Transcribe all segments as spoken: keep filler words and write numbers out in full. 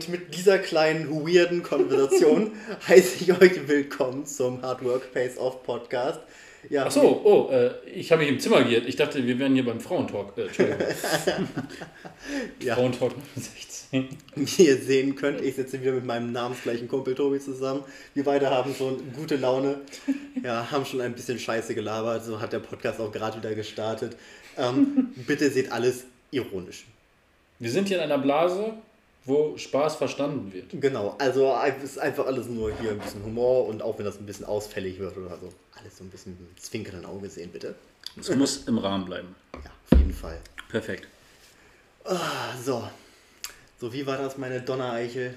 Und mit dieser kleinen, weirden Konversation heiße ich euch willkommen zum Hard Work Pays Off Podcast. Ja, Ach so, oh, äh, ich habe mich im Zimmer geirrt. Ich dachte, wir wären hier beim Frauentalk. Äh, Entschuldigung. ja. Frauentalk sechzehn. Wie ihr sehen könnt, ich sitze wieder mit meinem namensgleichen Kumpel Tobi zusammen. Wir beide haben schon gute Laune. Ja, haben schon ein bisschen Scheiße gelabert. So hat der Podcast auch gerade wieder gestartet. Ähm, bitte seht alles ironisch. Wir sind hier in einer Blase, wo Spaß verstanden wird. Genau, also es ist einfach alles nur hier ein bisschen Humor und auch wenn das ein bisschen ausfällig wird oder so, alles so ein bisschen mit einem zwinkernden Auge sehen, bitte. Es muss im Rahmen bleiben. Ja, auf jeden Fall. Perfekt. Ah, so. So, wie war das, meine Donnereichel?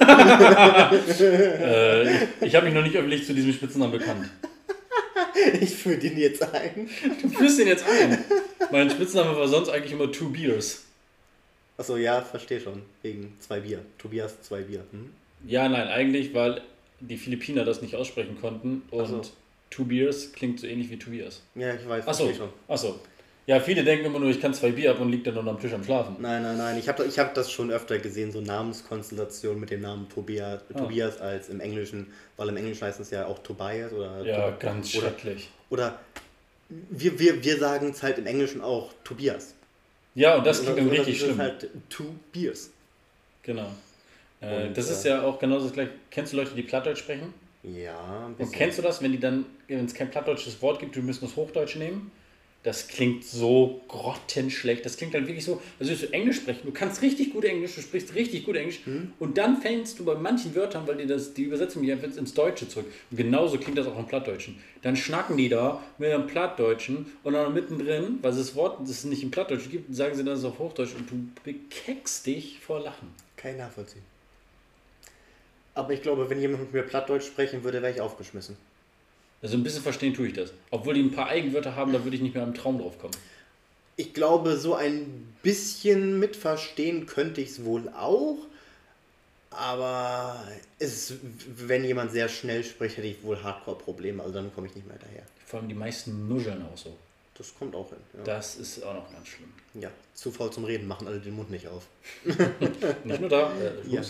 äh, ich ich habe mich noch nicht öffentlich zu diesem Spitznamen bekannt. Ich führe den jetzt ein. Du führst den jetzt ein. Mein Spitzname war sonst eigentlich immer Two Beers. Achso, ja, verstehe schon. Wegen zwei Bier. Tobias, zwei Bier. Hm? Ja, nein, eigentlich, weil die Philippiner das nicht aussprechen konnten und so. Two Beers klingt so ähnlich wie Tobias. Ja, ich weiß, Achso, verstehe schon. achso. Ja, viele denken immer nur, ich kann zwei Bier ab und liegt dann am Tisch am Schlafen. Nein, nein, nein. Ich habe ich hab das schon öfter gesehen, so Namenskonstellationen mit dem Namen Tobias, ah. Tobias als im Englischen, weil im Englischen heißt es ja auch Tobias oder... Ja, Tob- ganz oder, schrecklich. Oder wir, wir, wir sagen es halt im Englischen auch Tobias. Ja, und das klingt dann das richtig ist schlimm. Halt two beers. Genau. Äh, Und, das ist äh, ja auch genauso das gleiche. Kennst du Leute, die Plattdeutsch sprechen? Ja, ein Und kennst du das, wenn die dann, wenn es kein plattdeutsches Wort gibt, du müssen das Hochdeutsch nehmen? Das klingt so grottenschlecht. Das klingt dann wirklich so, also du Englisch sprechen, du kannst richtig gut Englisch, du sprichst richtig gut Englisch hm. und dann fängst du bei manchen Wörtern, weil die das, die übersetzen mich einfach ins Deutsche zurück. Und genauso klingt das auch im Plattdeutschen. Dann schnacken die da mit einem Plattdeutschen und dann mittendrin, weil es das Wort, das es nicht im Plattdeutschen gibt, sagen sie das auf Hochdeutsch und du bekeckst dich vor Lachen. Kein Nachvollziehen. Aber ich glaube, wenn jemand mit mir Plattdeutsch sprechen würde, wäre ich aufgeschmissen. Also ein bisschen verstehen tue ich das. Obwohl die ein paar Eigenwörter haben, da würde ich nicht mehr im Traum drauf kommen. Ich glaube, so ein bisschen mitverstehen könnte ich es wohl auch. Aber es, wenn jemand sehr schnell spricht, hätte ich wohl Hardcore-Probleme. Also dann komme ich nicht mehr daher. Vor allem die meisten nuscheln auch so. Das kommt auch hin. Ja. Das ist auch noch ganz schlimm. Ja, zu faul zum Reden, machen alle den Mund nicht auf. Nicht nur da. Äh, ja.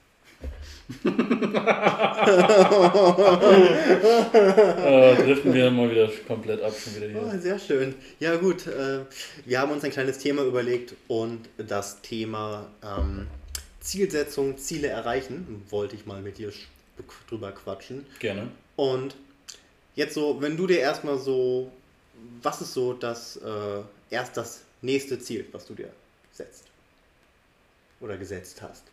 äh, driften wir mal wieder komplett ab. Schon wieder hier. Oh, sehr schön. Ja gut, äh, wir haben uns ein kleines Thema überlegt und das Thema ähm, Zielsetzung, Ziele erreichen, wollte ich mal mit dir drüber quatschen. Gerne. Und jetzt so, wenn du dir erstmal so, was ist so das, äh, erst das nächste Ziel, was du dir setzt? Oder gesetzt hast?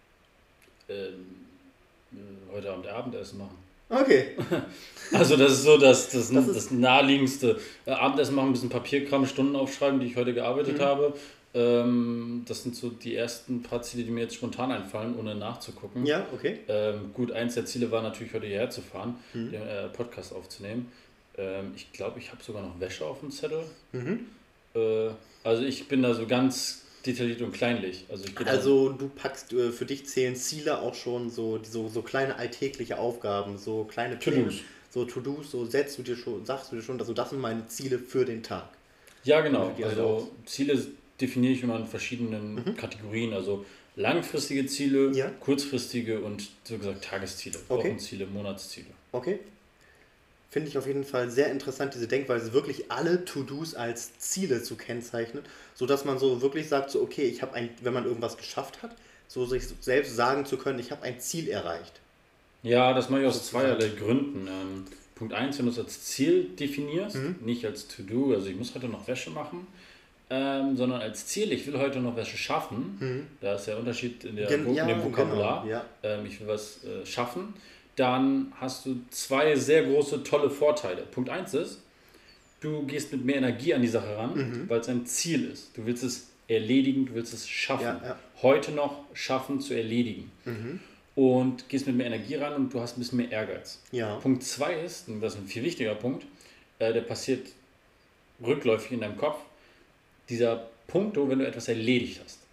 Ähm, heute Abend Abendessen machen. Okay. Also das ist so das, das, das, das naheliegendste. Äh, Abendessen machen, ein bisschen Papierkram, Stunden aufschreiben, die ich heute gearbeitet mhm. habe. Ähm, das sind so die ersten paar Ziele, die mir jetzt spontan einfallen, ohne nachzugucken. Ja, okay. Ähm, gut, eins der Ziele war natürlich heute hierher zu fahren, mhm. den äh, Podcast aufzunehmen. Ähm, ich glaube, ich habe sogar noch Wäsche auf dem Zettel. Mhm. Äh, also ich bin da so ganz detailliert und kleinlich. Also, ich also du packst, äh, für dich zählen Ziele auch schon so, so, so kleine alltägliche Aufgaben, so kleine To-Dos. So To-Dos, so setzt du dir schon, sagst du dir schon, also das sind meine Ziele für den Tag. Ja, genau. Also also Ziele definiere ich immer in verschiedenen mhm. Kategorien. Also langfristige Ziele, ja. kurzfristige und so gesagt Tagesziele, okay. Wochenziele, Monatsziele. Okay. Finde ich auf jeden Fall sehr interessant, diese Denkweise, wirklich alle To-Dos als Ziele zu kennzeichnen, sodass man so wirklich sagt, so okay, ich habe ein, wenn man irgendwas geschafft hat, so sich selbst sagen zu können, ich habe ein Ziel erreicht. Ja, das mache ich aus zweierlei Gründen. Ähm, Punkt eins, wenn du es als Ziel definierst, mhm. nicht als To-Do, also ich muss heute noch Wäsche machen, ähm, sondern als Ziel, ich will heute noch Wäsche schaffen, mhm. da ist der Unterschied in, der Gen- Vok- ja, in dem Vokabular, genau, ja. ähm, ich will was äh, schaffen. Dann hast du zwei sehr große, tolle Vorteile. Punkt eins ist, du gehst mit mehr Energie an die Sache ran, mhm. weil es ein Ziel ist. Du willst es erledigen, du willst es schaffen. Ja, ja. Heute noch schaffen zu erledigen. Mhm. Und gehst mit mehr Energie ran und du hast ein bisschen mehr Ehrgeiz. Ja. Punkt zwei ist, und das ist ein viel wichtiger Punkt, äh, der passiert rückläufig in deinem Kopf, dieser Punkt, wenn du etwas erledigt hast.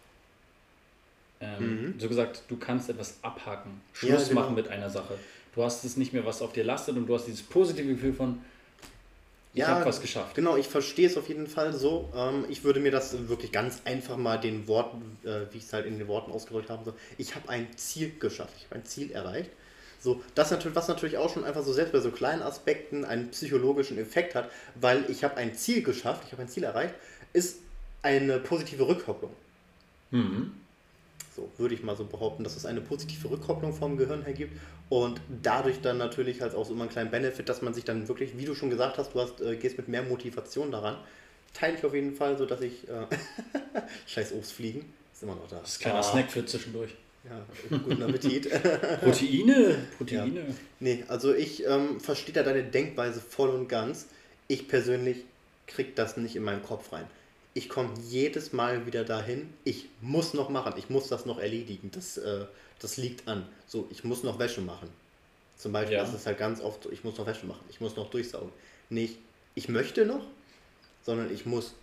Ähm, mhm. So gesagt, du kannst etwas abhaken, Schluss ja, genau. machen mit einer Sache. Du hast es nicht mehr, was auf dir lastet und du hast dieses positive Gefühl von, Ich Ja, habe was geschafft. genau, ich verstehe es auf jeden Fall so. Ähm, ich würde mir das wirklich ganz einfach mal den Worten, äh, wie ich es halt in den Worten ausgedrückt habe, so, ich habe ein Ziel geschafft, ich habe ein Ziel erreicht. So, das natürlich, was natürlich auch schon einfach so selbst bei so kleinen Aspekten einen psychologischen Effekt hat, weil ich habe ein Ziel geschafft, ich habe ein Ziel erreicht, ist eine positive Rückkopplung. Mhm. So würde ich mal so behaupten, dass es eine positive Rückkopplung vom Gehirn her gibt und dadurch dann natürlich halt auch so immer einen kleinen Benefit, dass man sich dann wirklich, wie du schon gesagt hast, du hast, äh, gehst mit mehr Motivation daran. Teile ich auf jeden Fall, so dass ich äh, scheiß Obstfliegen ist immer noch da. Das ist ein kleiner Ah, Snack für zwischendurch. ja, guten Appetit. Proteine, Proteine. Ja. Nee, also ich ähm, verstehe da deine Denkweise voll und ganz. Ich persönlich krieg das nicht in meinen Kopf rein. Ich komme jedes Mal wieder dahin, ich muss noch machen, ich muss das noch erledigen, das, äh, das liegt an. So, ich muss noch Wäsche machen. Zum Beispiel, Ja. das ist halt ganz oft so, ich muss noch Wäsche machen, ich muss noch durchsaugen. Nicht, ich möchte noch, sondern ich muss.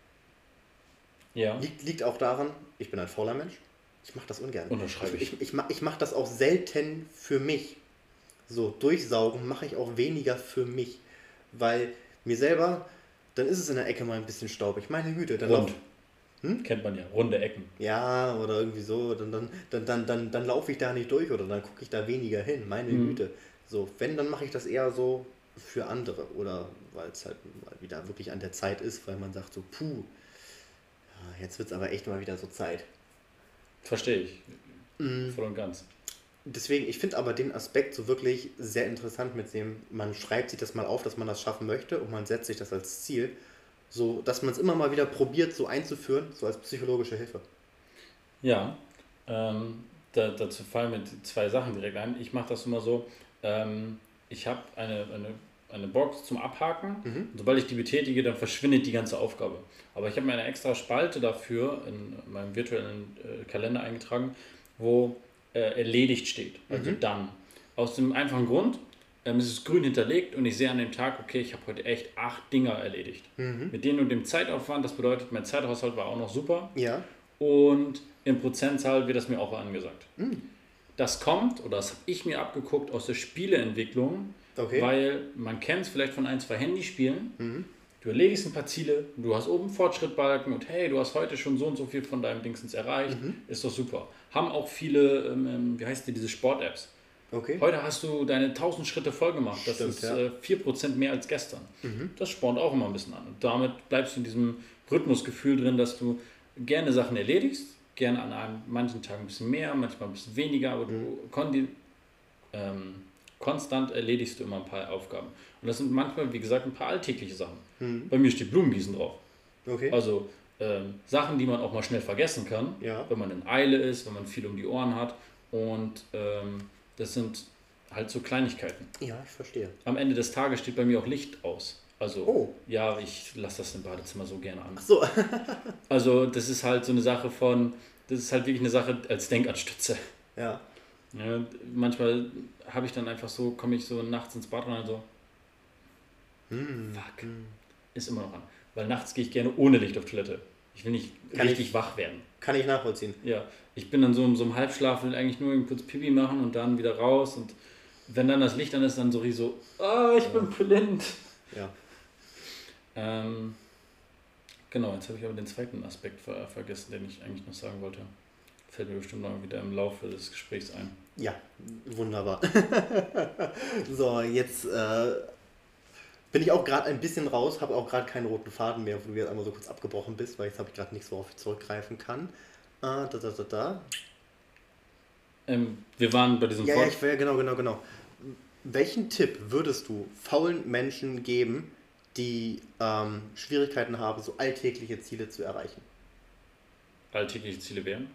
Ja. Liegt, liegt auch daran, ich bin ein fauler Mensch, ich mache das ungern. Unterschreibe ich. Ich, ich, ma- ich mache das auch selten für mich. So, durchsaugen mache ich auch weniger für mich, weil mir selber, dann ist es in der Ecke mal ein bisschen staubig. Meine Güte, dann Rund. lauf, hm? Kennt man ja. Runde Ecken. Ja, oder irgendwie so, dann, dann, dann, dann, dann, dann laufe ich da nicht durch oder dann gucke ich da weniger hin. Meine Mhm. Güte. So, wenn, dann mache ich das eher so für andere oder weil es halt mal wieder wirklich an der Zeit ist, weil man sagt so, puh, ja, jetzt wird es aber echt mal wieder so Zeit. Verstehe ich. Mhm. Voll und ganz. Deswegen, ich finde aber den Aspekt so wirklich sehr interessant mit dem, man schreibt sich das mal auf, dass man das schaffen möchte und man setzt sich das als Ziel, so dass man es immer mal wieder probiert, so einzuführen, so als psychologische Hilfe. Ja, ähm, da, dazu fallen mir die zwei Sachen direkt ein. Ich mache das immer so, ähm, ich habe eine, eine, eine Box zum Abhaken Mhm. und sobald ich die betätige, dann verschwindet die ganze Aufgabe. Aber ich habe mir eine extra Spalte dafür in meinem virtuellen äh, Kalender eingetragen, wo äh, erledigt steht, also Mhm. dann. Aus dem einfachen Grund, ähm, es ist grün hinterlegt und ich sehe an dem Tag, okay, ich habe heute echt acht Dinger erledigt. Mhm. Mit denen und dem Zeitaufwand, das bedeutet, mein Zeithaushalt war auch noch super. Ja. Und in Prozentzahl wird das mir auch angesagt. Mhm. Das kommt, oder das habe ich mir abgeguckt aus der Spieleentwicklung, Okay. weil man kennt es vielleicht von ein, zwei Handyspielen. Mhm. Du erledigst ein paar Ziele, du hast oben Fortschrittbalken und hey, du hast heute schon so und so viel von deinem Dingsens erreicht, Mhm. ist doch super. Haben auch viele, ähm, wie heißt die, diese Sport-Apps. Okay. Heute hast du deine tausend Schritte voll gemacht, das Stimmt, ist ja. äh, vier Prozent mehr als gestern. Mhm. Das spornt auch immer ein bisschen an. Und damit bleibst du in diesem Rhythmusgefühl drin, dass du gerne Sachen erledigst, gerne an einem, manchen Tagen ein bisschen mehr, manchmal ein bisschen weniger, aber du kondi, ähm, konstant erledigst du immer ein paar Aufgaben. Und das sind manchmal, wie gesagt, ein paar alltägliche Sachen. Mhm. Bei mir steht Blumengießen drauf. Okay. Also ähm, Sachen, die man auch mal schnell vergessen kann, Ja. wenn man in Eile ist, wenn man viel um die Ohren hat. Und ähm, das sind halt so Kleinigkeiten. Ja, ich verstehe. Am Ende des Tages steht bei mir auch Licht aus. Also, Oh. ja, ich lasse das im Badezimmer so gerne an. Ach so. Also, das ist halt so eine Sache von, das ist halt wirklich eine Sache als Denkanstütze. Ja. Ja, manchmal habe ich dann einfach so, komme ich so nachts ins Bad rein und so, Mhm. fuck, Mhm. ist immer noch an. Weil nachts gehe ich gerne ohne Licht auf Toilette. Ich will nicht Kann richtig ich- wach werden. Kann ich nachvollziehen. Ja, ich bin dann so, in so einem Halbschlaf, will eigentlich nur kurz Pipi machen und dann wieder raus. Und wenn dann das Licht an ist, dann so richtig so, ah, ich bin blind. Ja. Ähm, genau, jetzt habe ich aber den zweiten Aspekt ver vergessen, den ich eigentlich noch sagen wollte. Fällt mir bestimmt noch wieder im Laufe des Gesprächs ein. Ja, wunderbar. So, jetzt äh, bin ich auch gerade ein bisschen raus, habe auch gerade keinen roten Faden mehr, wo du jetzt einmal so kurz abgebrochen bist, weil jetzt habe ich gerade nichts, worauf ich zurückgreifen kann. Äh, da, da, da, da. Ähm, wir waren bei diesem Ja, ja, Fort- ich ja, genau, genau, genau. Welchen Tipp würdest du faulen Menschen geben, die ähm, Schwierigkeiten haben, so alltägliche Ziele zu erreichen? alltägliche Ziele wären?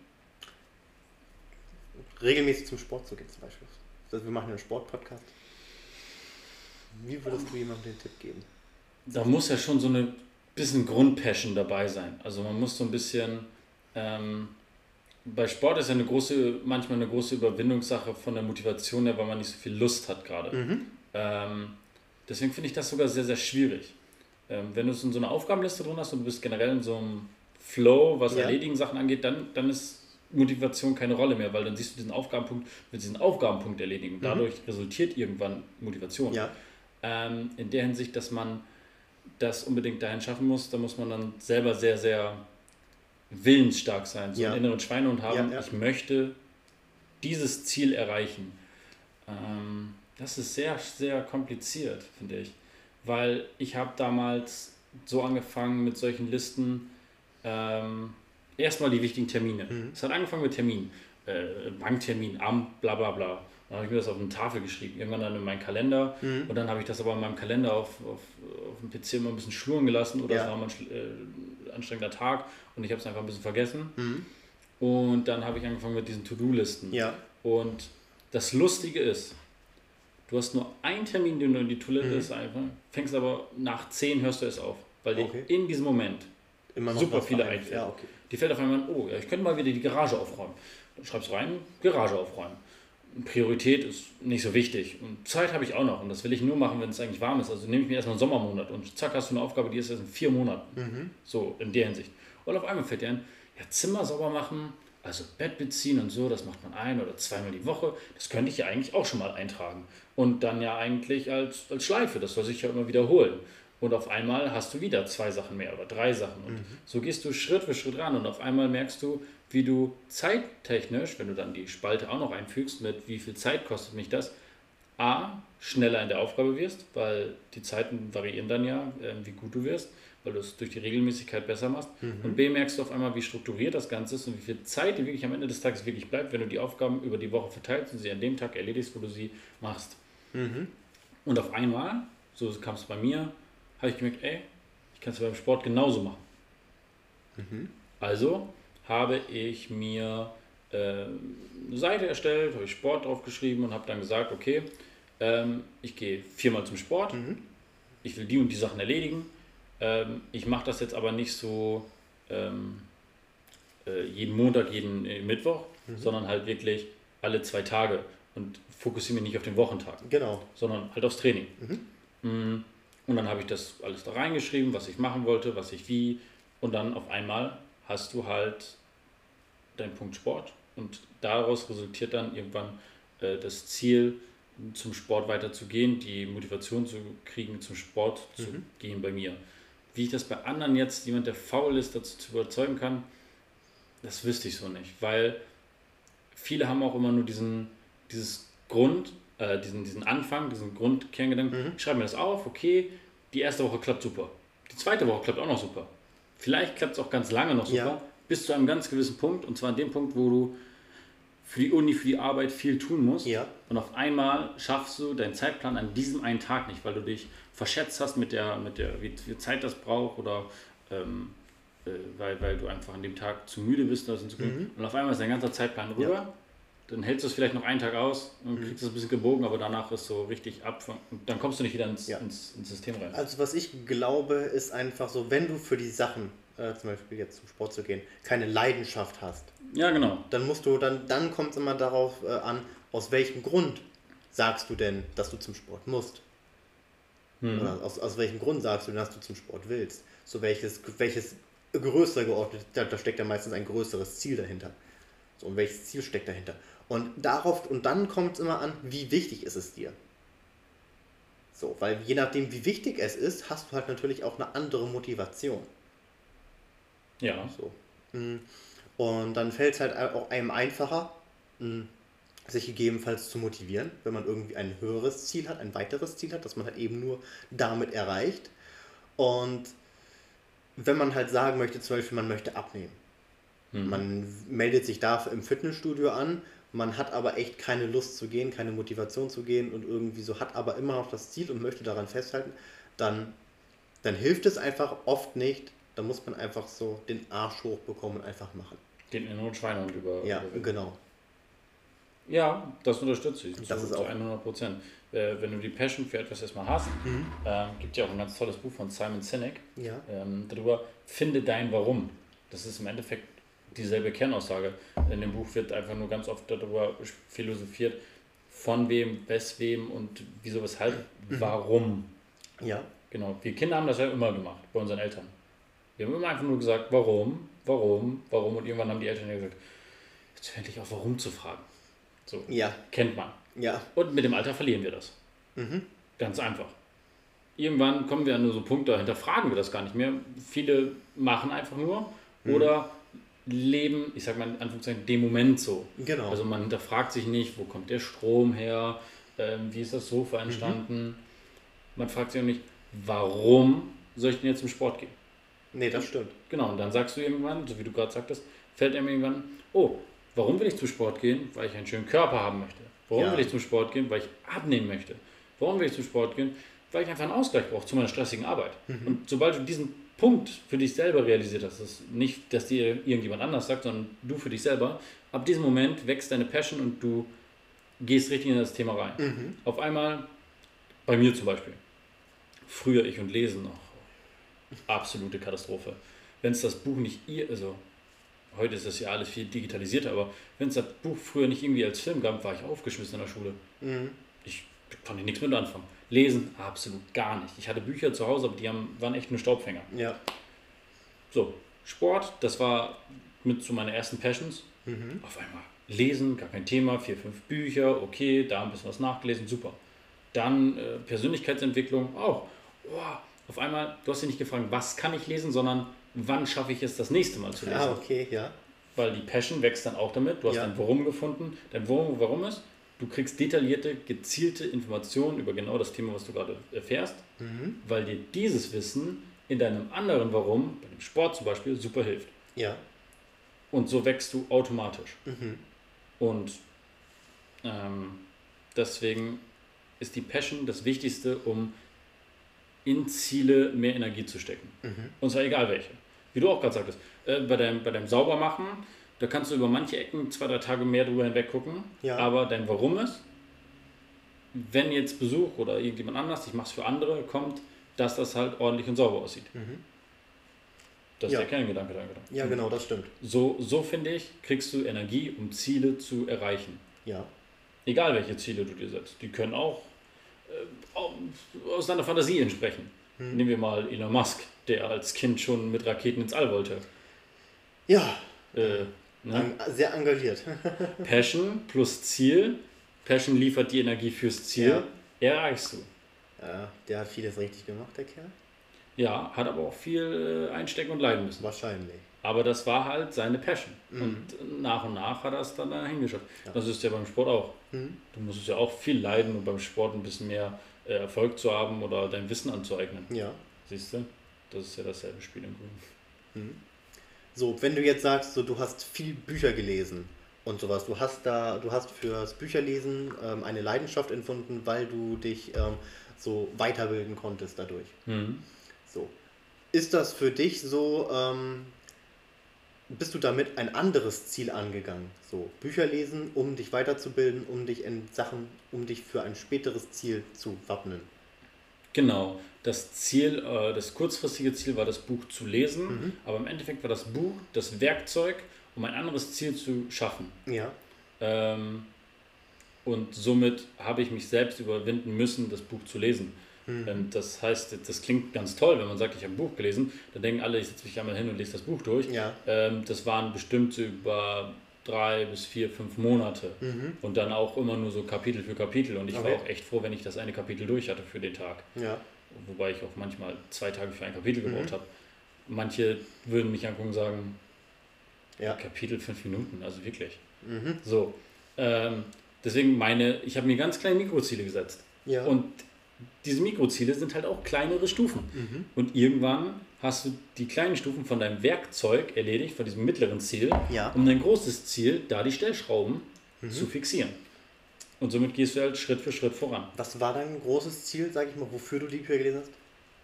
Regelmäßig zum Sport zu gehen zum Beispiel. Also wir machen einen Sport-Podcast. Wie würdest du jemandem den Tipp geben? Da muss ja schon so eine bisschen Grundpassion dabei sein. Also man muss so ein bisschen, ähm, bei Sport ist ja eine große, manchmal eine große Überwindungssache von der Motivation her, weil man nicht so viel Lust hat gerade. Mhm. Ähm, deswegen finde ich das sogar sehr, sehr schwierig. Ähm, wenn du es in so einer Aufgabenliste drin hast und du bist generell in so einem Flow, was Ja. Erledigen Sachen angeht, dann, dann ist Motivation keine Rolle mehr, weil dann siehst du diesen Aufgabenpunkt, willst diesen Aufgabenpunkt erledigen. Und dadurch resultiert irgendwann Motivation. Ja. Ähm, in der Hinsicht, dass man das unbedingt dahin schaffen muss, da muss man dann selber sehr, sehr willensstark sein, so Ja. einen inneren Schweinehund haben, Ja, ja. ich möchte dieses Ziel erreichen. Ähm, das ist sehr, sehr kompliziert, finde ich, weil ich habe damals so angefangen mit solchen Listen, ähm, erstmal die wichtigen Termine. Mhm. Es hat angefangen mit Terminen, äh, Banktermin, Amt, bla bla bla. Dann habe ich mir das auf eine Tafel geschrieben, irgendwann dann in meinen Kalender. Mhm. Und dann habe ich das aber in meinem Kalender auf, auf, auf dem P C immer ein bisschen schluren gelassen oder Ja. es war mal ein schl- äh, anstrengender Tag und ich habe es einfach ein bisschen vergessen. Mhm. Und dann habe ich angefangen mit diesen To-Do-Listen. Ja. Und das Lustige ist, du hast nur einen Termin, den du in die Toilette Mhm. ist einfach, fängst aber nach zehn hörst du es auf, weil dir Okay. in diesem Moment Immer noch super was viele ein- einfällt. Ja, okay. Die fällt auf einmal, oh, ja, ich könnte mal wieder die Garage aufräumen. Dann schreibst du rein, Garage aufräumen. Priorität ist nicht so wichtig. Und Zeit habe ich auch noch. Und das will ich nur machen, wenn es eigentlich warm ist. Also nehme ich mir erstmal einen Sommermonat und zack, hast du eine Aufgabe, die ist erst in vier Monaten. Mhm. So, in der Hinsicht. Und auf einmal fällt dir ein, ja, Zimmer sauber machen, also Bett beziehen und so, das macht man ein- oder zweimal die Woche. Das könnte ich ja eigentlich auch schon mal eintragen. Und dann ja eigentlich als, als Schleife, das soll sich ja immer wiederholen. Und auf einmal hast du wieder zwei Sachen mehr oder drei Sachen. Und so gehst du Schritt für Schritt ran und auf einmal merkst du, wie du zeittechnisch, wenn du dann die Spalte auch noch einfügst, mit wie viel Zeit kostet mich das, A, schneller in der Aufgabe wirst, weil die Zeiten variieren dann ja, äh, wie gut du wirst, weil du es durch die Regelmäßigkeit besser machst. Und B, merkst du auf einmal, wie strukturiert das Ganze ist und wie viel Zeit dir wirklich am Ende des Tages wirklich bleibt, wenn du die Aufgaben über die Woche verteilst und sie an dem Tag erledigst, wo du sie machst. Mhm. Und auf einmal, so kam es bei mir, habe ich gemerkt, ey, ich kann es beim Sport genauso machen. Mhm. Also habe ich mir äh, eine Seite erstellt, habe ich Sport draufgeschrieben und habe dann gesagt, okay, ähm, ich gehe viermal zum Sport, Mhm. ich will die und die Sachen erledigen. Ähm, ich mache das jetzt aber nicht so ähm, äh, jeden Montag, jeden äh, Mittwoch, Mhm. sondern halt wirklich alle zwei Tage und fokussiere mich nicht auf den Wochentag, Genau. sondern halt aufs Training. Mhm. Mm, Und dann habe ich das alles da reingeschrieben, was ich machen wollte, was ich wie. Und dann auf einmal hast du halt deinen Punkt Sport. Und daraus resultiert dann irgendwann äh, das Ziel, zum Sport weiterzugehen, die Motivation zu kriegen, zum Sport zu Mhm. gehen bei mir. Wie ich das bei anderen jetzt, jemand, der faul ist, dazu zu überzeugen kann, das wüsste ich so nicht. Weil viele haben auch immer nur diesen, dieses Grund, äh, diesen, diesen Anfang, diesen Grundkerngedanken. Mhm. Ich schreibe mir das auf, okay, die erste Woche klappt super. Die zweite Woche klappt auch noch super. Vielleicht klappt es auch ganz lange noch super, Ja. bis zu einem ganz gewissen Punkt. Und zwar an dem Punkt, wo du für die Uni, für die Arbeit viel tun musst. Ja. Und auf einmal schaffst du deinen Zeitplan an diesem einen Tag nicht, weil du dich verschätzt hast mit der, mit der wie viel Zeit das braucht oder ähm, äh, weil, weil du einfach an dem Tag zu müde bist. Oder so. Mhm. Und auf einmal ist dein ganzer Zeitplan rüber. Ja. Dann hältst du es vielleicht noch einen Tag aus und Mhm. kriegst es ein bisschen gebogen, aber danach ist so richtig ab. Und dann kommst du nicht wieder ins, Ja. ins, ins System rein. Also was ich glaube, ist einfach so, wenn du für die Sachen, äh, zum Beispiel jetzt zum Sport zu gehen, keine Leidenschaft hast, Ja, genau. dann musst du, dann, dann kommt es immer darauf äh, an, aus welchem Grund sagst du denn, dass du zum Sport musst? Hm. Oder aus, aus welchem Grund sagst du denn, dass du zum Sport willst? So welches, welches größer geordnet, da, da steckt ja meistens ein größeres Ziel dahinter. So, und welches Ziel steckt dahinter? Und darauf, und dann kommt es immer an, wie wichtig ist es dir? So, weil je nachdem, wie wichtig es ist, hast du halt natürlich auch eine andere Motivation. Ja. So. Mm. Und dann fällt es halt auch einem einfacher, mm, sich gegebenenfalls zu motivieren, wenn man irgendwie ein höheres Ziel hat, ein weiteres Ziel hat, das man halt eben nur damit erreicht. Und wenn man halt sagen möchte, zum Beispiel, man möchte abnehmen. Hm. Man meldet sich dafür im Fitnessstudio an, man hat aber echt keine Lust zu gehen, keine Motivation zu gehen und irgendwie so, hat aber immer noch das Ziel und möchte daran festhalten, dann, dann hilft es einfach oft nicht. Da muss man einfach so den Arsch hochbekommen und einfach machen. Den inneren Schweinehund über. Ja, über genau. Ja, das unterstütze ich Das zu, ist zu auch- hundert Prozent. Äh, wenn du die Passion für etwas erstmal hast, Mhm. ähm, gibt ja auch ein ganz tolles Buch von Simon Sinek Ja. ähm, darüber, finde dein Warum. Das ist im Endeffekt dieselbe Kernaussage. In dem Buch wird einfach nur ganz oft darüber philosophiert, von wem, weswem und wieso, weshalb, warum. Ja. Genau, wir Kinder haben das ja immer gemacht, bei unseren Eltern. Wir haben immer einfach nur gesagt, warum, warum, warum und irgendwann haben die Eltern ja gesagt, jetzt hör endlich auf, warum zu fragen. So, Ja. kennt man. Ja. Und mit dem Alter verlieren wir das. Mhm. Ganz einfach. irgendwann kommen wir an nur so Punkte, da hinterfragen wir das gar nicht mehr. Viele machen einfach nur mhm. oder leben, ich sag mal in Anführungszeichen, dem Moment so. Genau. Also man hinterfragt sich nicht, wo kommt der Strom her, ähm, wie ist das Sofa entstanden. Mhm. Man fragt sich auch nicht, warum soll ich denn jetzt zum Sport gehen? Nee, das stimmt. Genau, und dann sagst du irgendwann, so wie du gerade sagtest, fällt einem irgendwann, oh, warum will ich zum Sport gehen? Weil ich einen schönen Körper haben möchte. Warum ja. will ich zum Sport gehen? Weil ich abnehmen möchte. Warum will ich zum Sport gehen? Weil ich einfach einen Ausgleich brauche zu meiner stressigen Arbeit. Mhm. Und sobald du diesen Punkt für dich selber realisiert hast, das ist nicht, dass dir irgendjemand anders sagt, sondern du für dich selber, ab diesem Moment wächst deine Passion und du gehst richtig in das Thema rein. Mhm. Auf einmal, bei mir zum Beispiel, früher ich und Lesen noch, absolute Katastrophe. Wenn es das Buch nicht ihr, also heute ist das ja alles viel digitalisierter, aber wenn es das Buch früher nicht irgendwie als Film gab, war ich aufgeschmissen in der Schule. Mhm. Ich konnte nichts mit anfangen. Lesen, absolut gar nicht. Ich hatte Bücher zu Hause, aber die haben, waren echt nur Staubfänger. Ja. So, Sport, das war mit zu meiner ersten Passions. Mhm. Auf einmal Lesen, gar kein Thema, vier, fünf Bücher, okay, da ein bisschen was nachgelesen, super. Dann äh, Persönlichkeitsentwicklung, auch. Oh, auf einmal, du hast dich nicht gefragt, was kann ich lesen, sondern wann schaffe ich es das nächste Mal zu lesen. Ah, okay, ja. Weil die Passion wächst dann auch damit. Du hast ja. dein Warum gefunden. Dein Warum, warum ist, du kriegst detaillierte, gezielte Informationen über genau das Thema, was du gerade erfährst, mhm. weil dir dieses Wissen in deinem anderen Warum, bei dem Sport zum Beispiel, super hilft. Ja. Und so wächst du automatisch. Mhm. Und ähm, deswegen ist die Passion das Wichtigste, um in Ziele mehr Energie zu stecken. Mhm. Und zwar egal welche. Wie du auch gerade sagtest, äh, bei, deinem, bei deinem Saubermachen, da kannst du über manche Ecken zwei, drei Tage mehr drüber hinweg gucken. Ja. Aber dein Warum ist, wenn jetzt Besuch oder irgendjemand anders, ich mache es für andere, kommt, dass das halt ordentlich und sauber aussieht. Mhm. Das ja. ist der Kerngedanke dahinter. Ja, genau, das stimmt. So, so finde ich, kriegst du Energie, um Ziele zu erreichen. Ja. Egal welche Ziele du dir setzt. Die können auch äh, aus deiner Fantasie entsprechen. Hm. Nehmen wir mal Elon Musk, der als Kind schon mit Raketen ins All wollte. Ja, äh, ne? Sehr engagiert. Passion plus Ziel. Passion liefert die Energie fürs Ziel. Ja. Erreichst du. Ja, der hat vieles richtig gemacht, der Kerl. Ja, hat aber auch viel einstecken und leiden müssen. Wahrscheinlich. Aber das war halt seine Passion. Mhm. Und nach und nach hat er es dann dahin geschafft. Ja. Das ist ja beim Sport auch. Mhm. Du musst ja auch viel leiden, um beim Sport ein bisschen mehr äh, Erfolg zu haben oder dein Wissen anzueignen. Ja. Siehst du? Das ist ja dasselbe Spiel im Grunde. Mhm. So, wenn du jetzt sagst, so, du hast viel Bücher gelesen und sowas, du hast da, du hast fürs Bücherlesen ähm, eine Leidenschaft empfunden, weil du dich ähm, so weiterbilden konntest dadurch. Mhm. So. Ist das für dich so, ähm, bist du damit ein anderes Ziel angegangen? So, Bücher lesen, um dich weiterzubilden, um dich in Sachen, um dich für ein späteres Ziel zu wappnen? Genau. Das Ziel, äh, das kurzfristige Ziel war, das Buch zu lesen, mhm. aber im Endeffekt war das Buch das Werkzeug, um ein anderes Ziel zu schaffen. Ja. Ähm, und somit habe ich mich selbst überwinden müssen, das Buch zu lesen. Mhm. Das heißt, das klingt ganz toll, wenn man sagt, ich habe ein Buch gelesen, dann denken alle, ich setze mich einmal hin und lese das Buch durch. Ja. Das waren bestimmt über drei bis vier, fünf Monate mhm. und dann auch immer nur so Kapitel für Kapitel und ich okay. war auch echt froh, wenn ich das eine Kapitel durch hatte für den Tag. Ja. Wobei ich auch manchmal zwei Tage für ein Kapitel gebraucht mhm. habe. Manche würden mich angucken und sagen, ja. Kapitel fünf Minuten, also wirklich. Mhm. So, ähm, deswegen meine, ich habe mir ganz kleine Mikroziele gesetzt. Ja. Und diese Mikroziele sind halt auch kleinere Stufen. Mhm. Und irgendwann hast du die kleinen Stufen von deinem Werkzeug erledigt, von diesem mittleren Ziel, ja. um dein großes Ziel, da die Stellschrauben mhm. zu fixieren. Und somit gehst du halt Schritt für Schritt voran. Was war dein großes Ziel, sag ich mal, wofür du die Bücher gelesen hast?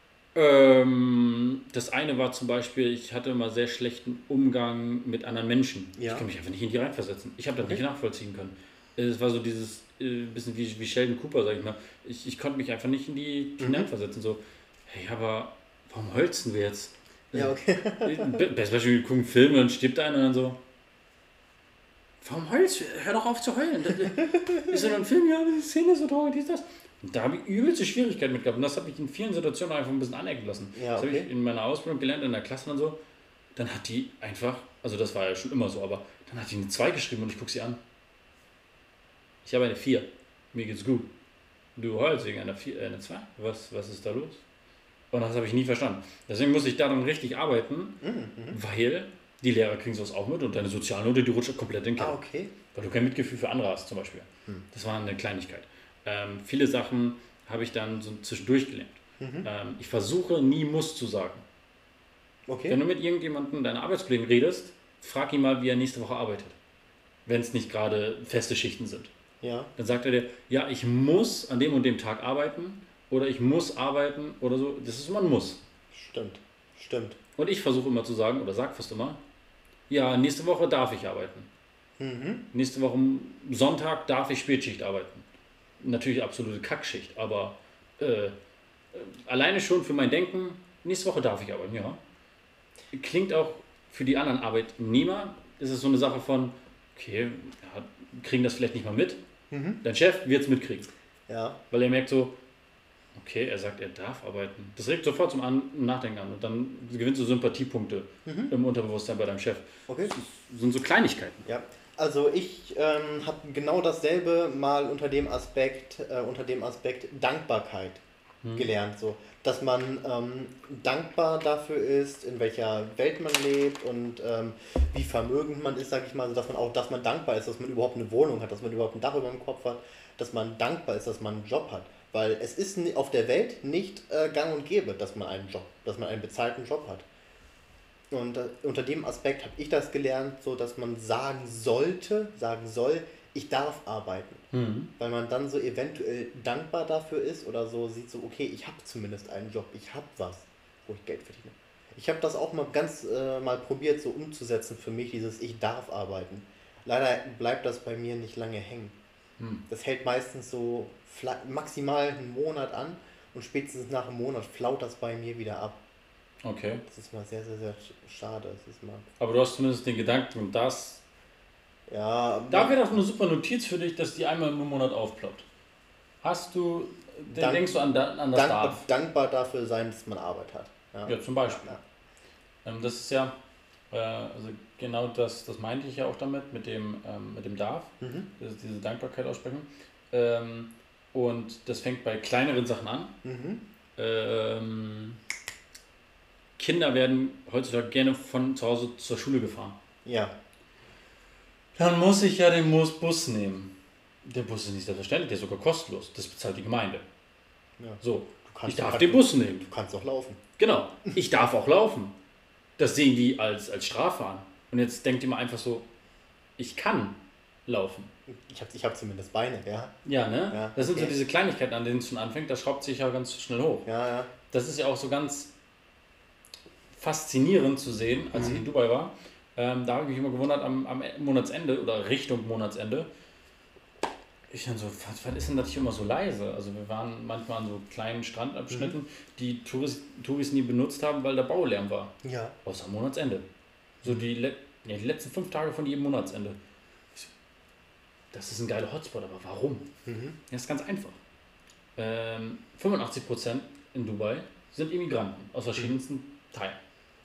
Ähm, das eine war zum Beispiel, ich hatte immer sehr schlechten Umgang mit anderen Menschen. Ja. Ich konnte mich einfach nicht in die reinversetzen. Ich habe das okay. nicht nachvollziehen können. Es war so dieses äh, bisschen wie, wie Sheldon Cooper, sag ich mal. Ich, ich konnte mich einfach nicht in die mhm. hineinversetzen. So, hey, aber warum holzen wir jetzt? Ja, okay. Bestes Beispiel, wir gucken Filme und stirbt einer und dann so, warum heulst du? Hör doch auf zu heulen. Ist ja nur ein Film, ja, die Szene ist so traurig, dies, das. Und da habe ich übelste Schwierigkeiten mit gehabt. Und das habe ich in vielen Situationen einfach ein bisschen anecken lassen. Ja, das okay. habe ich in meiner Ausbildung gelernt, in der Klasse und so. Dann hat die einfach, also das war ja schon immer so, aber dann hat die eine zwei geschrieben und ich gucke sie an. Ich habe eine vier. Mir geht's gut. Du heulst wegen einer vier, äh, eine zwei? Was, was ist da los? Und das habe ich nie verstanden. Deswegen muss ich daran richtig arbeiten, Mhm. weil die Lehrer kriegen sowas auch mit und deine Sozialnote, die rutscht komplett in den Keller. Ah, okay. Weil du kein Mitgefühl für andere hast, zum Beispiel. Hm. Das war eine Kleinigkeit. Ähm, viele Sachen habe ich dann so zwischendurch gelernt. Mhm. Ähm, ich versuche nie muss zu sagen. Okay. Wenn du mit irgendjemandem, deinen Arbeitskollegen redest, frag ihn mal, wie er nächste Woche arbeitet. Wenn es nicht gerade feste Schichten sind. Ja. Dann sagt er dir, ja, ich muss an dem und dem Tag arbeiten oder ich muss arbeiten oder so. Das ist immer ein Muss. Stimmt. Stimmt. Und ich versuche immer zu sagen, oder sag fast immer, ja, nächste Woche darf ich arbeiten. Mhm. Nächste Woche Sonntag darf ich Spätschicht arbeiten. Natürlich absolute Kackschicht, aber äh, äh, alleine schon für mein Denken, nächste Woche darf ich arbeiten, ja. Klingt auch für die anderen Arbeitnehmer, ist es so eine Sache von, okay, ja, kriegen das vielleicht nicht mal mit. Mhm. Dein Chef wird es mitkriegen, Ja. weil er merkt so, okay, er sagt, er darf arbeiten. Das regt sofort zum An Nachdenken an und dann gewinnst du Sympathiepunkte Mhm. im Unterbewusstsein bei deinem Chef. Okay. Das sind so Kleinigkeiten. Ja. Also ich ähm, habe genau dasselbe mal unter dem Aspekt, äh, unter dem Aspekt Dankbarkeit Hm. gelernt. So, dass man ähm, dankbar dafür ist, in welcher Welt man lebt und ähm, wie vermögend man ist, sage ich mal. Also, dass man auch, dass man dankbar ist, dass man überhaupt eine Wohnung hat, dass man überhaupt ein Dach über dem Kopf hat, dass man dankbar ist, dass man einen Job hat. Weil es ist ni- auf der Welt nicht äh, gang und gäbe, dass man einen Job, dass man einen bezahlten Job hat. Und äh, unter dem Aspekt habe ich das gelernt, so dass man sagen sollte, sagen soll, ich darf arbeiten. Hm. Weil man dann so eventuell dankbar dafür ist oder so sieht, so okay, ich habe zumindest einen Job, ich habe was, wo ich Geld verdiene. Ich habe das auch mal ganz äh, mal probiert, so umzusetzen für mich, dieses ich darf arbeiten. Leider bleibt das bei mir nicht lange hängen. Hm. Das hält meistens so fla- maximal einen Monat an und spätestens nach einem Monat flaut das bei mir wieder ab. Okay. Das ist mal sehr, sehr, sehr sch- schade. Das ist mal, Aber du hast zumindest den Gedanken und das. ja, Da wäre doch eine super Notiz für dich, dass die einmal im Monat aufploppt. Hast du, dann Dank- denkst du an, da- an das dankbar, Darf. dankbar dafür sein, dass man Arbeit hat. Ja, zum Beispiel. Ja. Ähm, das ist ja, äh, also genau das, das meinte ich ja auch damit, mit dem, ähm, mit dem Darf, Mhm. das ist diese Dankbarkeit aussprechen. Ähm, und das fängt bei kleineren Sachen an. Mhm. Ähm, Kinder werden heutzutage gerne von zu Hause zur Schule gefahren. Ja. Dann muss ich ja den Bus Bus nehmen. Der Bus ist nicht selbstverständlich, der ist sogar kostenlos. Das bezahlt die Gemeinde. Ja. So, Du kannst, ich darf du den kannst, Bus nehmen. Du kannst auch laufen. Genau, ich darf auch laufen. Das sehen die als, als Strafe an. Und jetzt denkt ihr mal einfach so, ich kann laufen. Ich habe ich hab zumindest Beine, ja. Ja, ne? Ja, Das sind so okay. diese Kleinigkeiten, an denen es schon anfängt. Das schraubt sich ja ganz schnell hoch. Ja, ja. Das ist ja auch so ganz faszinierend zu sehen, als ich Mhm. in Dubai war. Ähm, da habe ich mich immer gewundert, am, am Monatsende oder Richtung Monatsende, ich dann so, was, was ist denn das hier immer so leise? Also wir waren manchmal an so kleinen Strandabschnitten, Mhm. die Tourist, Touris nie benutzt haben, weil der Baulärm war. Ja. Außer am Monatsende. So die, le ja, die letzten fünf Tage von jedem Monatsende. Ich so, das ist ein geiler Hotspot, aber warum? Mhm. Ja, ist ganz einfach. Ähm, fünfundachtzig Prozent in Dubai sind Immigranten aus verschiedensten Teilen.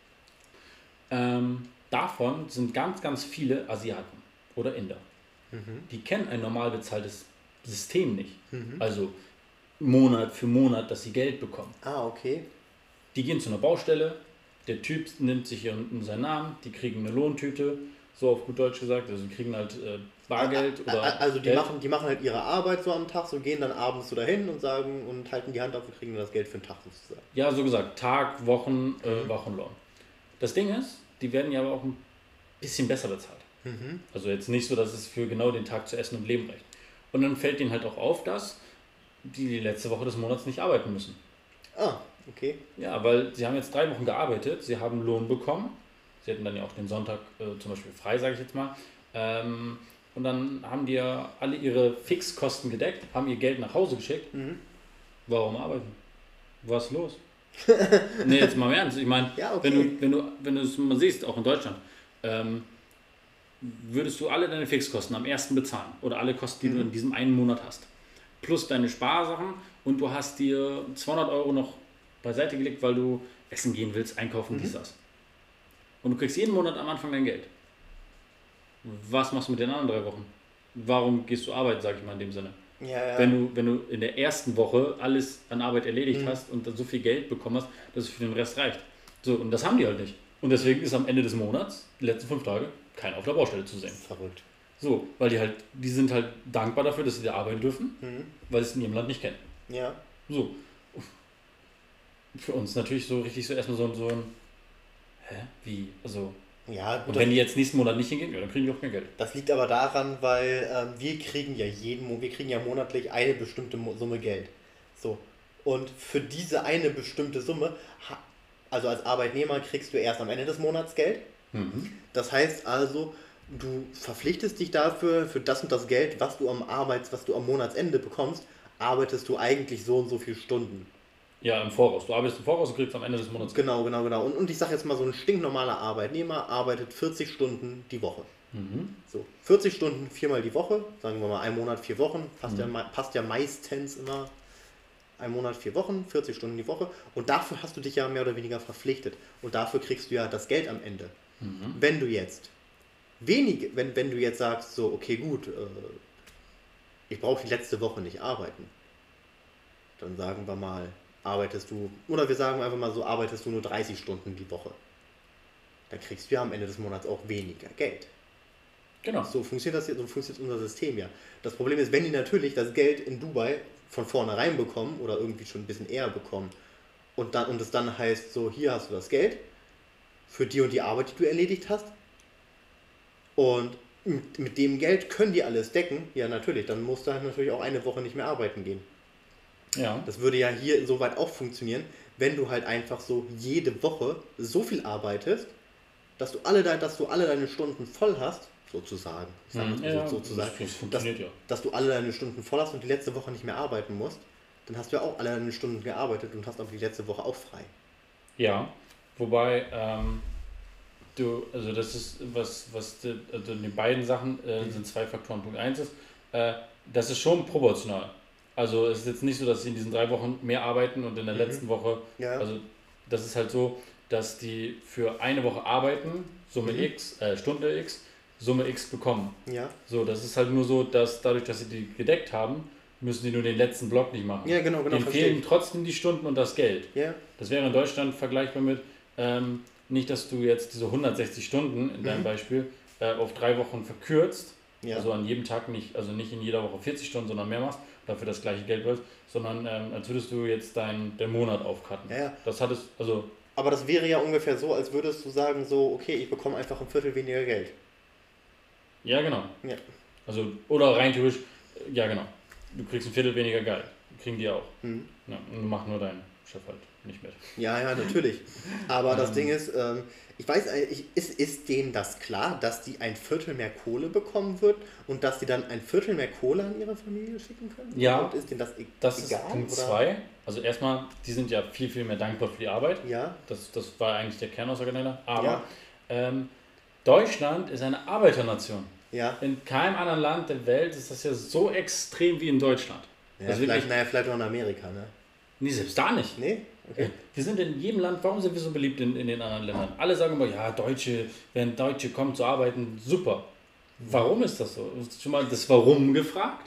Ähm, davon sind ganz, ganz viele Asiaten oder Inder. Mhm. Die kennen ein normal bezahltes System nicht. Mhm. Also Monat für Monat, dass sie Geld bekommen. Ah, okay. Die gehen zu einer Baustelle, der Typ nimmt sich hier unten seinen Namen, die kriegen eine Lohntüte, so auf gut Deutsch gesagt, also die kriegen halt äh, Bargeld A- a- oder Also die Geld. machen, die machen halt ihre Arbeit so am Tag, so gehen dann abends so dahin und sagen und halten die Hand auf und kriegen dann das Geld für den Tag sozusagen. Ja, so gesagt, Tag, Wochen, äh, Mhm. Wochenlohn. Das Ding ist, die werden ja aber auch ein bisschen besser bezahlt. Mhm. Also jetzt nicht so, dass es für genau den Tag zu essen und leben reicht. Und dann fällt denen halt auch auf, dass die die letzte Woche des Monats nicht arbeiten müssen. Ah, okay. Ja, weil sie haben jetzt drei Wochen gearbeitet, sie haben Lohn bekommen. Sie hatten dann ja auch den Sonntag äh, zum Beispiel frei, sage ich jetzt mal. Ähm, und dann haben die ja alle ihre Fixkosten gedeckt, haben ihr Geld nach Hause geschickt. Mhm. Warum arbeiten? Was ist los? Nee, jetzt mal im Ernst. Ich meine, Ja, okay. wenn du, wenn du, wenn du es mal siehst, auch in Deutschland, ähm, würdest du alle deine Fixkosten am ersten bezahlen oder alle Kosten, die Mhm. du in diesem einen Monat hast, plus deine Sparsachen und du hast dir zweihundert Euro noch beiseite gelegt, weil du essen gehen willst, einkaufen, Mhm. dies, das. Und du kriegst jeden Monat am Anfang dein Geld. Was machst du mit den anderen drei Wochen? Warum gehst du arbeiten, sage ich mal in dem Sinne? Ja, ja. Wenn du, wenn du in der ersten Woche alles an Arbeit erledigt Mhm. hast und dann so viel Geld bekommen hast, dass es für den Rest reicht. So, und das haben die halt nicht. Und deswegen ist am Ende des Monats, die letzten fünf Tage, keiner auf der Baustelle zu sehen. Verrückt. So, weil die halt, die sind halt dankbar dafür, dass sie da arbeiten dürfen, Mhm. weil sie es in ihrem Land nicht kennen. Ja. So. Für uns natürlich so richtig so erstmal so, ein- so ein, hä, wie, also, Ja, gut, und das, wenn die jetzt nächsten Monat nicht hingehen, ja, dann kriegen die auch kein Geld. das liegt aber daran, weil ähm, wir kriegen ja jeden Mo- wir kriegen ja monatlich eine bestimmte Mo- Summe Geld. So. Und für diese eine bestimmte Summe, ha- also als Arbeitnehmer kriegst du erst am Ende des Monats Geld. Mhm. Das heißt also, du verpflichtest dich dafür, für das und das Geld, was du am Arbeits, was du am Monatsende bekommst, arbeitest du eigentlich so und so viele Stunden. Ja, im Voraus. Du arbeitest im Voraus und kriegst am Ende des Monats Geld. Genau, genau, genau. Und, und ich sage jetzt mal, so ein stinknormaler Arbeitnehmer arbeitet vierzig Stunden die Woche. Mhm. So, vierzig Stunden viermal die Woche, sagen wir mal ein Monat, vier Wochen, passt, Mhm. ja, mei- passt ja meistens immer ein Monat, vier Wochen, vierzig Stunden die Woche. Und dafür hast du dich ja mehr oder weniger verpflichtet. Und dafür kriegst du ja das Geld am Ende. Mhm. Wenn du jetzt wenig, wenn, wenn du jetzt sagst, so, okay, gut, äh, ich brauche die letzte Woche nicht arbeiten, dann sagen wir mal, arbeitest du, oder wir sagen einfach mal so, arbeitest du nur dreißig Stunden die Woche. Dann kriegst du ja am Ende des Monats auch weniger Geld. Genau. So funktioniert das, so funktioniert unser System ja. Das Problem ist, wenn die natürlich das Geld in Dubai von vornherein bekommen oder irgendwie schon ein bisschen eher bekommen und, dann, und es dann heißt, so, hier hast du das Geld für die und die Arbeit, die du erledigt hast, und mit, mit dem Geld können die alles decken, ja natürlich, dann musst du halt natürlich auch eine Woche nicht mehr arbeiten gehen. Ja. Das würde ja hier insoweit auch funktionieren, wenn du halt einfach so jede Woche so viel arbeitest, dass du alle, dein, dass du alle deine Stunden voll hast, sozusagen. Ich sag Mhm. mal so, Ja, sozusagen. das, das Dass, funktioniert ja. dass du alle deine Stunden voll hast und die letzte Woche nicht mehr arbeiten musst, dann hast du ja auch alle deine Stunden gearbeitet und hast aber die letzte Woche auch frei. Ja, wobei ähm, du, also das ist was, was die, also die beiden Sachen äh, Mhm. sind zwei Faktoren. Punkt eins ist, äh, das ist schon proportional. Also es ist jetzt nicht so, dass sie in diesen drei Wochen mehr arbeiten und in der Mhm. letzten Woche, Ja. also das ist halt so, dass die für eine Woche arbeiten, Summe Mhm. X, äh, Stunde X, Summe X bekommen. Ja. So, das ist halt nur so, dass dadurch, dass sie die gedeckt haben, müssen die nur den letzten Block nicht machen. Ja, genau, genau, Denen verstehe fehlen ich. trotzdem die Stunden und das Geld. Ja. Das wäre in Deutschland vergleichbar mit, ähm, nicht, dass du jetzt diese hundertsechzig Stunden in deinem Mhm. Beispiel äh, auf drei Wochen verkürzt, Ja. also an jedem Tag nicht, also nicht in jeder Woche vierzig Stunden, sondern mehr machst, dafür das gleiche Geld willst, sondern ähm, als würdest du jetzt deinen den Monat aufcutten. Ja, ja. Das hat es, also, Aber das wäre ja ungefähr so, als würdest du sagen, so, okay, ich bekomme einfach ein Viertel weniger Geld. ja genau. Ja. Also, oder rein theoretisch, äh, ja genau. Du kriegst ein Viertel weniger Geld. Kriegen die auch. Mhm. Ja, und macht nur dein Chef halt nicht mit. Ja, ja, natürlich. Aber das Ähm. Ding ist, ähm, ich weiß, eigentlich, ist, ist denen das klar, dass die ein Viertel mehr Kohle bekommen wird und dass die dann ein Viertel mehr Kohle an ihre Familie schicken können? Ja. Und ist denen das e Das egal? ist Punkt oder? zwei. Also erstmal, die sind ja viel, viel mehr dankbar für die Arbeit. Ja, Das, das war eigentlich der Kernaussage dahinter. Aber Ja. ähm, Deutschland ist eine Arbeiternation. ja. In keinem anderen Land der Welt ist das ja so extrem wie in Deutschland. ja Also vielleicht, wirklich, naja, vielleicht auch in Amerika, ne? nee, selbst da nicht. Nee? Okay. Wir sind in jedem Land, warum sind wir so beliebt in, in den anderen Ländern? Alle sagen immer, ja, Deutsche, wenn Deutsche kommen zu arbeiten, super. Warum ist das so? Hast du schon mal das Warum gefragt?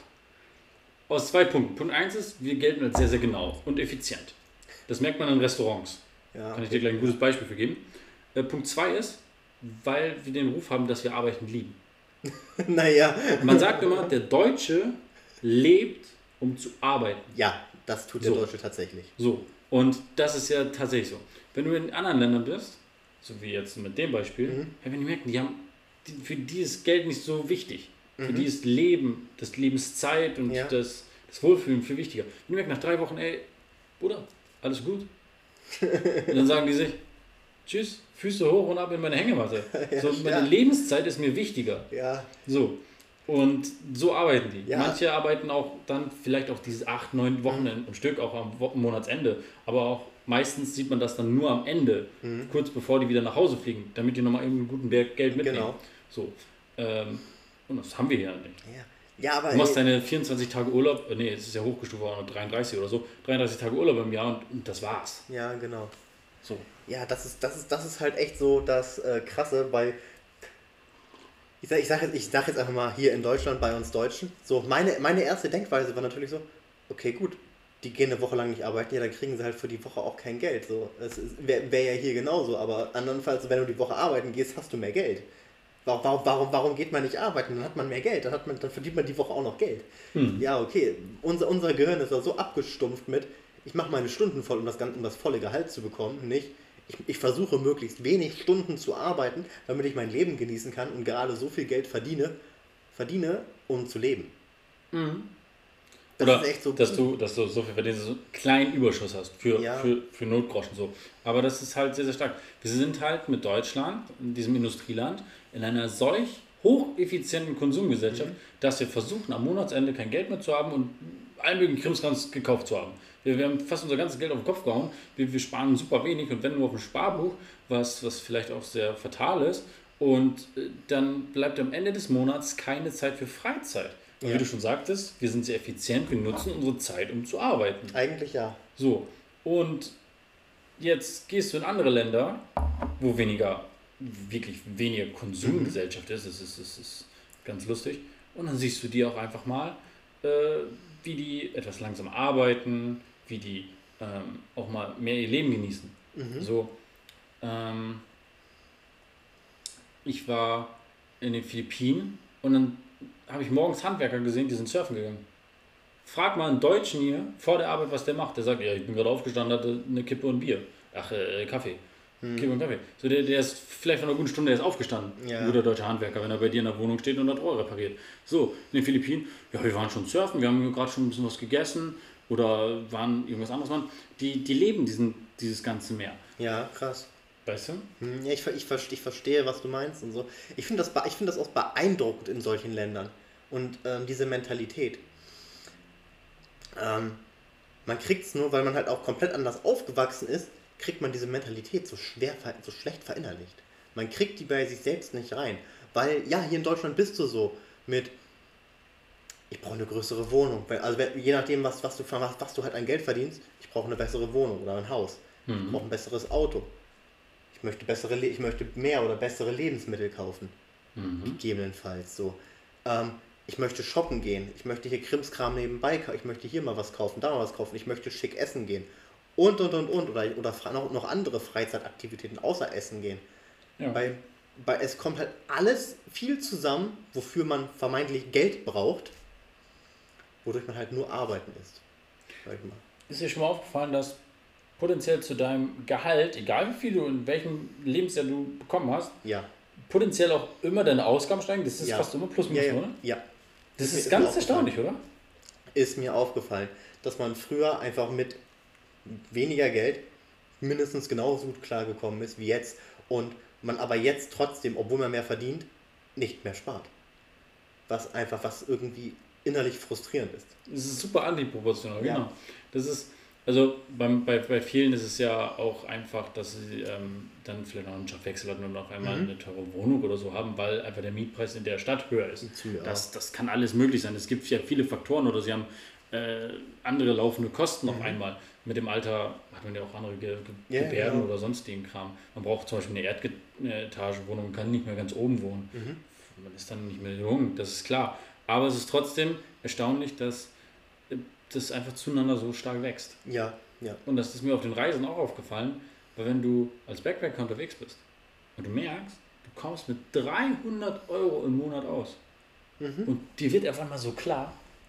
Aus zwei Punkten. Punkt eins ist, wir gelten als sehr, sehr genau und effizient. Das merkt man in Restaurants. Ja, Kann ich dir gleich ein gutes Beispiel für geben. Äh, Punkt zwei ist, weil wir den Ruf haben, dass wir Arbeiten lieben. naja. Man sagt immer, der Deutsche lebt, um zu arbeiten. Ja, das tut der So. Deutsche tatsächlich. So. Und das ist ja tatsächlich so. Wenn du in anderen Ländern bist, so wie jetzt mit dem Beispiel, Mhm. ja, wenn die merken, die haben, die, für die ist Geld nicht so wichtig. Für Mhm. die ist Leben, das Lebenszeit und Ja. das, das Wohlfühlen viel wichtiger. Die merken nach drei Wochen, ey, Bruder, alles gut. Und dann sagen die sich, tschüss, Füße hoch und ab in meine Hängematte. Ja, So, meine ja. Lebenszeit ist mir wichtiger. Ja, So. Und so arbeiten die. Ja. Manche arbeiten auch dann vielleicht auch diese acht, neun Wochen im im Stück, auch am Wo- Monatsende. Aber auch meistens sieht man das dann nur am Ende, Mhm. kurz bevor die wieder nach Hause fliegen, damit die nochmal irgendeinen guten Berg Geld mitnehmen. Genau. So. Ähm, und das haben wir hier nicht. ja. Ja, aber Du machst ey, deine vierundzwanzig Tage Urlaub, äh, nee, es ist ja hochgestuft worden, dreiunddreißig oder so, dreiunddreißig Tage Urlaub im Jahr und, und das war's. ja, genau. So. Ja, das ist, das ist, das ist halt echt so das äh, Krasse bei. Ich sage ich sag jetzt, ich sag jetzt einfach mal hier in Deutschland bei uns Deutschen, so meine, meine erste Denkweise war natürlich so, okay gut, die gehen eine Woche lang nicht arbeiten, ja dann kriegen sie halt für die Woche auch kein Geld. So. Es wäre wär ja hier genauso, aber andernfalls, wenn du die Woche arbeiten gehst, hast du mehr Geld. Warum, warum, warum, warum geht man nicht arbeiten? Dann hat man mehr Geld, dann, hat man, dann verdient man die Woche auch noch Geld. Hm. Ja, okay, unser, unser Gehirn ist da so abgestumpft mit, ich mache meine Stunden voll, um das, um das volle Gehalt zu bekommen, nicht ich, ich versuche möglichst wenig Stunden zu arbeiten, damit ich mein Leben genießen kann und gerade so viel Geld verdiene, verdiene, um zu leben. Mhm. Das Oder ist echt so dass du, dass du so viel verdienst, so einen kleinen Überschuss hast für, ja. für, für Notgroschen so. Aber das ist halt sehr, sehr stark. Wir sind halt mit Deutschland, in diesem Industrieland, in einer solch hocheffizienten Konsumgesellschaft, mhm. dass wir versuchen, am Monatsende kein Geld mehr zu haben und allen möglichen Krimskrams gekauft zu haben. Wir, wir haben fast unser ganzes Geld auf den Kopf gehauen, wir, wir sparen super wenig und wenn nur auf dem Sparbuch, was, was vielleicht auch sehr fatal ist, und äh, dann bleibt am Ende des Monats keine Zeit für Freizeit. Und ja. wie du schon sagtest, wir sind sehr effizient, wir nutzen unsere Zeit, um zu arbeiten. Eigentlich ja. So, und jetzt gehst du in andere Länder, wo weniger, wirklich weniger Konsumgesellschaft ist, das ist, das ist ganz lustig, und dann siehst du die auch einfach mal, äh, wie die etwas langsam arbeiten, wie die ähm, auch mal mehr ihr Leben genießen. Mhm. So, ähm, ich war in den Philippinen und dann habe ich morgens Handwerker gesehen, die sind surfen gegangen. Frag mal einen Deutschen hier vor der Arbeit, was der macht. Der sagt, ja, ich bin gerade aufgestanden, hatte eine Kippe und Bier. Ach, äh, Kaffee. Hm. Kippe und Kaffee. So, der, der ist vielleicht von einer guten Stunde, der ist aufgestanden. Ja. Ein guter deutscher Handwerker, wenn er bei dir in der Wohnung steht und das Rohr repariert. So, in den Philippinen, ja, wir waren schon surfen, wir haben gerade schon ein bisschen was gegessen oder waren irgendwas anderes machen. Die, die leben diesen, dieses ganze Meer. Ja, krass. Weißt du? Ja, ich, ich, ich verstehe, was du meinst und so. Ich finde das, ich find das auch beeindruckend in solchen Ländern. Und ähm, diese Mentalität. Ähm, man kriegt es nur, weil man halt auch komplett anders aufgewachsen ist, kriegt man diese Mentalität so schwer, so schlecht verinnerlicht. Man kriegt die bei sich selbst nicht rein. Weil, ja, hier in Deutschland bist du so mit, ich brauche eine größere Wohnung. Also je nachdem, was, was, du, was, was du halt an Geld verdienst, ich brauche eine bessere Wohnung oder ein Haus. Mhm. Ich brauche ein besseres Auto. Ich möchte, bessere, ich möchte mehr oder bessere Lebensmittel kaufen. Mhm. Gegebenenfalls so. Ähm, ich möchte shoppen gehen. Ich möchte hier Krimskram nebenbei kaufen. Ich möchte hier mal was kaufen, da mal was kaufen. Ich möchte schick essen gehen. Und, und, und, und. Oder, oder noch, noch andere Freizeitaktivitäten außer Essen gehen. Ja. Bei, bei, es kommt halt alles viel zusammen, wofür man vermeintlich Geld braucht, wodurch man halt nur arbeiten ist. Sag ich mal. Ist dir schon mal aufgefallen, dass potenziell zu deinem Gehalt, egal wie viel du in welchem Lebensjahr du bekommen hast, ja. potenziell auch immer deine Ausgaben steigen? Das ist ja. fast immer plus minus, ja, ja. oder? Ja. Das ist, ist ganz erstaunlich, oder? Ist mir aufgefallen, dass man früher einfach mit weniger Geld mindestens genauso gut klargekommen ist wie jetzt und man aber jetzt trotzdem, obwohl man mehr verdient, nicht mehr spart. Was einfach, was irgendwie innerlich frustrierend ist. Das ist super antiproportional, ja. Genau. Das ist, also beim, bei, bei vielen ist es ja auch einfach, dass sie ähm, dann vielleicht noch einen Job wechseln und auf einmal mhm. eine teure Wohnung oder so haben, weil einfach der Mietpreis in der Stadt höher ist. Ja. Das, das kann alles möglich sein. Es gibt ja viele Faktoren oder sie haben äh, andere laufende Kosten mhm. auf einmal. Mit dem Alter hat man ja auch andere Ge Ge ja, Gebärden genau. oder sonstigen Kram. Man braucht zum Beispiel eine Erdetagewohnung, man kann nicht mehr ganz oben wohnen. Mhm. Man ist dann nicht mehr jung, das ist klar. Aber es ist trotzdem erstaunlich, dass das einfach zueinander so stark wächst. Ja, ja. Und das ist mir auf den Reisen auch aufgefallen, weil wenn du als Backpacker unterwegs bist und du merkst, du kommst mit dreihundert Euro im Monat aus mhm. und dir wird einfach mal so klar,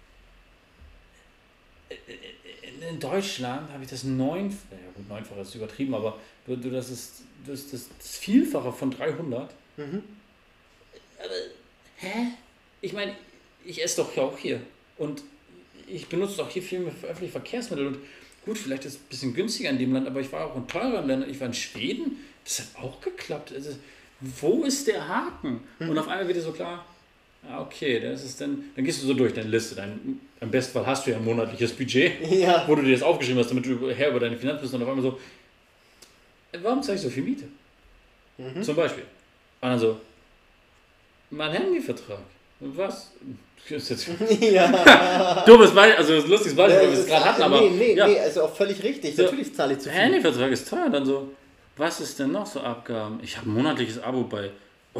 in Deutschland habe ich das neunfach, ja gut, neunfach ist übertrieben, aber du, du das ist das, das, das Vielfache von dreihundert. Mhm. Aber, hä? Ich meine, ich esse doch auch hier und ich benutze doch hier viel mehr öffentliche Verkehrsmittel und gut, vielleicht ist es ein bisschen günstiger in dem Land, aber ich war auch in teureren Ländern, ich war in Schweden, das hat auch geklappt. Also, wo ist der Haken? Mhm. Und auf einmal wird dir so klar, ja, okay, das ist dann, dann gehst du so durch deine Liste. Dein, im besten Fall hast du ja ein monatliches Budget, ja. wo du dir das aufgeschrieben hast, damit du Herr über deine Finanzen bist und auf einmal so, warum zahle ich so viel Miete? Mhm. Zum Beispiel. Und dann so, mein Handyvertrag. Was? Das ist jetzt ja. Dummes Beispiel, also das lustiges Beispiel, weil wir es gerade hatten, aber... Nee, nee, ja. nee, also auch völlig richtig. So, natürlich zahle ich zu viel. Handyvertrag ist teuer. Dann so, was ist denn noch so Abgaben? Ich habe ein monatliches Abo bei... Oi,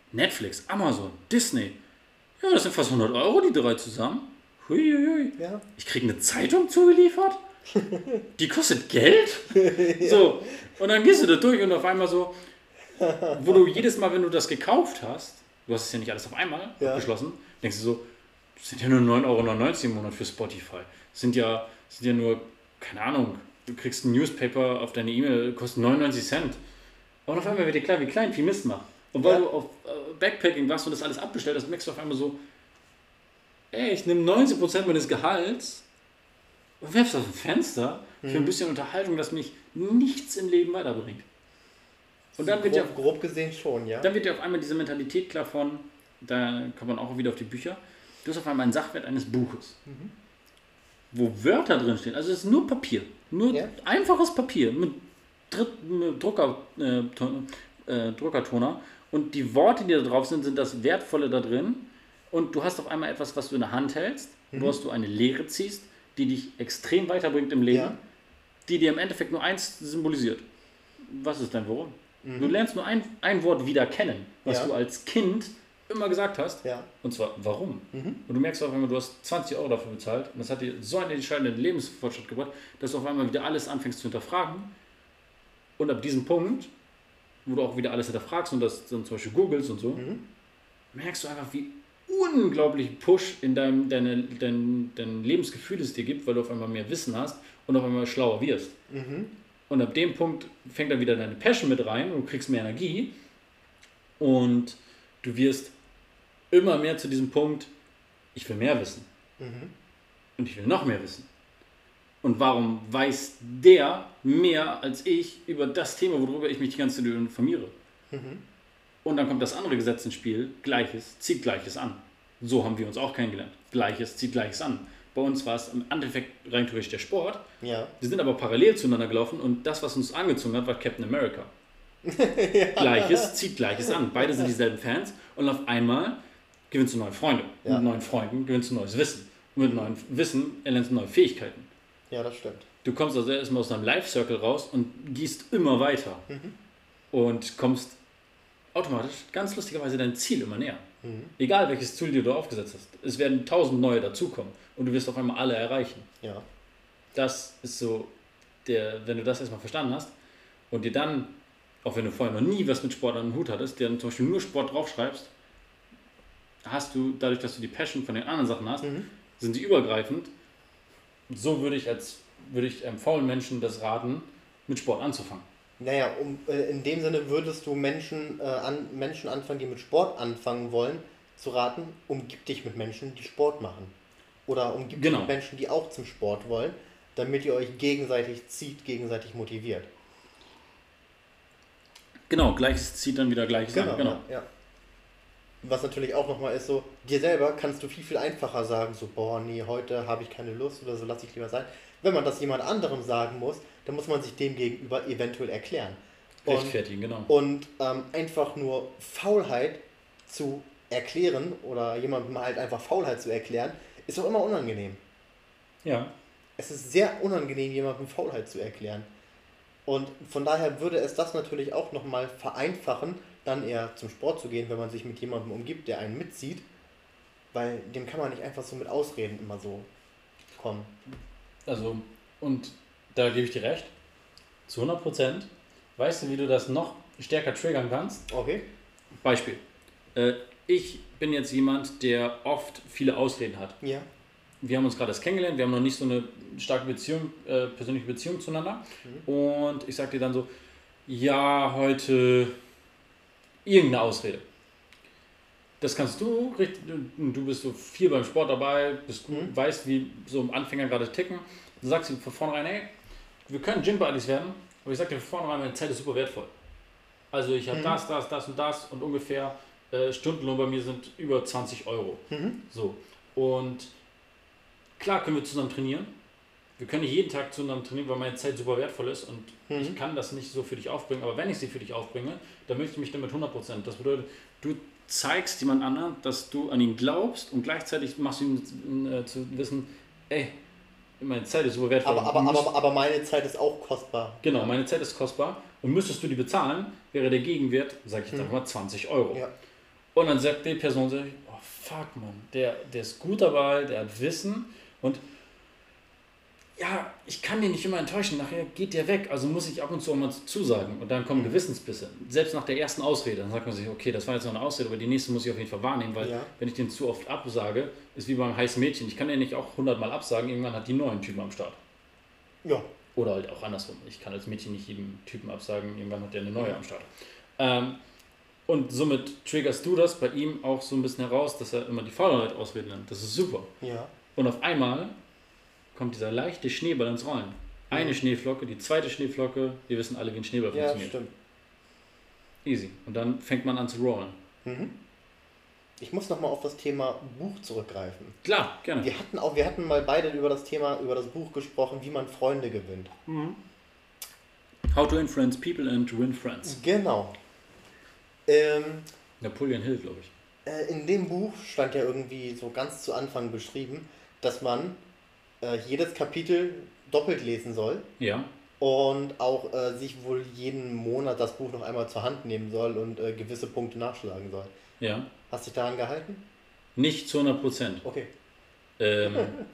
Netflix, Amazon, Disney. Ja, das sind fast hundert Euro, die drei zusammen. Huiuiui. Ja. Ich kriege eine Zeitung zugeliefert? Die kostet Geld? Ja. So, und dann gehst du da durch und auf einmal so, wo du jedes Mal, wenn du das gekauft hast, du hast es ja nicht alles auf einmal ja. abgeschlossen, denkst du so, das sind ja nur neun Euro neunundneunzig im Monat für Spotify. Das sind ja, das sind ja nur, keine Ahnung, du kriegst ein Newspaper auf deine E-Mail, kostet neunundneunzig Cent. Und auf einmal wird dir klar, wie klein viel Mist macht. Und weil ja. du auf äh, Backpacking warst und das alles abbestellt hast, merkst du auf einmal so, ey, ich nehme neunzig Prozent meines Gehalts und werf's aus dem Fenster für ein bisschen Unterhaltung, das mich nichts im Leben weiterbringt. Und dann wird grob, ja, grob gesehen schon, ja. Dann wird ja auf einmal diese Mentalität klar von, da kommt man auch wieder auf die Bücher, du hast auf einmal einen Sachwert eines Buches, mhm. wo Wörter drin stehen, also es ist nur Papier, nur ja. einfaches Papier mit, Dritt, mit Drucker, äh, äh, Druckertoner und die Worte, die da drauf sind, sind das Wertvolle da drin und du hast auf einmal etwas, was du in der Hand hältst, mhm. woraus du eine Lehre ziehst, die dich extrem weiterbringt im Leben, ja. die dir im Endeffekt nur eins symbolisiert. Was ist dein Warum? Mhm. Du lernst nur ein, ein Wort wieder kennen, was ja. du als Kind immer gesagt hast. Ja. Und zwar, warum? Mhm. Und du merkst auf einmal, du hast zwanzig Euro dafür bezahlt und das hat dir so einen entscheidenden Lebensfortschritt gebracht, dass du auf einmal wieder alles anfängst zu hinterfragen. Und ab diesem Punkt, wo du auch wieder alles hinterfragst und das dann zum Beispiel googelst und so, mhm. merkst du einfach, wie unglaublichen Push in deinem deine, dein, dein Lebensgefühl es dir gibt, weil du auf einmal mehr Wissen hast und auf einmal schlauer wirst. Mhm. Und ab dem Punkt fängt dann wieder deine Passion mit rein und du kriegst mehr Energie und du wirst immer mehr zu diesem Punkt, ich will mehr wissen. Mhm. Und ich will noch mehr wissen. Und warum weiß der mehr als ich über das Thema, worüber ich mich die ganze Zeit informiere? Mhm. Und dann kommt das andere Gesetz ins Spiel, Gleiches zieht Gleiches an. So haben wir uns auch kennengelernt. Gleiches zieht Gleiches an. Bei uns war es im Endeffekt rein theoretisch der Sport. Ja. Wir sind aber parallel zueinander gelaufen und das, was uns angezogen hat, war Captain America. Ja. Gleiches zieht Gleiches an. Beide sind dieselben Fans und auf einmal gewinnst du neue Freunde. Ja. Mit neuen Freunden gewinnst du neues Wissen. Und mit neuem Wissen erlernst du neue Fähigkeiten. Ja, das stimmt. Du kommst also erstmal aus deinem Life-Circle raus und gehst immer weiter. Mhm. Und kommst automatisch, ganz lustigerweise, dein Ziel immer näher. Mhm. Egal welches Ziel dir du aufgesetzt hast. Es werden tausend neue dazukommen und du wirst auf einmal alle erreichen. Ja. Das ist so, der, wenn du das erstmal verstanden hast und dir dann, auch wenn du vorher noch nie was mit Sport am Hut hattest, dir dann zum Beispiel nur Sport draufschreibst, hast du, dadurch, dass du die Passion von den anderen Sachen hast, mhm. sind die übergreifend. So würde ich als würde ich einem faulen Menschen das raten, mit Sport anzufangen. Naja, um, äh, in dem Sinne würdest du Menschen, äh, an, Menschen anfangen, die mit Sport anfangen wollen, zu raten, umgib dich mit Menschen, die Sport machen. Oder umgib genau. dich mit Menschen, die auch zum Sport wollen, damit ihr euch gegenseitig zieht, gegenseitig motiviert. Genau, Gleiches zieht dann wieder Gleiches genau, an. Genau, ja, ja. Was natürlich auch nochmal ist so, dir selber kannst du viel, viel einfacher sagen, so, boah, nee, heute habe ich keine Lust oder so, lass ich lieber sein. Wenn man das jemand anderem sagen muss, dann muss man sich dem gegenüber eventuell erklären. Und, rechtfertigen, genau. Und ähm, einfach nur Faulheit zu erklären oder jemandem halt einfach Faulheit zu erklären, ist auch immer unangenehm. Ja. Es ist sehr unangenehm, jemandem Faulheit zu erklären. Und von daher würde es das natürlich auch nochmal vereinfachen, dann eher zum Sport zu gehen, wenn man sich mit jemandem umgibt, der einen mitzieht, weil dem kann man nicht einfach so mit Ausreden immer so kommen. Also, und da gebe ich dir recht, zu hundert Prozent. Weißt du, wie du das noch stärker triggern kannst? Okay. Beispiel. Äh, ich bin jetzt jemand, der oft viele Ausreden hat. Ja. Wir haben uns gerade erst kennengelernt, wir haben noch nicht so eine starke Beziehung, äh, persönliche Beziehung zueinander. Mhm. Und ich sage dir dann so, ja, heute irgendeine Ausrede. Das kannst du, du bist so viel beim Sport dabei, bist, mhm. weißt, wie so Anfänger gerade ticken. Du sagst dir von vornherein, hey, wir können Gym-Buddies werden, aber ich sag dir von vornherein, meine Zeit ist super wertvoll. Also ich habe mhm. das, das, das und das und ungefähr äh, Stundenlohn bei mir sind über zwanzig Euro. Mhm. So. Und klar können wir zusammen trainieren. Wir können nicht jeden Tag zusammen trainieren, weil meine Zeit super wertvoll ist und mhm. ich kann das nicht so für dich aufbringen. Aber wenn ich sie für dich aufbringe, dann möchte ich mich damit hundert Prozent. Das bedeutet, du zeigst jemand anderen, dass du an ihn glaubst und gleichzeitig machst du ihm äh, zu wissen, ey, meine Zeit ist super wertvoll. Aber, aber, aber, aber meine Zeit ist auch kostbar. Genau, meine Zeit ist kostbar und müsstest du die bezahlen, wäre der Gegenwert, sage ich jetzt einfach mal, zwanzig Euro. Ja. Und dann sagt die Person so, oh fuck man, der, der ist gut dabei, der hat Wissen und ja, ich kann den nicht immer enttäuschen, nachher geht der weg, also muss ich ab und zu auch mal zusagen und dann kommen Gewissensbisse. Selbst nach der ersten Ausrede, dann sagt man sich, okay, das war jetzt noch eine Ausrede, aber die nächste muss ich auf jeden Fall wahrnehmen, weil ja. wenn ich den zu oft absage, ist wie beim heißen Mädchen, ich kann den nicht auch hundertmal absagen, irgendwann hat die neuen Typen am Start. Ja. Oder halt auch andersrum, ich kann als Mädchen nicht jedem Typen absagen, irgendwann hat der eine neue ja. am Start. Ähm, und somit triggerst du das bei ihm auch so ein bisschen heraus, dass er immer die Faulheit ausreden nennt, das ist super. Ja. Und auf einmal kommt dieser leichte Schneeball ins Rollen. Eine mhm. Schneeflocke, die zweite Schneeflocke, wir wissen alle, wie ein Schneeball ja, funktioniert. Stimmt. Easy. Und dann fängt man an zu rollen. Mhm. Ich muss nochmal auf das Thema Buch zurückgreifen. Klar, gerne. Wir hatten auch, wir hatten mal beide über das Thema, über das Buch gesprochen, wie man Freunde gewinnt. Mhm. How to influence people and to win friends. Genau. Ähm, Napoleon Hill, glaube ich. Äh, in dem Buch stand ja irgendwie so ganz zu Anfang beschrieben, dass man äh, jedes Kapitel doppelt lesen soll. Ja. Und auch äh, sich wohl jeden Monat das Buch noch einmal zur Hand nehmen soll und äh, gewisse Punkte nachschlagen soll. Ja. Hast du dich daran gehalten? Nicht zu hundert Prozent. Okay. Ähm,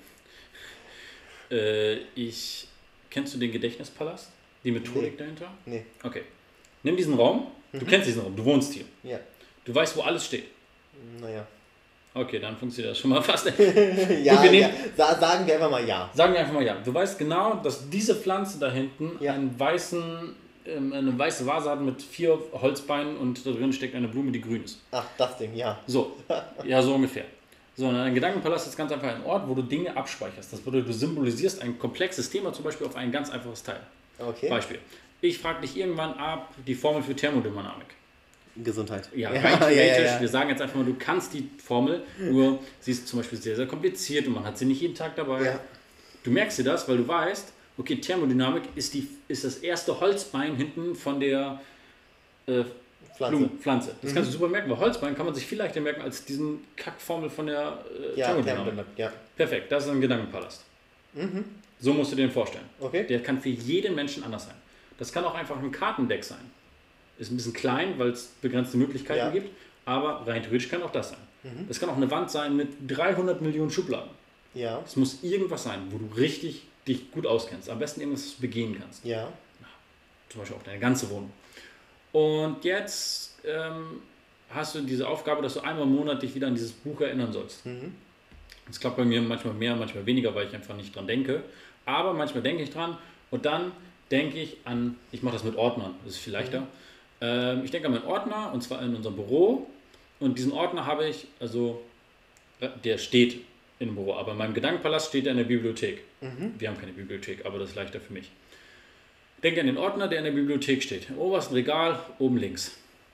äh, ich, kennst du den Gedächtnispalast? Die Methodik nee. dahinter? Nee. Okay. Nimm diesen Raum. Du mhm. kennst diesen Raum. Du wohnst hier. Ja. Du weißt, wo alles steht. Naja. Okay, dann funktioniert das schon mal fast. ja, wir nehmen, ja, sagen wir einfach mal ja. Sagen wir einfach mal ja. Du weißt genau, dass diese Pflanze da hinten ja. einen weißen, ähm, eine weiße Vase hat mit vier Holzbeinen und da drin steckt eine Blume, die grün ist. Ach, das Ding, ja. So, ja, so ungefähr. So, und ein Gedankenpalast ist ganz einfach ein Ort, wo du Dinge abspeicherst. Das bedeutet, du symbolisierst ein komplexes Thema zum Beispiel auf ein ganz einfaches Teil. Okay. Beispiel. Ich frage dich irgendwann ab die Formel für Thermodynamik. Gesundheit. Ja, rein ja, theoretisch, ja, ja. wir sagen jetzt einfach mal, du kannst die Formel, nur sie ist zum Beispiel sehr, sehr kompliziert und man hat sie nicht jeden Tag dabei. Ja. Du merkst dir das, weil du weißt, okay, Thermodynamik ist, die, ist das erste Holzbein hinten von der äh, Pflanze. Blumen, Pflanze. Das mhm. kannst du super merken, weil Holzbein kann man sich viel leichter merken als diesen Kackformel von der äh, ja, Thermodynamik. Thermodynamik. Ja. Perfekt, das ist ein Gedankenpalast. Mhm. So musst du dir den vorstellen. Okay. Der kann für jeden Menschen anders sein. Das kann auch einfach ein Kartendeck sein. Ist ein bisschen klein, weil es begrenzte Möglichkeiten ja. gibt, aber rein theoretisch kann auch das sein. Mhm. Das kann auch eine Wand sein mit dreihundert Millionen Schubladen. Ja. Es muss irgendwas sein, wo du richtig dich gut auskennst. Am besten irgendwas, was du begehen kannst. Ja. Zum Beispiel auch deine ganze Wohnung. Und jetzt ähm, hast du diese Aufgabe, dass du einmal im Monat dich wieder an dieses Buch erinnern sollst. Mhm. Das klappt bei mir manchmal mehr, manchmal weniger, weil ich einfach nicht dran denke. Aber manchmal denke ich dran und dann denke ich an, ich mache das mit Ordnern, das ist viel leichter. Mhm. Ich denke an meinen Ordner, und zwar in unserem Büro. Und diesen Ordner habe ich, also der steht im Büro, aber in meinem Gedankenpalast steht er in der Bibliothek. Mhm. Wir haben keine Bibliothek, aber das ist leichter für mich. Denke an den Ordner, der in der Bibliothek steht. Im obersten Regal, oben links.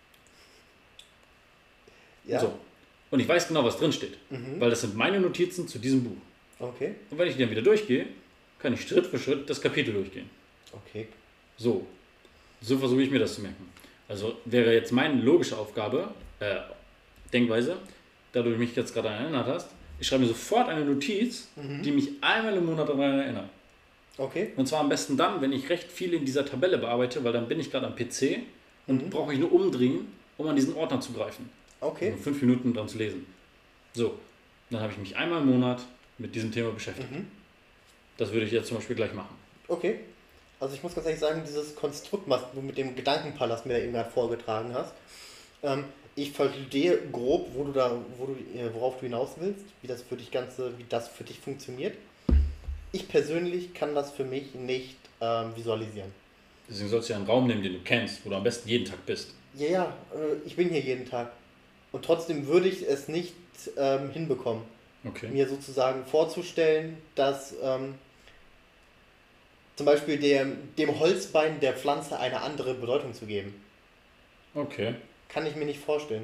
Ja. So. Und ich weiß genau, was drin steht, mhm. weil das sind meine Notizen zu diesem Buch. Okay. Und wenn ich die dann wieder durchgehe, kann ich Schritt für Schritt das Kapitel durchgehen. Okay. So. So versuche ich mir das zu merken. Also wäre jetzt meine logische Aufgabe, äh, Denkweise, da du mich jetzt gerade daran erinnert hast, ich schreibe mir sofort eine Notiz, mhm. die mich einmal im Monat daran erinnert. Okay. Und zwar am besten dann, wenn ich recht viel in dieser Tabelle bearbeite, weil dann bin ich gerade am P C und mhm. brauche ich nur umdrehen, um an diesen Ordner zu greifen. Okay. Also fünf Minuten dran zu lesen. So, dann habe ich mich einmal im Monat mit diesem Thema beschäftigt. Mhm. Das würde ich jetzt zum Beispiel gleich machen. Okay. Also ich muss ganz ehrlich sagen, dieses Konstrukt, was du mit dem Gedankenpalast mir da eben gerade vorgetragen hast, ähm, ich verstehe grob, wo du da, wo du, worauf du hinaus willst, wie das für dich Ganze, wie das für dich funktioniert. Ich persönlich kann das für mich nicht ähm, visualisieren. Deswegen sollst du ja einen Raum nehmen, den du kennst, wo du am besten jeden Tag bist. Ja, ja, äh, ich bin hier jeden Tag. Und trotzdem würde ich es nicht ähm, hinbekommen, okay. mir sozusagen vorzustellen, dass ähm, zum Beispiel dem, dem Holzbein der Pflanze eine andere Bedeutung zu geben. Okay. Kann ich mir nicht vorstellen.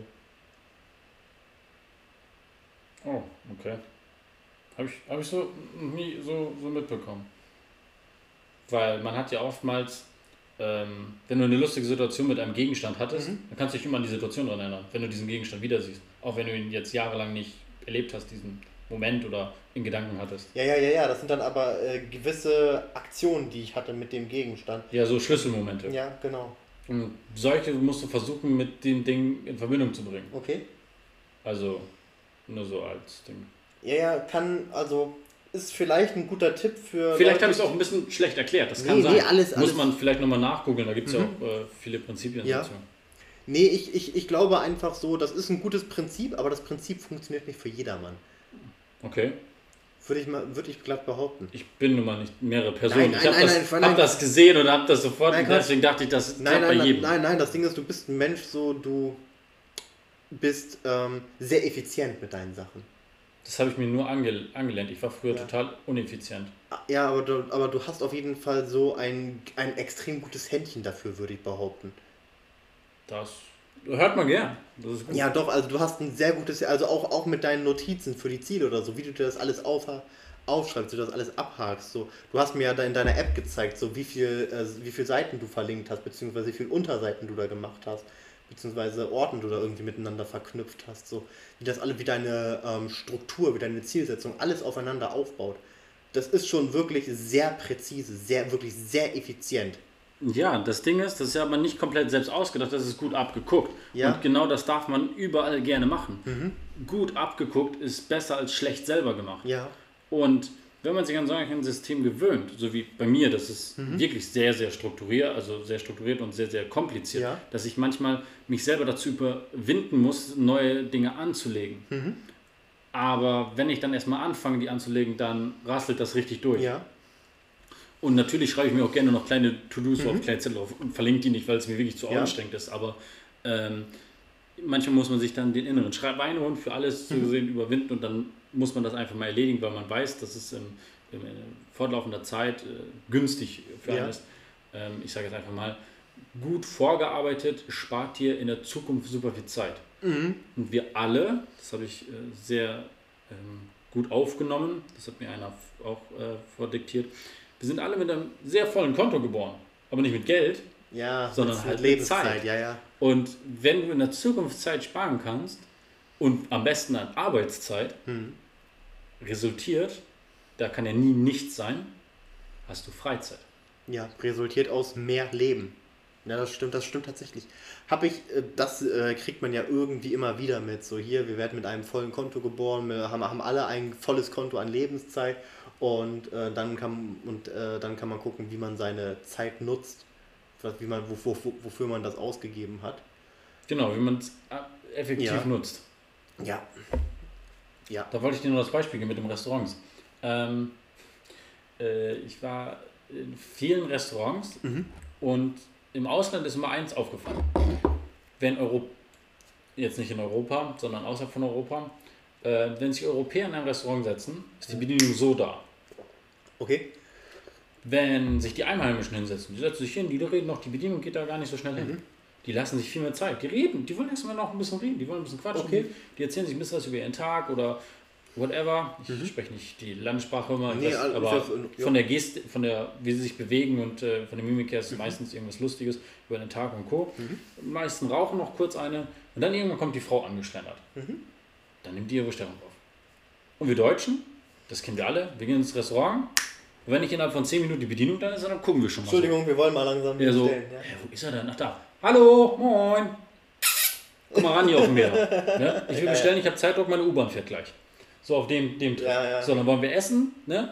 Oh, okay. Habe ich, hab ich so nie so, so mitbekommen. Weil man hat ja oftmals, ähm, wenn du eine lustige Situation mit einem Gegenstand hattest, mhm. dann kannst du dich immer an die Situation daran erinnern, wenn du diesen Gegenstand wieder siehst. Auch wenn du ihn jetzt jahrelang nicht erlebt hast, diesen Moment oder in Gedanken hattest. Ja, ja, ja, ja. Das sind dann aber äh, gewisse Aktionen, die ich hatte mit dem Gegenstand. Ja, so Schlüsselmomente. Ja, genau. Und solche musst du versuchen, mit dem Ding in Verbindung zu bringen. Okay. Also nur so als Ding. Ja, ja, kann, also ist vielleicht ein guter Tipp für. Vielleicht habe ich es auch ein bisschen schlecht erklärt, das kann nee, sein. Nee, alles, Muss alles. man vielleicht nochmal nachgoogeln, da gibt es mhm. ja auch äh, viele Prinzipien ja. dazu. Nee, ich, ich, ich glaube einfach so, das ist ein gutes Prinzip, aber das Prinzip funktioniert nicht für jedermann. Okay. Würde ich, mal, würde ich glatt behaupten. Ich bin nun mal nicht mehrere Personen. Nein, ich habe das, nein, hab das gesehen und habe das sofort, nein, und deswegen dachte ich, das ist nein, nein, bei jedem. Nein, nein, das Ding ist, du bist ein Mensch so, du bist ähm, sehr effizient mit deinen Sachen. Das habe ich mir nur ange angelernt. Ich war früher ja. total uneffizient. Ja, aber du, aber du hast auf jeden Fall so ein, ein extrem gutes Händchen dafür, würde ich behaupten. Das hört man gern. Das ist gut. Ja, doch, also du hast ein sehr gutes, also auch, auch mit deinen Notizen für die Ziele oder so, wie du dir das alles auf, aufschreibst, wie du das alles abhakst. So. Du hast mir ja da in deiner App gezeigt, so wie viel, äh, wie viel Seiten du verlinkt hast, beziehungsweise wie viele Unterseiten du da gemacht hast, beziehungsweise Orten du da irgendwie miteinander verknüpft hast, so wie das alle, wie deine ähm, Struktur, wie deine Zielsetzung, alles aufeinander aufbaut. Das ist schon wirklich sehr präzise, sehr, wirklich sehr effizient. Ja, das Ding ist, das ist ja aber nicht komplett selbst ausgedacht, das ist gut abgeguckt. Ja. Und genau das darf man überall gerne machen. Mhm. Gut abgeguckt ist besser als schlecht selber gemacht. Ja. Und wenn man sich an so ein System gewöhnt, so wie bei mir, das ist mhm. wirklich sehr, sehr strukturiert, also sehr strukturiert und sehr, sehr kompliziert, ja. dass ich manchmal mich selber dazu überwinden muss, neue Dinge anzulegen. Mhm. Aber wenn ich dann erstmal anfange, die anzulegen, dann rasselt das richtig durch. Ja. Und natürlich schreibe ich mir auch gerne noch kleine To-Dos mhm. auf, kleine Zettel auf und verlinke die nicht, weil es mir wirklich zu ja. anstrengend ist. Aber ähm, manchmal muss man sich dann den inneren Schweinehund für alles mhm. so gesehen überwinden und dann muss man das einfach mal erledigen, weil man weiß, dass es in, in, in fortlaufender Zeit äh, günstig für einen ja. ist. Ähm, ich sage jetzt einfach mal, gut vorgearbeitet spart dir in der Zukunft super viel Zeit. Mhm. Und wir alle, das habe ich äh, sehr ähm, gut aufgenommen, das hat mir einer auch äh, vordiktiert, wir sind alle mit einem sehr vollen Konto geboren, aber nicht mit Geld, ja, sondern halt mit Zeit. Ja, ja. Und wenn du in der Zukunft Zeit sparen kannst und am besten an Arbeitszeit, mhm. resultiert, da kann ja nie nichts sein, hast du Freizeit. Ja, resultiert aus mehr Leben. Ja, das stimmt, das stimmt tatsächlich. Habe ich, das äh, kriegt man ja irgendwie immer wieder mit. So hier, wir werden mit einem vollen Konto geboren, wir haben, haben alle ein volles Konto an Lebenszeit und äh, dann kann und äh, dann kann man gucken, wie man seine Zeit nutzt, wie man, wo, wo, wofür man das ausgegeben hat. Genau, wie man es effektiv ja. nutzt. Ja. Ja. Da wollte ich dir nur das Beispiel geben mit dem Restaurants. Ähm, äh, ich war in vielen Restaurants mhm. und im Ausland ist immer eins aufgefallen. Wenn Europa, jetzt nicht in Europa, sondern außerhalb von Europa, äh, wenn sich Europäer in ein Restaurant setzen, ist die Bedienung so da. Okay. Wenn sich die Einheimischen hinsetzen, die setzen sich hin, die reden noch, die Bedienung geht da gar nicht so schnell hin. Mhm. Die lassen sich viel mehr Zeit. Die reden, die wollen erstmal noch ein bisschen reden, die wollen ein bisschen quatschen. Okay. Die erzählen sich ein bisschen was über ihren Tag oder whatever. Ich mhm. spreche nicht die Landessprache immer, nee, weiß, aber das, ja. von der Geste, von der, wie sie sich bewegen und äh, von der Mimik her ist mhm. meistens irgendwas Lustiges über den Tag und Co. Mhm. Die meisten rauchen noch kurz eine und dann irgendwann kommt die Frau angeschlendert. Mhm. Dann nimmt die ihre Bestellung auf. Und wir Deutschen, das kennen wir alle, wir gehen ins Restaurant und wenn nicht innerhalb von zehn Minuten die Bedienung da ist, dann gucken wir schon mal. Entschuldigung, so. Wir wollen mal langsam ja, so, ja. Hey, wo ist er denn? Ach da. Hallo, moin. Guck mal ran hier auf dem Meer. Ja? Ich will bestellen, ich habe Zeitdruck, meine U-Bahn fährt gleich. So auf dem, dem Trip. Ja, ja. So, dann wollen wir essen. Ne?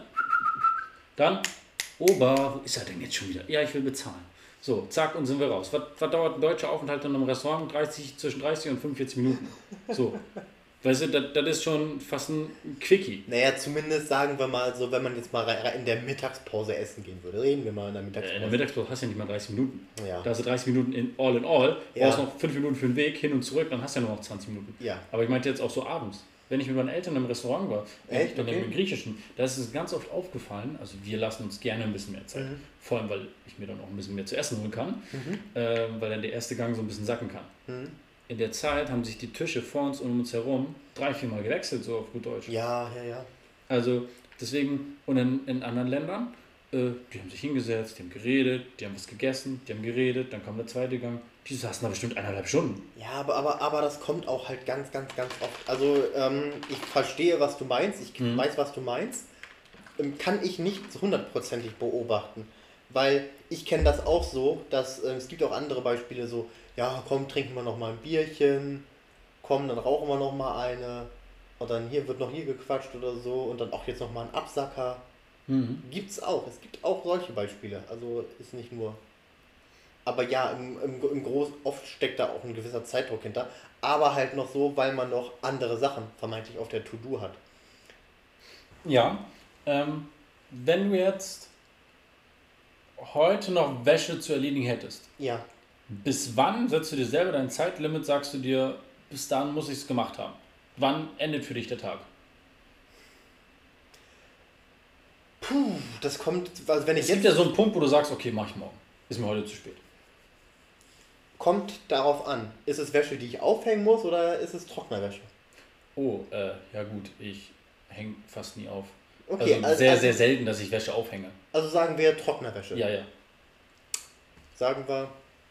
Dann, Ober, wo ist er denn jetzt schon wieder? Ja, ich will bezahlen. So, zack, und sind wir raus. Was, was dauert ein deutscher Aufenthalt in einem Restaurant? dreißig, zwischen dreißig und fünfundvierzig Minuten. So. Weißt du, das, das ist schon fast ein Quickie. Naja, zumindest sagen wir mal so, wenn man jetzt mal in der Mittagspause essen gehen würde. Reden wir mal in der Mittagspause. In der Mittagspause hast du ja nicht mal dreißig Minuten. Ja. Da hast du dreißig Minuten in all in all. Du ja. brauchst noch fünf Minuten für den Weg hin und zurück, dann hast du ja nur noch zwanzig Minuten. Ja. Aber ich meinte jetzt auch so abends. Wenn ich mit meinen Eltern im Restaurant war, Echt? dann Okay. im Griechischen, da ist es ganz oft aufgefallen, also wir lassen uns gerne ein bisschen mehr Zeit. Mhm. Vor allem, weil ich mir dann auch ein bisschen mehr zu essen holen kann, mhm. äh, weil dann der erste Gang so ein bisschen sacken kann. Mhm. In der Zeit haben sich die Tische vor uns und um uns herum drei, vier Mal gewechselt, so auf gut Deutsch. Ja, ja, ja. Also deswegen, und in, in anderen Ländern, äh, die haben sich hingesetzt, die haben geredet, die haben was gegessen, die haben geredet, dann kam der zweite Gang, die saßen da bestimmt eineinhalb Stunden. Ja, aber, aber, aber das kommt auch halt ganz, ganz, ganz oft. Also ähm, ich verstehe, was du meinst, ich mhm. weiß, was du meinst, ähm, kann ich nicht hundertprozentig beobachten, weil ich kenne das auch so, dass äh, es gibt auch andere Beispiele so, ja komm, trinken wir noch mal ein Bierchen komm, dann rauchen wir noch mal eine. Und dann hier wird noch hier gequatscht oder so. Und dann auch jetzt noch mal ein Absacker. Mhm. Gibt's auch. Es gibt auch solche Beispiele. Also ist nicht nur. Aber ja, im, im, im Groß oft steckt da auch ein gewisser Zeitdruck hinter. Aber halt noch so, weil man noch andere Sachen vermeintlich auf der To-Do hat. Ja, ähm, wenn du jetzt heute noch Wäsche zu erledigen hättest, Ja. bis wann setzt du dir selber dein Zeitlimit, sagst du dir, bis dann muss ich es gemacht haben? Wann endet für dich der Tag? Puh, das kommt, also wenn ich Es jetzt gibt ja so einen Punkt, wo du sagst, okay, mach ich morgen. Ist mir heute zu spät. kommt darauf an. Ist es Wäsche, die ich aufhängen muss oder ist es Trocknerwäsche? Oh, äh, ja gut, ich hänge fast nie auf. Okay, also also, sehr, also, sehr selten, dass ich Wäsche aufhänge. also sagen wir Trocknerwäsche. Ja, ja. Sagen wir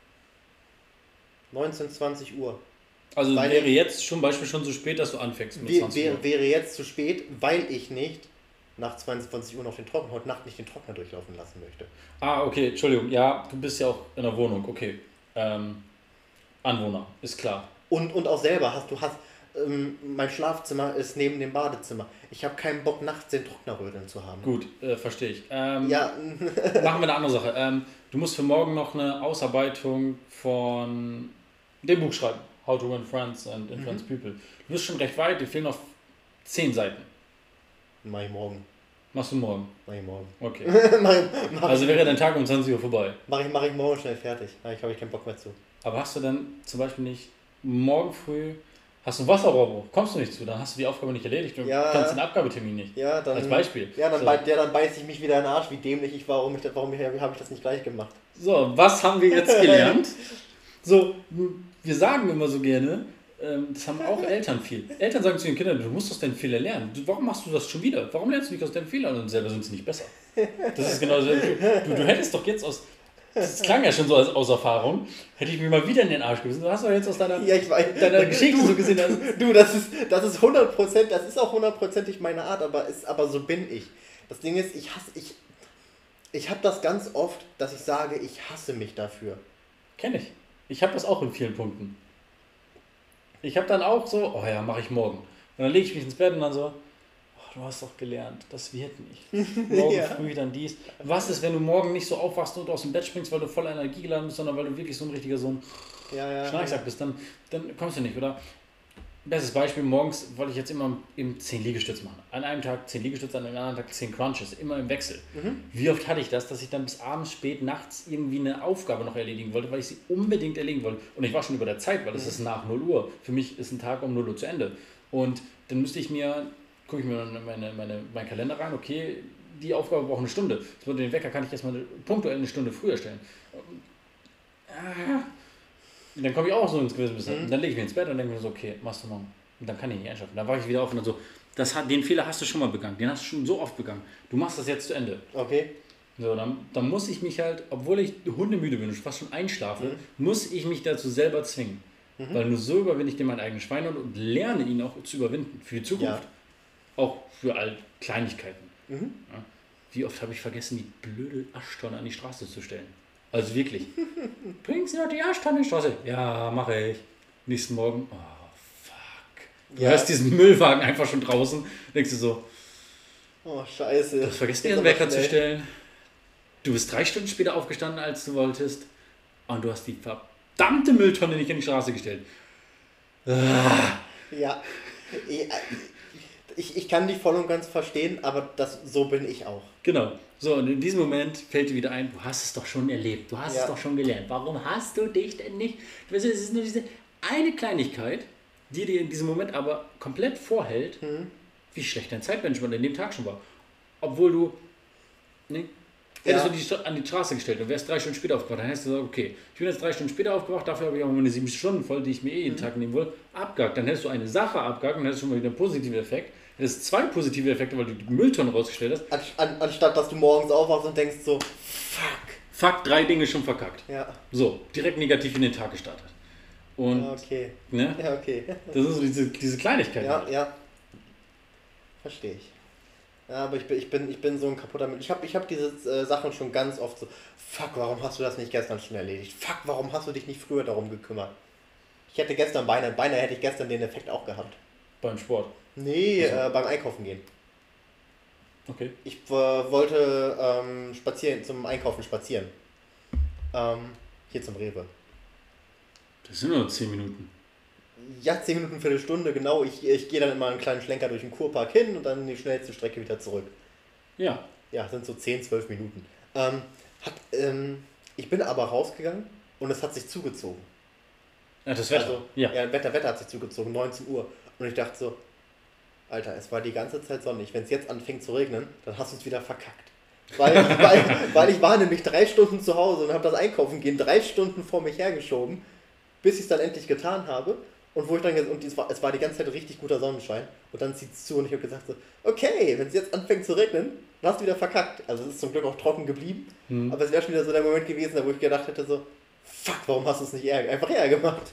neunzehn, zwanzig Uhr. Also Weil wäre ich- jetzt zum Beispiel schon so spät, dass du anfängst mit Wär, zwanzig Uhr. wär, wäre jetzt zu spät, weil ich nicht nach zweiundzwanzig Uhr noch den Trockner, heute Nacht nicht den Trockner durchlaufen lassen möchte. Ah, okay, Entschuldigung. Ja, du bist ja auch in der Wohnung. Okay. Ähm, Anwohner, ist klar. Und, und auch selber hast du hast, ähm, mein Schlafzimmer ist neben dem Badezimmer. Ich habe keinen Bock, nachts den Trockner rödeln zu haben. Gut, äh, verstehe ich. Ähm, Ja, Machen wir eine andere Sache. Ähm, du musst für morgen noch eine Ausarbeitung von dem Buch schreiben. How to Win Friends and Influence People. Du bist schon recht weit, dir fehlen noch zehn Seiten. mach ich morgen. Machst du morgen? Mach ich morgen. Okay. mach, mach, Also wäre dein Tag um zwanzig Uhr vorbei. mach, ich, mach ich morgen schnell fertig. Da habe ich keinen Bock mehr zu. Aber hast du dann zum Beispiel nicht morgen früh, hast du ein Wasserrohrbruch, kommst du nicht zu, dann hast du die Aufgabe nicht erledigt und Ja. kannst den Abgabetermin nicht. Ja, dann, Als Beispiel. Ja, dann, So. bei, ja, dann beiß ich mich wieder in den Arsch, wie dämlich ich war, warum, ich, das- warum ich, habe ich das nicht gleich gemacht. So, was haben wir jetzt gelernt? So, wir sagen immer so gerne, ähm, das haben auch Eltern viel. Eltern sagen zu ihren Kindern, du musst aus deinen Fehlern lernen. Du, warum machst du das schon wieder? Warum lernst du nicht aus deinen Fehlern? Und selber sind sie nicht besser. Das ist genau so. Du, du hättest doch jetzt aus, das klang ja schon so als aus Erfahrung, hätte ich mir mal wieder in den Arsch gewissen. Du hast doch jetzt aus deiner, Ja, ich weiß. deiner Geschichte du, so gesehen. Also, Du, das ist, das ist hundert Prozent, das ist auch hundertprozentig meine Art, aber, ist, aber so bin ich. Das Ding ist, ich hasse, ich, ich habe das ganz oft, dass ich sage, ich hasse mich dafür. Kenn ich. Ich habe das auch in vielen Punkten. Ich habe dann auch so, oh ja, mache ich morgen. Und dann lege ich mich ins Bett und dann so, oh, du hast doch gelernt, das wird nicht. Morgen Ja. früh dann dies. Was ist, wenn du morgen nicht so aufwachst und aus dem Bett springst, weil du voller Energie geladen bist, sondern weil du wirklich so ein richtiger so ein Ja, ja. Schnarchsack bist, dann, dann kommst du nicht, oder? Bestes Beispiel, morgens wollte ich jetzt immer eben zehn Liegestütze machen. An einem Tag zehn Liegestütze, an einem anderen Tag zehn Crunches, immer im Wechsel. Mhm. Wie oft hatte ich das, dass ich dann bis abends, spät, nachts irgendwie eine Aufgabe noch erledigen wollte, weil ich sie unbedingt erledigen wollte. Und ich war schon über der Zeit, weil es Mhm. ist nach null Uhr. Für mich ist ein Tag um null Uhr zu Ende. Und dann müsste ich mir, gucke ich mir meine, meine, meinen Kalender rein, okay, die Aufgabe braucht eine Stunde. Das bedeutet, den Wecker kann ich erstmal punktuell eine Stunde früher stellen. Ah. Und dann komme ich auch so ins gewisse bisschen. Mhm. Und dann lege ich mich ins Bett und denke mir so, okay, machst du morgen. Und dann kann ich nicht einschlafen. Dann wache ich wieder auf und dann so, das hat, den Fehler hast du schon mal begangen. Den hast du schon so oft begangen. Du machst das jetzt zu Ende. Okay. So, dann, dann muss ich mich halt, obwohl ich hundemüde bin und fast schon einschlafe, Mhm. muss ich mich dazu selber zwingen. Mhm. Weil nur so überwinde ich den meinen eigenen Schweinehund und lerne ihn auch zu überwinden. Für die Zukunft. Auch für all Kleinigkeiten. Mhm. Ja. Wie oft habe ich vergessen, die blöde Aschtonne an die Straße zu stellen? Also wirklich. Bringen Sie noch die Aschtonne in die Straße? Ja, mache ich. Nächsten Morgen, oh fuck. Du Ja. hörst diesen Müllwagen einfach schon draußen. Denkst du so, Oh, scheiße. du hast vergessen, Jetzt ihren aber Wecker zu schnell. stellen. Du bist drei Stunden später aufgestanden, als du wolltest. Und du hast die verdammte Mülltonne nicht in die Straße gestellt. Ah. Ja. Ich, ich kann dich voll und ganz verstehen, aber das, so bin ich auch. Genau. So, und in diesem Moment fällt dir wieder ein, du hast es doch schon erlebt, du hast Ja. es doch schon gelernt. Warum hast du dich denn nicht? Weißt du, es ist nur diese eine Kleinigkeit, die dir in diesem Moment aber komplett vorhält, Hm. wie schlecht dein Zeitmanagement in dem Tag schon war. Obwohl du, ne, hättest Ja. du dich an die Straße gestellt und wärst drei Stunden später aufgewacht, dann hättest du gesagt, okay, ich bin jetzt drei Stunden später aufgewacht, dafür habe ich auch meine sieben Stunden voll, die ich mir eh jeden Mhm. Tag nehmen will, abgehakt. Dann hättest du eine Sache abgehakt und hättest schon mal wieder einen positiven Effekt. Hättest zwei positive Effekte, weil du die Mülltonne rausgestellt hast. An, an, anstatt dass du morgens aufwachst und denkst so, fuck. Fuck, drei Dinge schon verkackt. Ja. So, direkt negativ in den Tag gestartet. Und, Ja, okay. ne, Ja, okay. das ist so diese, diese Kleinigkeit. Ja, ja. Verstehe ich. Ja, aber ich bin, ich bin, ich bin so ein kaputter Mensch. Ich habe ich hab diese äh, Sachen schon ganz oft so, fuck, warum hast du das nicht gestern schon erledigt? Fuck, warum hast du dich nicht früher darum gekümmert? Ich hätte gestern beinahe, beinahe hätte ich gestern den Effekt auch gehabt. Beim Sport? Nee, also. äh, beim Einkaufen gehen. Okay. Ich äh, wollte ähm, spazieren, zum Einkaufen spazieren. Ähm, hier zum Rewe. Das sind nur zehn Minuten. Ja, zehn Minuten, Viertelstunde, genau. Ich, ich gehe dann immer einen kleinen Schlenker durch den Kurpark hin und dann die schnellste Strecke wieder zurück. Ja. Ja, sind so zehn, zwölf Minuten. Ähm, hat, ähm, ich bin aber rausgegangen und es hat sich zugezogen. Ja, das Wetter. Also, ja. ja, Wetter, Wetter hat sich zugezogen, neunzehn Uhr. Und ich dachte so, Alter, es war die ganze Zeit sonnig. Wenn es jetzt anfängt zu regnen, dann hast du es wieder verkackt. Weil, weil, weil ich war nämlich drei Stunden zu Hause und habe das Einkaufen gehen drei Stunden vor mich hergeschoben, bis ich es dann endlich getan habe. Und wo ich dann und es war, es war die ganze Zeit richtig guter Sonnenschein. Und dann zieht es zu und ich habe gesagt so, okay, wenn es jetzt anfängt zu regnen, dann hast du wieder verkackt. Also es ist zum Glück auch trocken geblieben. Hm. Aber es wäre schon wieder so der Moment gewesen, wo ich gedacht hätte so, fuck, warum hast du es nicht eher, einfach eher gemacht?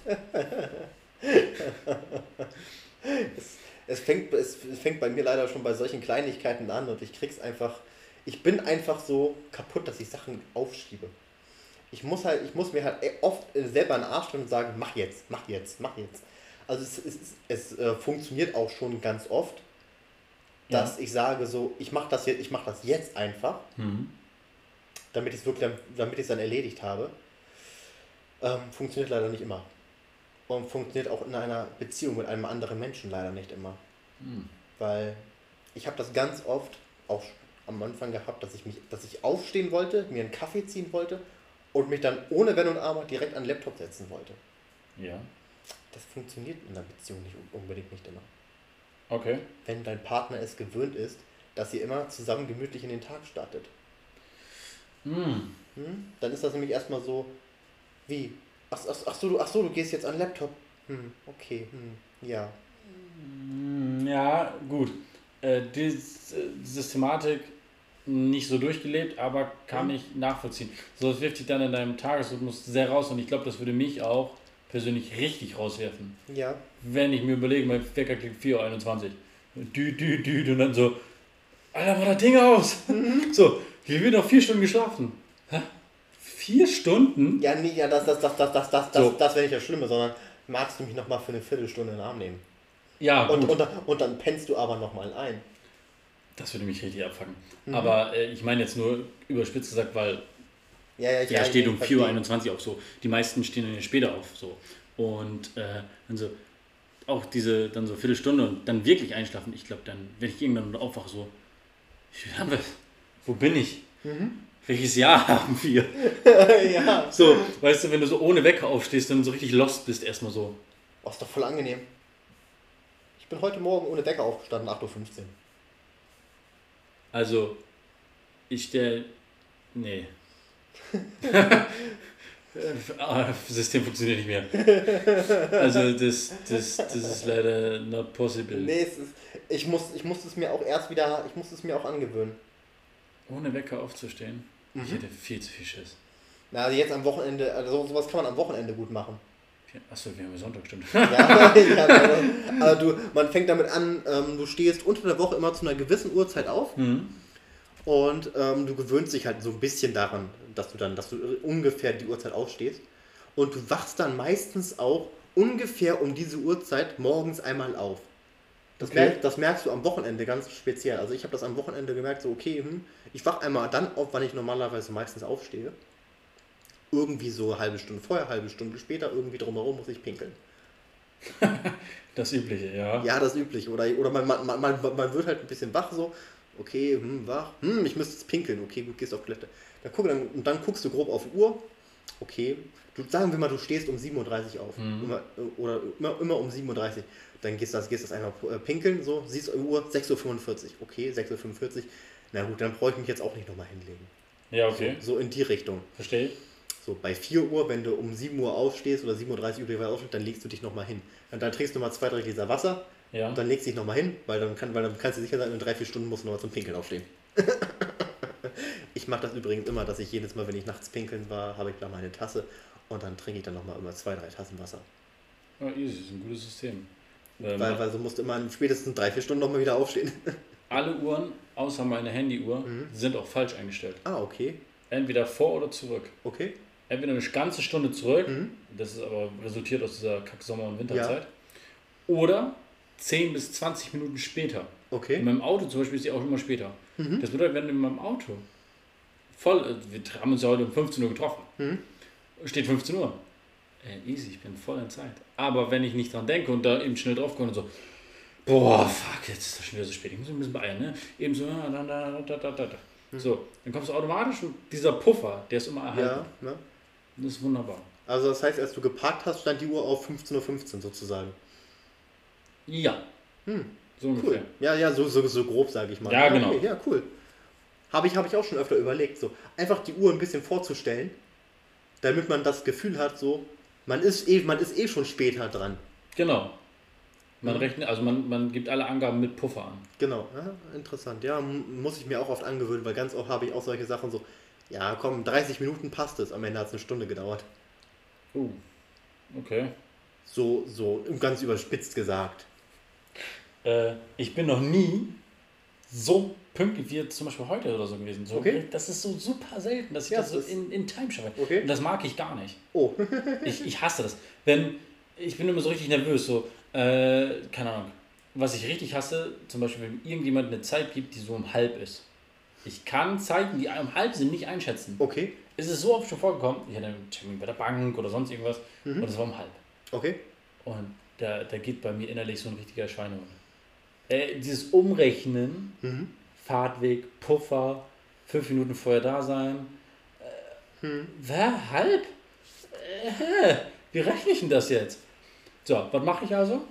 es, es, fängt, es, es fängt bei mir leider schon bei solchen Kleinigkeiten an und ich krieg's einfach, ich bin einfach so kaputt, dass ich Sachen aufschiebe. Ich muss halt, ich muss mir halt oft selber einen Arsch und sagen, mach jetzt, mach jetzt, mach jetzt. Also es, es, es äh, funktioniert auch schon ganz oft, dass ja. ich sage so, ich mach das jetzt, ich mach das jetzt einfach, mhm. damit ich es wirklich, damit ich es dann erledigt habe. Ähm, funktioniert leider nicht immer. Und funktioniert auch in einer Beziehung mit einem anderen Menschen leider nicht immer. Mhm. Weil ich habe das ganz oft auch am Anfang gehabt, dass ich mich, dass ich aufstehen wollte, mir einen Kaffee ziehen wollte und mich dann ohne Wenn und Aber direkt an den Laptop setzen wollte. Ja. Das funktioniert in einer Beziehung nicht unbedingt nicht immer. Okay. Wenn dein Partner es gewöhnt ist, dass ihr immer zusammen gemütlich in den Tag startet. Mm. Hm? Dann ist das nämlich erstmal so, wie? Ach, ach, ach, so, du, ach so, du gehst jetzt an den Laptop. Hm, okay, hm, ja. Ja, gut. Äh, die äh, Systematik nicht so durchgelebt, aber kann mhm. ich nachvollziehen. So, das wirft dich dann in deinem Tagesrhythmus sehr raus und ich glaube, das würde mich auch persönlich richtig rauswerfen. Ja. Wenn ich mir überlege, mein Wecker klingt vier Uhr einundzwanzig. Dü, dü, dü, und dann so, Alter, mach das Ding aus. Mhm. So, wir wird noch vier Stunden geschlafen. Hä? Vier Stunden? Ja, nee, ja, das, das, das, das, das, das, so. das, das wäre nicht das Schlimme, sondern magst du mich nochmal für eine Viertelstunde in den Arm nehmen? Ja, und, gut. Und, und, und dann pennst du aber nochmal ein. Das würde mich richtig abfangen. Mhm. Aber äh, ich meine jetzt nur überspitzt gesagt, weil ja, ja, ich ja, steht um vier Uhr einundzwanzig auch so. Die meisten stehen dann später auf. So. Und äh, dann so, auch diese dann so Viertelstunde und dann wirklich einschlafen. Ich glaube, dann, wenn ich irgendwann aufwache, so, wie haben wir, wo bin ich? Mhm. Welches Jahr haben wir? Ja. So, weißt du, wenn du so ohne Wecker aufstehst und so richtig lost bist, erstmal so. Oh, ist doch voll angenehm. Ich bin heute Morgen ohne Wecker aufgestanden, acht Uhr fünfzehn. Also, ich stelle. Nee. System funktioniert nicht mehr. Also, das, das, das ist leider not possible. Nee, es ist, ich, muss, ich muss es mir auch erst wieder. Ich muss es mir auch angewöhnen. Ohne Wecker aufzustehen? Mhm. Ich hätte viel zu viel Schiss. Na, also jetzt am Wochenende. Also, sowas kann man am Wochenende gut machen. Achso, wir haben ja Sonntag, stimmt. Ja, ja, aber, aber du, man fängt damit an, ähm, du stehst unter der Woche immer zu einer gewissen Uhrzeit auf mhm. und ähm, du gewöhnst dich halt so ein bisschen daran, dass du dann, dass du ungefähr die Uhrzeit aufstehst und du wachst dann meistens auch ungefähr um diese Uhrzeit morgens einmal auf. Das, okay. merkst, das merkst du am Wochenende ganz speziell. Also ich habe das am Wochenende gemerkt, so okay, hm, ich wach einmal dann auf, wann ich normalerweise meistens aufstehe. Irgendwie so eine halbe Stunde vorher, halbe Stunde später, irgendwie drumherum muss ich pinkeln. Das Übliche, ja. Ja, das Übliche. Oder, oder man, man, man, man wird halt ein bisschen wach so, okay, hm, wach, hm, ich müsste jetzt pinkeln, okay, gut, gehst auf Toilette. Dann, guck, dann, und dann guckst du grob auf die Uhr, okay, du, sagen wir mal, du stehst um sieben Uhr dreißig auf, mhm. immer, oder immer, immer um sieben Uhr dreißig, dann gehst du das, gehst das einmal pinkeln, so, siehst du Uhr, sechs Uhr fünfundvierzig, okay, sechs Uhr fünfundvierzig, na gut, dann brauche ich mich jetzt auch nicht nochmal hinlegen. Ja, okay. So, so in die Richtung. Verstehe ich. So, bei vier Uhr, wenn du um sieben Uhr aufstehst oder sieben Uhr dreißig üblicherweise aufstehst, dann legst du dich nochmal hin. Und dann trinkst du mal zwei, drei Gläser Wasser ja. und dann legst du dich nochmal hin, weil dann, kann, weil dann kannst du sicher sein, in drei, vier Stunden musst du nochmal zum Pinkeln aufstehen. Ich mache das übrigens immer, dass ich jedes Mal, wenn ich nachts pinkeln war, habe ich da meine Tasse und dann trinke ich dann nochmal immer zwei, drei Tassen Wasser. Ja, easy, das ist ein gutes System. Weil, ähm, weil so musst du immer in spätestens drei, vier Stunden nochmal wieder aufstehen. Alle Uhren, außer meine Handyuhr, mhm. sind auch falsch eingestellt. Ah, okay. Entweder vor oder zurück. Okay. entweder eine ganze Stunde zurück, Mhm. das ist aber resultiert aus dieser Kack-Sommer- und Winterzeit, Ja. oder zehn bis zwanzig Minuten später. In Okay. meinem Auto zum Beispiel ist die auch immer später. Mhm. Das bedeutet, wenn in meinem Auto voll, äh, wir haben uns ja heute um fünfzehn Uhr getroffen, Mhm. steht fünfzehn Uhr. Äh, easy, ich bin voll in Zeit. Aber wenn ich nicht dran denke und da eben schnell drauf komme und so, boah, fuck, jetzt ist das schon wieder so spät, ich muss mich ein bisschen beeilen, ne? Eben so, ah, da, da, da, da, da, da. So, dann kommst du automatisch und dieser Puffer, der ist immer erhalten. Ja, ne? Das ist wunderbar. Also das heißt, als du geparkt hast, stand die Uhr auf fünfzehn Uhr fünfzehn sozusagen. Ja, Hm. so ungefähr. Cool. Ja, ja, so, so, so grob, sage ich mal. Ja, genau. Okay, ja, cool. Habe ich, hab ich auch schon öfter überlegt, so einfach die Uhr ein bisschen vorzustellen, damit man das Gefühl hat, so, man ist eh, man ist eh schon später dran. Genau. Man Mhm. rechnet, also man, man gibt alle Angaben mit Puffer an. Genau, ja, interessant. Ja, m- muss ich mir auch oft angewöhnen, weil ganz oft habe ich auch solche Sachen so, ja komm, dreißig Minuten passt es, am Ende hat es eine Stunde gedauert. Uh, okay. So, so ganz überspitzt gesagt. Äh, ich bin noch nie so pünktlich wie jetzt zum Beispiel heute oder so gewesen. So, Okay. Das ist so super selten, dass ich Ja, das so das ist- in, in Time schaffe. Okay. Und das mag ich gar nicht. Oh, Ich, ich hasse das. Wenn, ich bin immer so richtig nervös, so, äh, keine Ahnung. Was ich richtig hasse, zum Beispiel, wenn irgendjemand eine Zeit gibt, die so um halb ist. Ich kann Zeiten, die um halb sind, nicht einschätzen. okay, Es ist so oft schon vorgekommen, ich hatte einen Termin bei der Bank oder sonst irgendwas Mhm. und es war um halb. okay. Und da, da geht bei mir innerlich so ein richtiger Schweinehund. Äh, dieses Umrechnen, Mhm. Fahrtweg, Puffer, fünf Minuten vorher da sein. Hm. Wer? Halb? Äh, wie rechne ich denn das jetzt? So, was mache ich also?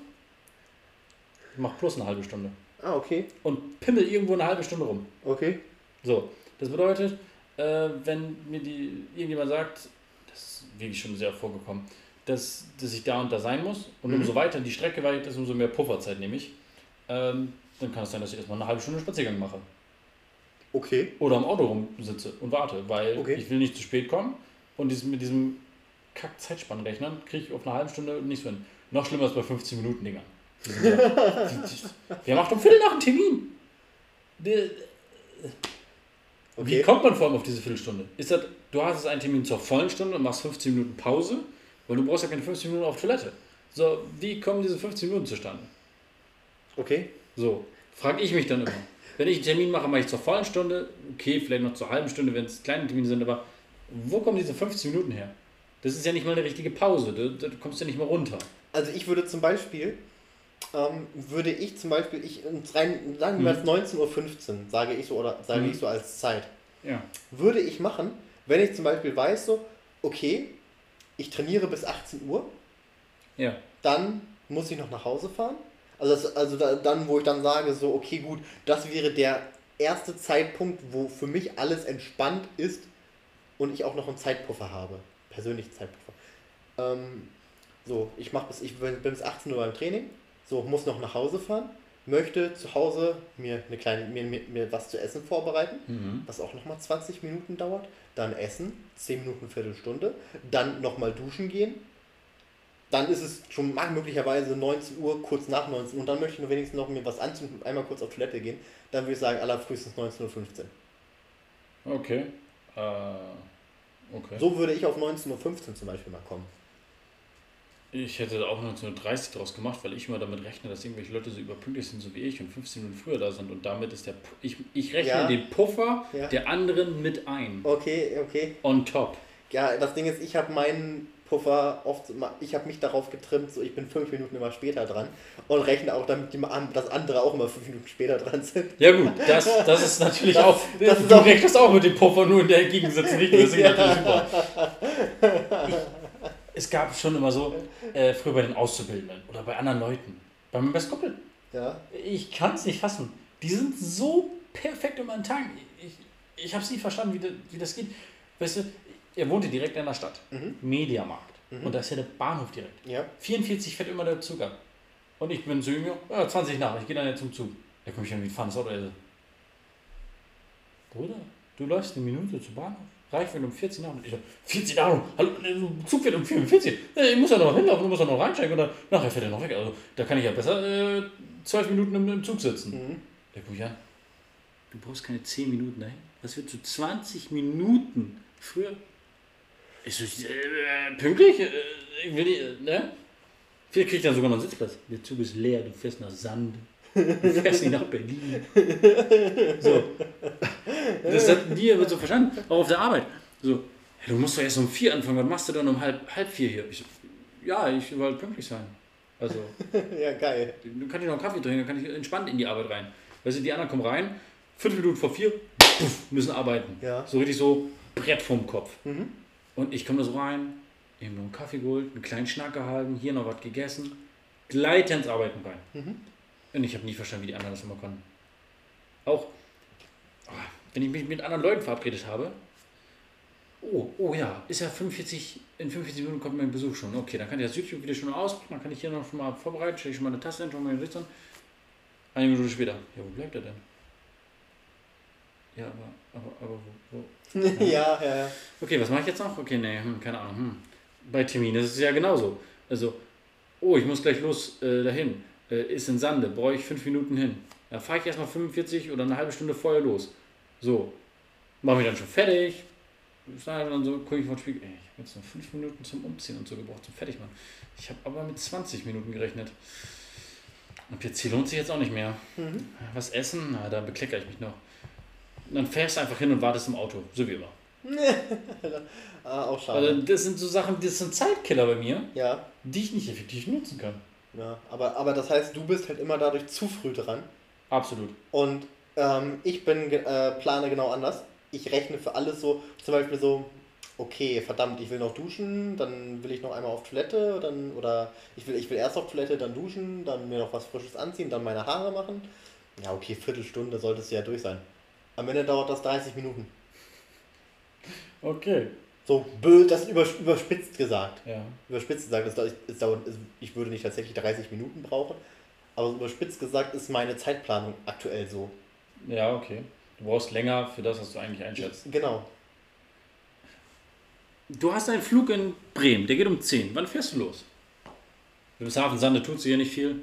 Ich mache plus eine halbe Stunde. Ah, okay, Und pimmel irgendwo eine halbe Stunde rum. okay. So, das bedeutet, äh, wenn mir die, irgendjemand sagt, das ist wirklich schon sehr vorgekommen, dass, dass ich da und da sein muss und Mhm. umso weiter die Strecke weit ist, umso mehr Pufferzeit nehme ich, ähm, dann kann es sein, dass ich erstmal eine halbe Stunde Spaziergang mache. Okay, Oder am Auto rumsitze und warte, weil Okay. ich will nicht zu spät kommen und dies, mit diesem Kack-Zeitspannenrechnern kriege ich auf eine halbe Stunde nicht so hin. Noch schlimmer ist bei fünfzehn Minuten Dingern. Die sind ja, die, die, wer macht um Viertel nach einen Termin? Der, Wie okay. kommt man vor allem auf diese Viertelstunde? Ist das, du hast jetzt einen Termin zur vollen Stunde und machst fünfzehn Minuten Pause, weil du brauchst ja keine fünfzehn Minuten auf Toilette. So, wie kommen diese fünfzehn Minuten zustande? Okay, So, frage ich mich dann immer. Wenn ich einen Termin mache, mache ich zur vollen Stunde, okay, vielleicht noch zur halben Stunde, wenn es kleine Termine sind, aber wo kommen diese fünfzehn Minuten her? Das ist ja nicht mal eine richtige Pause, du, du kommst ja nicht mal runter. also ich würde zum Beispiel, ähm, würde ich zum Beispiel, ich rein, sagen wir Mhm. jetzt neunzehn Uhr fünfzehn, sage ich so, oder sage Mhm. ich so als Zeit, Ja. würde ich machen, wenn ich zum Beispiel weiß so, okay, ich trainiere bis achtzehn Uhr, Ja. dann muss ich noch nach Hause fahren. Also, das, also da, dann, wo ich dann sage, so, okay, gut, das wäre der erste Zeitpunkt, wo für mich alles entspannt ist und ich auch noch einen Zeitpuffer habe. Persönlichen Zeitpuffer. Ähm, so, ich mach bis, ich bin bin bis achtzehn Uhr beim Training, so, muss noch nach Hause fahren, möchte zu Hause mir eine kleine, mir, mir, mir was zu essen vorbereiten, Mhm. was auch nochmal zwanzig Minuten dauert, dann essen, zehn Minuten, Viertelstunde, dann nochmal duschen gehen, dann ist es schon mal möglicherweise neunzehn Uhr, kurz nach neunzehn Uhr und dann möchte ich nur wenigstens noch mir was anziehen und einmal kurz auf Toilette gehen, dann würde ich sagen, allerfrühestens neunzehn Uhr fünfzehn. Okay. Äh, okay. So würde ich auf neunzehn Uhr fünfzehn zum Beispiel mal kommen. Ich hätte auch neunzehn Uhr dreißig draus gemacht, weil ich immer damit rechne, dass irgendwelche Leute so überpünktlich sind, so wie ich, und fünfzehn Minuten früher da sind. Und damit ist der, Pu- ich, ich rechne Ja. den Puffer Ja. der anderen mit ein. Okay, okay. On top. Ja, das Ding ist, ich habe meinen Puffer oft, immer- ich habe mich darauf getrimmt, so ich bin fünf Minuten immer später dran und rechne auch damit, die, ma- dass andere auch immer fünf Minuten später dran sind. Ja gut, das, das ist natürlich Das- auch, das ist du auch- rechnest auch mit dem Puffer, nur in der entgegengesetzten Richtung. Das ist Ja. natürlich super. Ich, es gab schon immer so, äh, früher bei den Auszubildenden oder bei anderen Leuten, bei meinem besten Kumpel. Ja, Ich kann es nicht fassen. Die sind so perfekt immer an Tag. Ich, ich habe es nie verstanden, wie, das, wie das geht. Weißt du, er wohnte direkt in der Stadt. Mhm. Mediamarkt. Mhm. Und da ist ja der Bahnhof direkt. ja. vierundvierzig fährt immer der Zug ab. Und ich bin zu ihm, ja, zwanzig nach, ich gehe dann jetzt zum Zug. Er kommt mich an, wie fahren das Auto? Er so, Bruder, du läufst eine Minute zum Bahnhof. Reicht, wenn du um vierzig nach. Und ich so, vierzig nach, hallo, der Zug fährt um vierundvierzig. Ich muss ja noch hinlaufen, du musst ja noch reinsteigen. Und dann, nachher fährt er noch weg. Also da kann ich ja besser äh, zwölf Minuten im, im Zug sitzen. Mhm. Der guckt mich an. Du brauchst keine zehn Minuten dahin. Was wird zu zwanzig Minuten früher? Ich so, äh, pünktlich? Äh, ich will nicht, äh, ne? Vielleicht krieg ich dann sogar noch einen Sitzplatz. Der Zug ist leer, du fährst nach Sand. Du fährst nicht nach Berlin. So. Das hat nie wird so verstanden, auch auf der Arbeit. So, hey, du musst doch erst um vier anfangen, was machst du dann um halb, halb vier hier? Ich so, ja, ich will halt pünktlich sein. Also, ja, geil. Dann kann ich noch einen Kaffee trinken, dann kann ich entspannt in die Arbeit rein. Weißt du, die anderen kommen rein, fünf Minuten vor vier, puff, müssen arbeiten. Ja. So richtig so Brett vorm Kopf. Mhm. Und ich komme da so rein, eben noch einen Kaffee geholt, einen kleinen Schnack gehalten, hier noch was gegessen, gleich ins Arbeiten rein. Mhm. Und ich habe nie verstanden, wie die anderen das immer konnten. Auch, oh, wenn ich mich mit anderen Leuten verabredet habe, oh, oh ja, ist ja fünfundvierzig, in fünfundvierzig Minuten kommt mein Besuch schon. Okay, dann kann ich das YouTube wieder schon ausmachen, dann kann ich hier noch schon mal vorbereiten, stelle ich schon mal eine Tasse hin, schon mal den Sitz an. Eine Minute später, ja, wo bleibt er denn? Ja, aber, aber, aber wo? wo? ja, ja, ja. Okay, was mache ich jetzt noch? Okay, nee, hm, keine Ahnung. Hm. Bei Terminen ist es ja genauso. Also, oh, ich muss gleich los äh, dahin. Äh, ist in Sande, brauche ich fünf Minuten hin. Da fahre ich erstmal fünfundvierzig oder eine halbe Stunde vorher los. So, mache mich dann schon fertig. Dann so, gucke ich vor den Spiegel. Ey, ich habe jetzt noch fünf Minuten zum Umziehen und so gebraucht, zum Fertigmachen. Ich habe aber mit zwanzig Minuten gerechnet. Und jetzt hier lohnt sich jetzt auch nicht mehr. Mhm. Was essen? Na, da bekleckere ich mich noch. Und dann fährst du einfach hin und wartest im Auto, so wie immer. ah, auch schade. Also das sind so Sachen, das sind Zeitkiller bei mir, ja. die ich nicht effektiv nutzen kann. Ja, aber, aber das heißt, du bist halt immer dadurch zu früh dran. Absolut. Und ähm, ich bin äh, plane genau anders. Ich rechne für alles so, zum Beispiel so, okay, verdammt, ich will noch duschen, dann will ich noch einmal auf Toilette, dann, oder ich will, ich will erst auf Toilette, dann duschen, dann mir noch was Frisches anziehen, dann meine Haare machen. Ja, okay, Viertelstunde sollte es ja durch sein. Am Ende dauert das dreißig Minuten. Okay. So, das ist überspitzt gesagt. Ja. Überspitzt gesagt, es dauert, es dauert, ich würde nicht tatsächlich dreißig Minuten brauchen, aber überspitzt gesagt ist meine Zeitplanung aktuell so. Ja, okay. Du brauchst länger für das, was du eigentlich einschätzt. Ich, genau. Du hast einen Flug in Bremen, der geht um zehn. Wann fährst du los? Bis Hafensande tut sie ja nicht viel.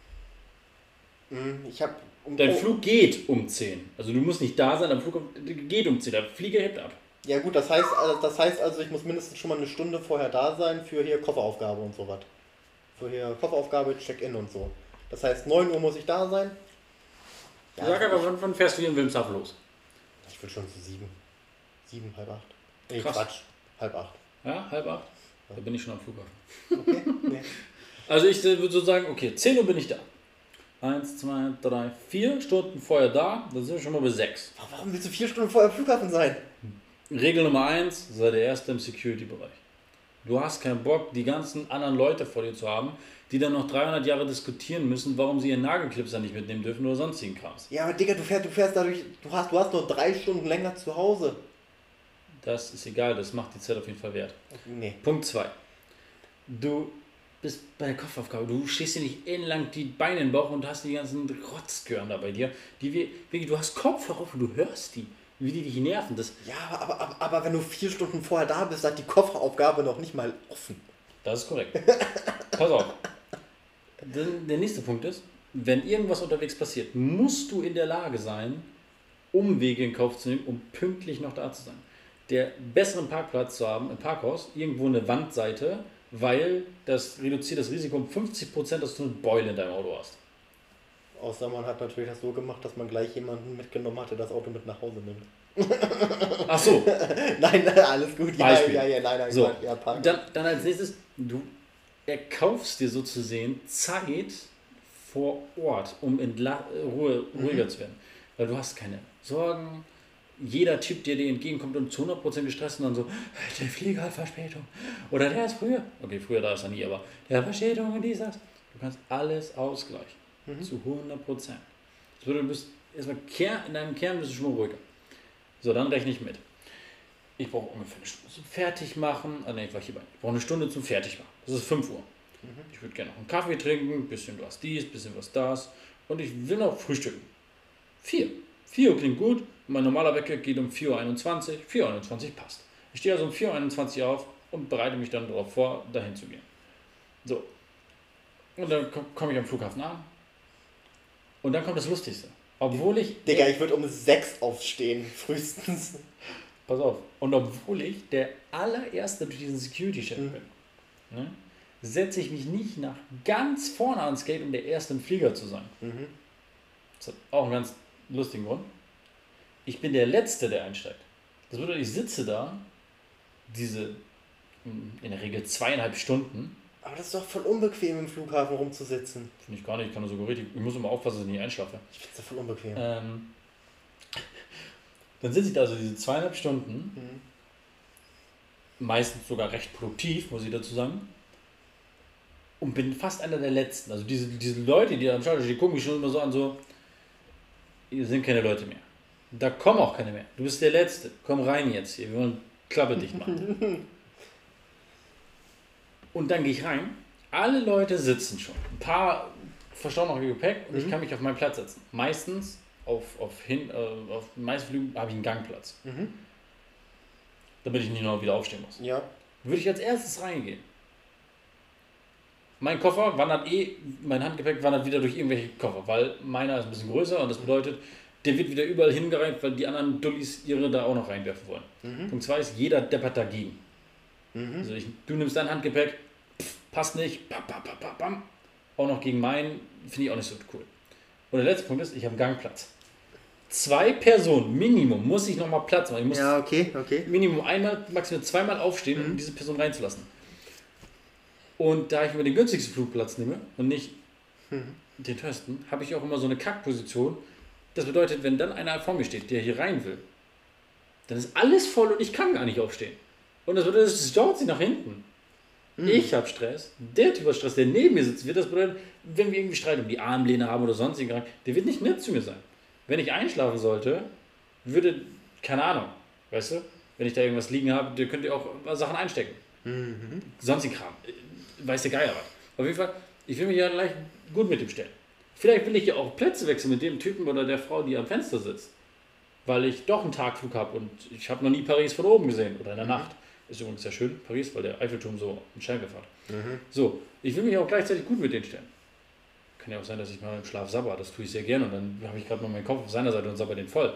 Ich habe... Um, Dein oh. Flug geht um zehn. Also du musst nicht da sein, der Flug geht um zehn. Der Flieger hebt ab. Ja gut, das heißt, das heißt also, ich muss mindestens schon mal eine Stunde vorher da sein für hier Kofferaufgabe und sowas. Für hier Kofferaufgabe, Check-in und so. Das heißt, neun Uhr muss ich da sein. Ja, Sag aber, wann, wann fährst du hier in Wilmshaven los? Ich würde schon zu sieben. Sieben, halb acht. Nee, Krass. Quatsch. Halb acht. Ja, halb acht? Ja. Da bin ich schon am Flughafen. Okay, nee. Also ich würde so sagen, okay, zehn Uhr bin ich da. Eins, zwei, drei, vier Stunden vorher da, dann sind wir schon mal bei sechs. Warum willst du vier Stunden vorher am Flughafen sein? Regel Nummer eins, sei der Erste im Security-Bereich. Du hast keinen Bock, die ganzen anderen Leute vor dir zu haben, die dann noch dreihundert Jahre diskutieren müssen, warum sie ihren Nagelclipser nicht mitnehmen dürfen oder sonstigen Krams. Ja, aber Digga, du fährst, du fährst dadurch, du hast, du hast nur drei Stunden länger zu Hause. Das ist egal, das macht die Zeit auf jeden Fall wert. Nee. Punkt zwei. Du bist bei der Kopfaufgabe, du stehst dir nicht ellenlang die Beine in den Bauch und hast die ganzen Rotzgören da bei dir. Die wir, wirklich, du hast Kopfhörer auf und du hörst die, wie die dich nerven. Das ja, aber, aber, aber wenn du vier Stunden vorher da bist, hat die Kofferaufgabe noch nicht mal offen. Das ist korrekt. Pass auf. Der nächste Punkt ist, wenn irgendwas unterwegs passiert, musst du in der Lage sein, Umwege in Kauf zu nehmen, um pünktlich noch da zu sein. Der besseren Parkplatz zu haben, im Parkhaus, irgendwo eine Wandseite, weil das reduziert das Risiko um fünfzig Prozent, dass du eine Beule in deinem Auto hast. Außer man hat natürlich das so gemacht, dass man gleich jemanden mitgenommen hatte, das Auto mit nach Hause nimmt. Ach so. Nein, alles gut. Beispiel. Ja, ja, ja, nein, nein, so. ja, Park. Dann, dann als nächstes, du erkaufst dir so zu sehen Zeit vor Ort, um entla- Ruhe, ruhiger mhm. zu werden. Weil du hast keine Sorgen. Jeder Typ, der dir entgegenkommt und zu hundert Prozent gestresst und dann so, der Flieger hat Verspätung. Oder der ist früher. Okay, früher da ist er nie, aber der hat Verspätung und dies, das. Du kannst alles ausgleichen. Mhm. Zu hundert Prozent. Das bedeutet, du bist erstmal Kern, in deinem Kern bist du schon mal ruhiger. So, dann rechne ich mit. Ich brauche ungefähr eine Stunde zum Fertigmachen. Ah, ne, ich war hier bei. Ich brauche eine Stunde zum Fertigmachen. Das ist fünf Uhr. Mhm. Ich würde gerne noch einen Kaffee trinken, ein bisschen was dies, ein bisschen was das. Und ich will noch frühstücken. Vier. vier Uhr klingt gut. Mein normaler Wecker geht um vier Uhr einundzwanzig. vier Uhr einundzwanzig passt. Ich stehe also um vier Uhr einundzwanzig auf und bereite mich dann darauf vor, dahin zu gehen. So. Und dann komme ich am Flughafen an. Und dann kommt das Lustigste. Obwohl ich... Digga, ich würde um sechs aufstehen, frühestens. pass auf. Und obwohl ich der allererste durch diesen Security-Chef Mhm. bin, ne, setze ich mich nicht nach ganz vorne ans Gate, um der Erste im Flieger zu sein. Mhm. Das hat auch einen ganz lustigen Grund. Ich bin der Letzte, der einsteigt. Das bedeutet, ich sitze da, diese in der Regel zweieinhalb Stunden. Aber das ist doch voll unbequem, im Flughafen rumzusitzen. Finde ich gar nicht, ich kann nur sogar richtig. Ich muss immer aufpassen, dass ich nicht einschlafe. Ich finde das voll unbequem. Ähm, dann sitze ich da also diese zweieinhalb Stunden, Mhm. meistens sogar recht produktiv, muss ich dazu sagen, und bin fast einer der Letzten. Also diese, diese Leute, die da am Schalter stehen, die gucken mich schon immer so an, so, hier sind keine Leute mehr. Da kommen auch keine mehr. Du bist der Letzte. Komm rein jetzt hier, wir wollen Klappe dicht machen. Und dann gehe ich rein, alle Leute sitzen schon. Ein paar verstauen noch ihr Gepäck und Mhm. ich kann mich auf meinen Platz setzen. Meistens auf, auf, hin, äh, auf den meisten Flügen habe ich einen Gangplatz, Mhm. damit ich nicht noch wieder aufstehen muss. Ja. Würde ich als erstes reingehen. Mein Koffer wandert eh, mein Handgepäck wandert wieder durch irgendwelche Koffer, weil meiner ist ein bisschen größer und das bedeutet, der wird wieder überall hingereicht, weil die anderen Dullis ihre da auch noch reinwerfen wollen. Mhm. Punkt zwei ist, jeder deppert dagegen. Mhm. Also ich, du nimmst dein Handgepäck, pff, passt nicht, pam, pam, pam, pam, pam. Auch noch gegen meinen, finde ich auch nicht so cool. Und der letzte Punkt ist, ich habe einen Gangplatz. Zwei Personen, Minimum, muss ich nochmal Platz machen. Ich muss Ja, okay, okay. Minimum einmal, maximal zweimal aufstehen, um Mhm. diese Person reinzulassen. Und da ich immer den günstigsten Flugplatz nehme und nicht Mhm. den teuersten, habe ich auch immer so eine Kackposition. Das bedeutet, wenn dann einer vor mir steht, der hier rein will, dann ist alles voll und ich kann gar nicht aufstehen. Und das bedeutet, es dauert sich nach hinten. Mhm. Ich habe Stress, der Typ hat Stress, der neben mir sitzt, wird das bedeutet, wenn wir irgendwie Streit um die Armlehne haben oder sonst irgendwas, der wird nicht nett zu mir sein. Wenn ich einschlafen sollte, würde, keine Ahnung, weißt du, wenn ich da irgendwas liegen habe, der könnte auch Sachen einstecken. Mhm. Sonstigen Kram. Weiß der Geier was. Auf jeden Fall, ich will mich ja leicht gut mit dem stellen. Vielleicht will ich ja auch Plätze wechseln mit dem Typen oder der Frau, die am Fenster sitzt. Weil ich doch einen Tagflug habe und ich habe noch nie Paris von oben gesehen oder in der Nacht. Ist übrigens sehr schön, Paris, weil der Eiffelturm so einen Scheinwerfer hat. Mhm. So, ich will mich auch gleichzeitig gut mit denen stellen. Kann ja auch sein, dass ich mal im Schlaf sabber, das tue ich sehr gerne und dann habe ich gerade mal meinen Kopf auf seiner Seite und sabber den voll.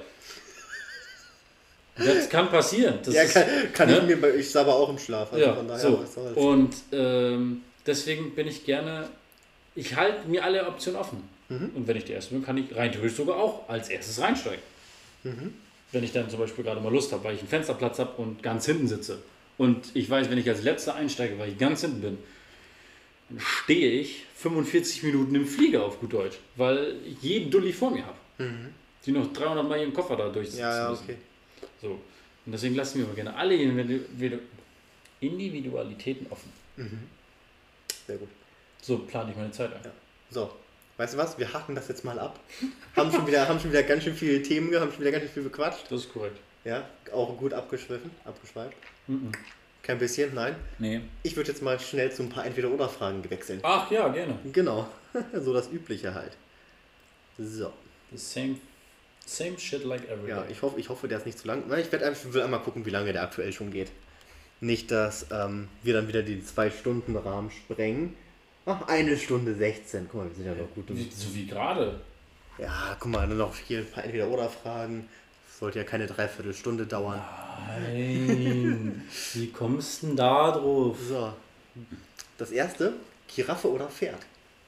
Das kann passieren. Das Ja, ist, kann, kann ne? ich mir, bei- ich sah aber auch im Schlaf. Also Ja, von daher, so. was soll's. Und ähm, deswegen bin ich gerne, ich halte mir alle Optionen offen. Mhm. Und wenn ich der Erste bin, kann ich rein theoretisch sogar auch als erstes reinsteigen. Mhm. Wenn ich dann zum Beispiel gerade mal Lust habe, weil ich einen Fensterplatz habe und ganz hinten sitze. Und ich weiß, wenn ich als Letzter einsteige, weil ich ganz hinten bin, dann stehe ich fünfundvierzig Minuten im Flieger auf gut Deutsch, weil ich jeden Dulli vor mir habe, Mhm. die noch dreihundert Mal ihren Koffer da durchsitzen Ja, ja, müssen. okay. So. Und deswegen lassen wir aber gerne alle Individu- Individualitäten offen. Mhm. Sehr gut. So plane ich meine Zeit ein. Ja. So, weißt du was? Wir haken das jetzt mal ab. haben, schon wieder, haben schon wieder ganz schön viele Themen gehabt, haben schon wieder ganz schön viel bequatscht. Das ist korrekt. Ja, auch gut abgeschwiffen, abgeschweift. Mhm. Kein bisschen, nein. Nee. Ich würde jetzt mal schnell zu ein paar Entweder-Oder-Fragen wechseln. Ach ja, gerne. Genau, so das Übliche halt. So, The same, same shit like every ja, day. ich hoffe, ich hoffe, der ist nicht zu lang. Nein, ich werde einfach, will einmal gucken, wie lange der aktuell schon geht. Nicht, dass ähm, wir dann wieder den zwei Stunden Rahmen sprengen. Ach, eine Stunde sechzehn. Guck mal, wir sind ja noch gut. Wie, so wie gerade. Ja, guck mal, dann noch hier ein paar Entweder-Oder-Fragen. Das sollte ja keine Dreiviertelstunde dauern. Nein. Wie kommst du denn da drauf? So, das erste, Giraffe oder Pferd?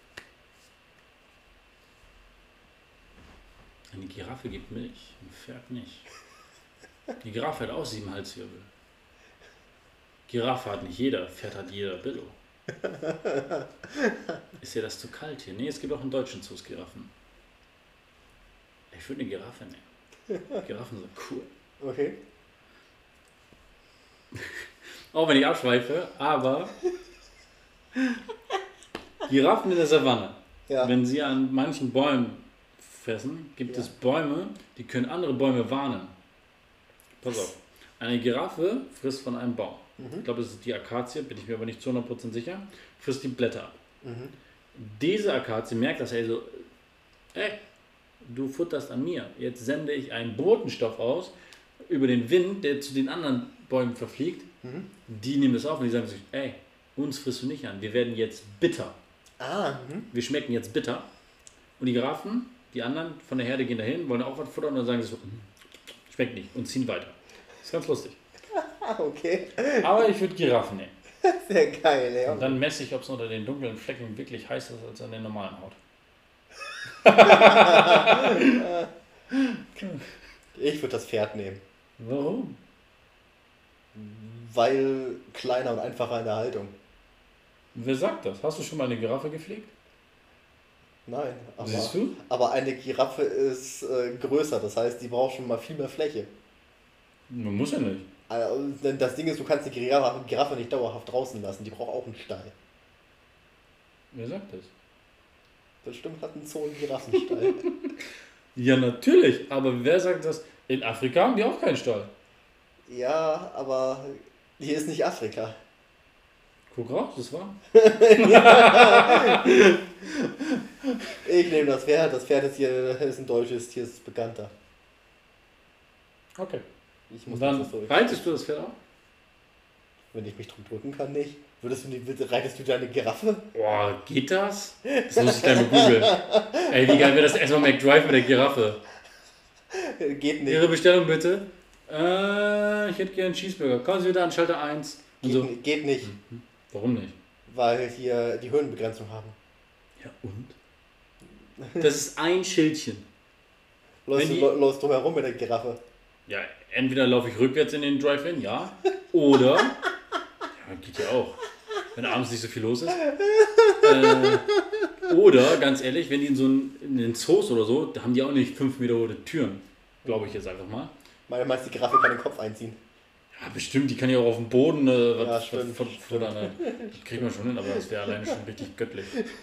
Eine Giraffe gibt Milch, ein Pferd nicht. Die Giraffe hat auch sieben Halswirbel. Giraffe hat nicht jeder, Pferd hat jeder Billo. Ist dir das zu kalt hier? Nee, es gibt auch in deutschen Zoos Giraffen. Ich würde eine Giraffe nehmen. Giraffen sind cool. Okay. Auch wenn ich abschweife, aber Giraffen in der Savanne. Ja. Wenn sie an manchen Bäumen fressen, gibt Ja. es Bäume, die können andere Bäume warnen. Pass auf. Eine Giraffe frisst von einem Baum. Mhm. Ich glaube, es ist die Akazie, bin ich mir aber nicht zu hundert Prozent sicher. Frisst die Blätter ab. Mhm. Diese Akazie merkt das, ey, so, ey, du futterst an mir. Jetzt sende ich einen Botenstoff aus über den Wind, der zu den anderen Bäumen verfliegt. Mhm. Die nehmen das auf und die sagen sich, ey, uns frisst du nicht an. Wir werden jetzt bitter. Ah, mhm. Wir schmecken jetzt bitter. Und die Giraffen, die anderen von der Herde gehen dahin, wollen auch was futtern und dann sagen sie so, "Mm, schmeckt nicht und ziehen weiter. ist ganz lustig. Okay. Aber ich würde Giraffen nehmen. Sehr geil, ja. Und dann messe ich, ob es unter den dunklen Flecken wirklich heißer ist als an der normalen Haut. Ich würde das Pferd nehmen. Warum? Weil kleiner und einfacher in der Haltung. Wer sagt das? Hast du schon mal eine Giraffe gepflegt? Nein, aber, Siehst du? aber eine Giraffe ist äh, größer, das heißt, die braucht schon mal viel mehr Fläche. Man muss ja nicht. Also, denn das Ding ist, du kannst die Giraffe, Giraffe nicht dauerhaft draußen lassen, die braucht auch einen Stall. Wer sagt das? Bestimmt hat ein Zoo einen Giraffenstall. Ja, natürlich. Aber wer sagt das? In Afrika haben die auch keinen Stall. Ja, aber hier ist nicht Afrika. Guck raus, das war. Ich nehme das Pferd, das Pferd ist hier ist ein deutsches Tier, ist bekannter. Okay. Ich muss Und dann das so. reitest du das Pferd auch? Wenn ich mich drum drücken kann, nicht. Würdest du die, reitest du deine Giraffe? Boah, geht das? Das muss ich gleich mal googeln. Ey, wie geil wäre das erstmal McDrive mit der Giraffe? Geht nicht. Ihre Bestellung bitte. Äh, ich hätte gerne einen Cheeseburger. Kommen Sie wieder an Schalter eins. Und Geht, so. ni- geht nicht, Mhm. Warum nicht? weil hier die Höhenbegrenzung haben. Ja, und? Das ist ein Schildchen. Läufst Wenn du die- lo- läufst drumherum mit der Giraffe. Ja, entweder laufe ich rückwärts in den Drive-In, ja. Oder, ja, geht ja auch, wenn abends nicht so viel los ist. Äh, oder, ganz ehrlich, wenn die in so einen, in den Zoos oder so, da haben die auch nicht fünf Meter hohe Türen. Glaube ich jetzt einfach mal. Meine meinst die Giraffe kann den Kopf einziehen. Ja, bestimmt, die kann ja auch auf dem Boden äh, Ja, was, stimmt, was futtern. Ne? Das kriegt man schon hin, aber das wäre alleine schon richtig göttlich.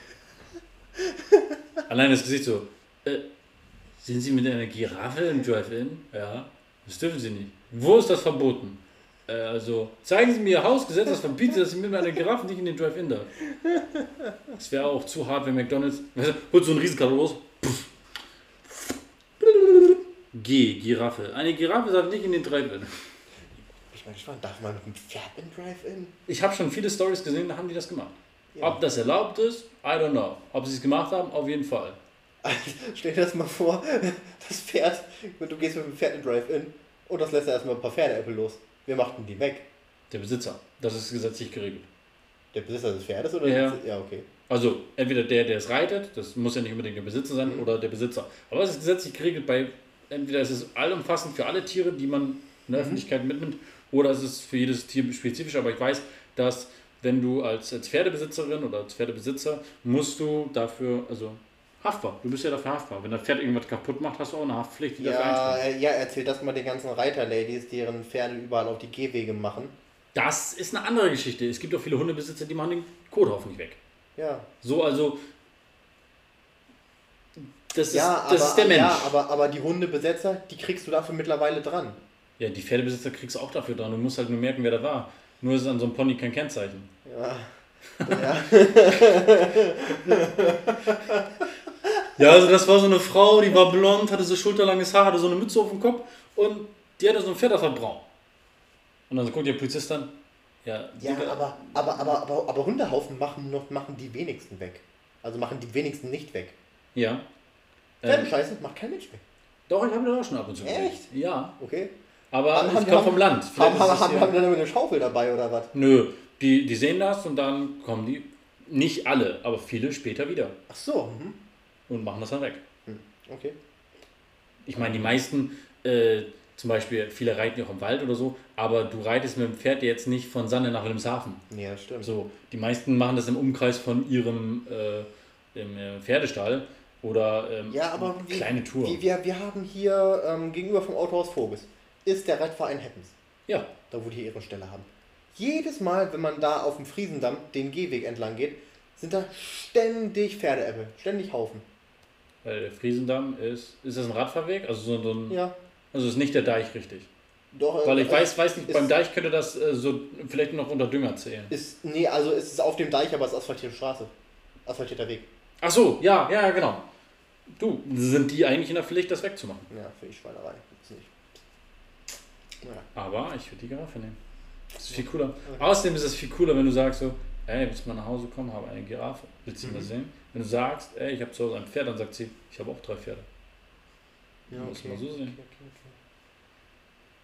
Allein das Gesicht so. Äh, sind Sie mit einer Giraffe im Drive-In? Ja. Das dürfen Sie nicht. Wo ist das verboten? Äh, also, zeigen Sie mir Ihr Hausgesetz, das verbietet, dass Sie mit einer Giraffe nicht in den Drive-In darf. Das wäre auch zu hart, wenn McDonalds. Weißt du, holt so einen Riesenkarton los. G, Giraffe. Eine Giraffe darf nicht in den Drive-In. Ich bin gespannt, darf man mit dem Pferd in Drive-In? Ich habe schon viele Stories gesehen, da haben die das gemacht. Ja. Ob das erlaubt ist, I don't know. Ob sie es gemacht haben, auf jeden Fall. Stell dir das mal vor, das Pferd, du gehst mit dem Pferd in Drive-In und das lässt erstmal ein paar Pferdeäpfel los. Wir machten die weg. Der Besitzer. Das ist gesetzlich geregelt. Der Besitzer des Pferdes oder Ja. der Besitzer? Ja, okay. Also entweder der, der es reitet, das muss ja nicht unbedingt der Besitzer sein, Mhm. oder der Besitzer. Aber es ist gesetzlich geregelt bei, entweder ist es allumfassend für alle Tiere, die man in der Mhm. Öffentlichkeit mitnimmt, oder es ist für jedes Tier spezifisch. Aber ich weiß, dass wenn du als, als Pferdebesitzerin oder als Pferdebesitzer musst du dafür, also haftbar, du bist ja dafür haftbar. Wenn das Pferd irgendwas kaputt macht, hast du auch eine Haftpflicht, die dafür Ja, einspringt. äh, ja, erzähl das mal den ganzen Reiterladies, deren Pferde überall auf die Gehwege machen. Das ist eine andere Geschichte. Es gibt auch viele Hundebesitzer, die machen den Kothaufen nicht weg. Ja. So, also. Das ist, Ja, das aber, ist der Mensch. ja aber, aber die Hundebesetzer, die kriegst du dafür mittlerweile dran. Ja, die Pferdebesitzer kriegst du auch dafür dran. Du musst halt nur merken, wer das war. Nur ist es an so einem Pony kein Kennzeichen. Ja. Ja. Ja, also das war so eine Frau, die war blond, hatte so schulterlanges Haar, hatte so eine Mütze auf dem Kopf und die hatte so ein Pferd, das war braun. Und dann guckt der Polizist dann, ja, Ja, Digga, aber, aber, aber, aber, aber Hundehaufen machen, noch, machen die wenigsten weg. Also machen die wenigsten nicht weg. ja. Ähm, Pferdescheiße macht kein Mensch weg. doch, ich habe das auch schon ab und zu gesehen. Echt? Ja, Okay. aber Haben- es haben- kommt haben- vom Land. Vielleicht Haben, ist haben, es haben, hier- haben die dann immer eine Schaufel dabei oder was? Nö, die, die sehen das und dann kommen die, nicht alle, aber viele später wieder Ach so. Mhm. und machen das dann weg. Hm, okay. Ich meine, die meisten, äh, zum Beispiel, viele reiten ja auch im Wald oder so, aber du reitest mit dem Pferd jetzt nicht von Sanne nach Wilhelmshaven. Ja, das stimmt. So, die meisten machen das im Umkreis von ihrem äh, im, äh, Pferdestall oder ähm, Ja, aber wie, kleine Tour. wie, wir, wir haben hier ähm, gegenüber vom Autohaus Voges ist der Reitverein Heppens. Ja, Da wo die ihre Stelle haben. Jedes Mal, wenn man da auf dem Friesendamm den Gehweg entlang geht, sind da ständig Pferdeäpfel, ständig Haufen. weil der Friesendamm ist, ist das ein Radfahrweg? Also so, so ein, Ja, also ist nicht der Deich richtig. doch. Weil ich äh, weiß, weiß nicht, ist- beim Deich könnte das äh, so vielleicht noch unter Dünger zählen. Ist, nee, also ist es auf dem Deich, aber es ist asphaltierte Straße. Asphaltierter Weg. Ach so, ja, ja, ja, genau. Du, sind die eigentlich in der Pflicht, das wegzumachen? Ja, für die Schweinerei. Gibt's nicht. Ja. Aber ich würde die Giraffe nehmen. Das ist viel cooler. Außerdem ist es viel cooler, wenn du sagst so, ey, willst du mal nach Hause kommen, habe eine Giraffe. Willst du Mhm. das sehen? Wenn du sagst, ey, ich habe zu Hause ein Pferd, dann sagt sie, ich habe auch drei Pferde. Ja, Muss man so sehen. okay, okay, okay.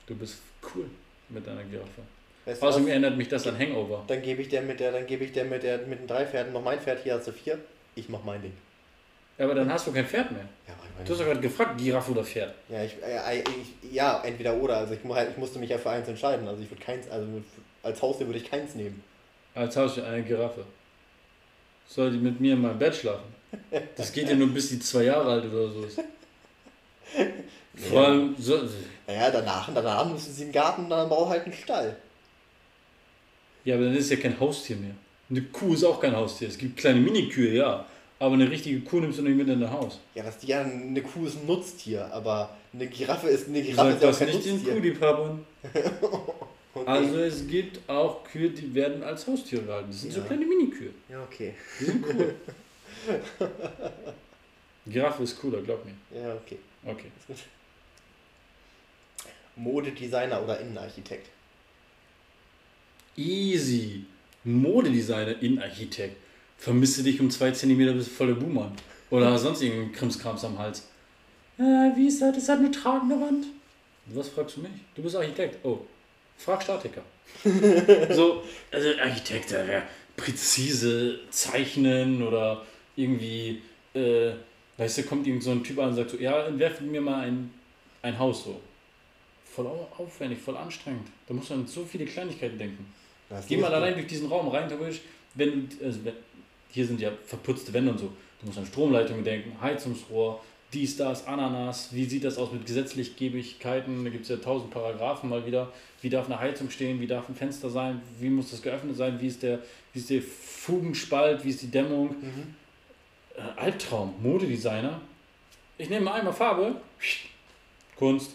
Du bist cool mit deiner Giraffe. Weißt du Außerdem was? erinnert mich das an Hangover. Dann gebe ich der mit der, dann gebe ich der mit der mit den drei Pferden noch mein Pferd, hier hast du vier. Ich mach mein Ding. Ja, aber dann hast du kein Pferd mehr. Ja, aber ich meine, Du hast doch gerade gefragt, Giraffe oder Pferd. ja, ich, äh, ich, ja, entweder oder. Also ich, mu- halt, ich musste mich ja für eins entscheiden. Also ich würde keins, also als Haustier würde ich keins nehmen. Als Haustier eine Giraffe. Soll die mit mir in meinem Bett schlafen? Das geht ja nur bis die zwei Jahre alt oder so ist. Vor allem, so, Naja, danach, danach müssen sie im Garten, dann braucht halt einen Stall. ja, aber dann ist ja kein Haustier mehr. Eine Kuh ist auch kein Haustier. Es gibt kleine Minikühe, ja. Aber eine richtige Kuh nimmst du nicht mit in dein Haus. Ja, das, ja, eine Kuh ist ein Nutztier, aber eine Giraffe ist eine Du Giraffe sagst ist ja auch das kein nicht den Nutztier. Kuhliebhabern. Okay. Also es gibt auch Kühe, die werden als Haustiere gehalten. Das sind so Ja. kleine Minikühe. Ja, okay. Die sind cool. Giraffe ist cooler, glaub mir. Ja, okay. Okay. Ist gut. Modedesigner oder Innenarchitekt? Easy. Modedesigner, Innenarchitekt. Vermisse dich um zwei Zentimeter bis volle Buhmann. Oder sonst irgendeinen Krimskrams am Hals. Äh, wie ist das? Ist das eine tragende Wand? Was fragst du mich? Du bist Architekt. Oh, frag Statiker. So, also Architekt, der wäre präzise zeichnen oder irgendwie, äh, weißt du, kommt irgend so ein Typ an und sagt so, ja, entwerfen mir mal ein, ein Haus so. Voll au- aufwendig, voll anstrengend. Da musst du an so viele Kleinigkeiten denken. Das Geh ist mal gut. allein durch diesen Raum rein, theoretisch, wenn du, also wenn, hier sind ja verputzte Wände und so. Du musst an Stromleitungen denken, Heizungsrohr, dies, das, Ananas, wie sieht das aus mit Gesetzlichkeiten? Da gibt es ja tausend Paragraphen mal wieder. Wie darf eine Heizung stehen, wie darf ein Fenster sein, wie muss das geöffnet sein, wie ist der, wie ist der Fugenspalt, wie ist die Dämmung. Mhm. Äh, Albtraum, Modedesigner. Ich nehme mal einmal Farbe, Kunst.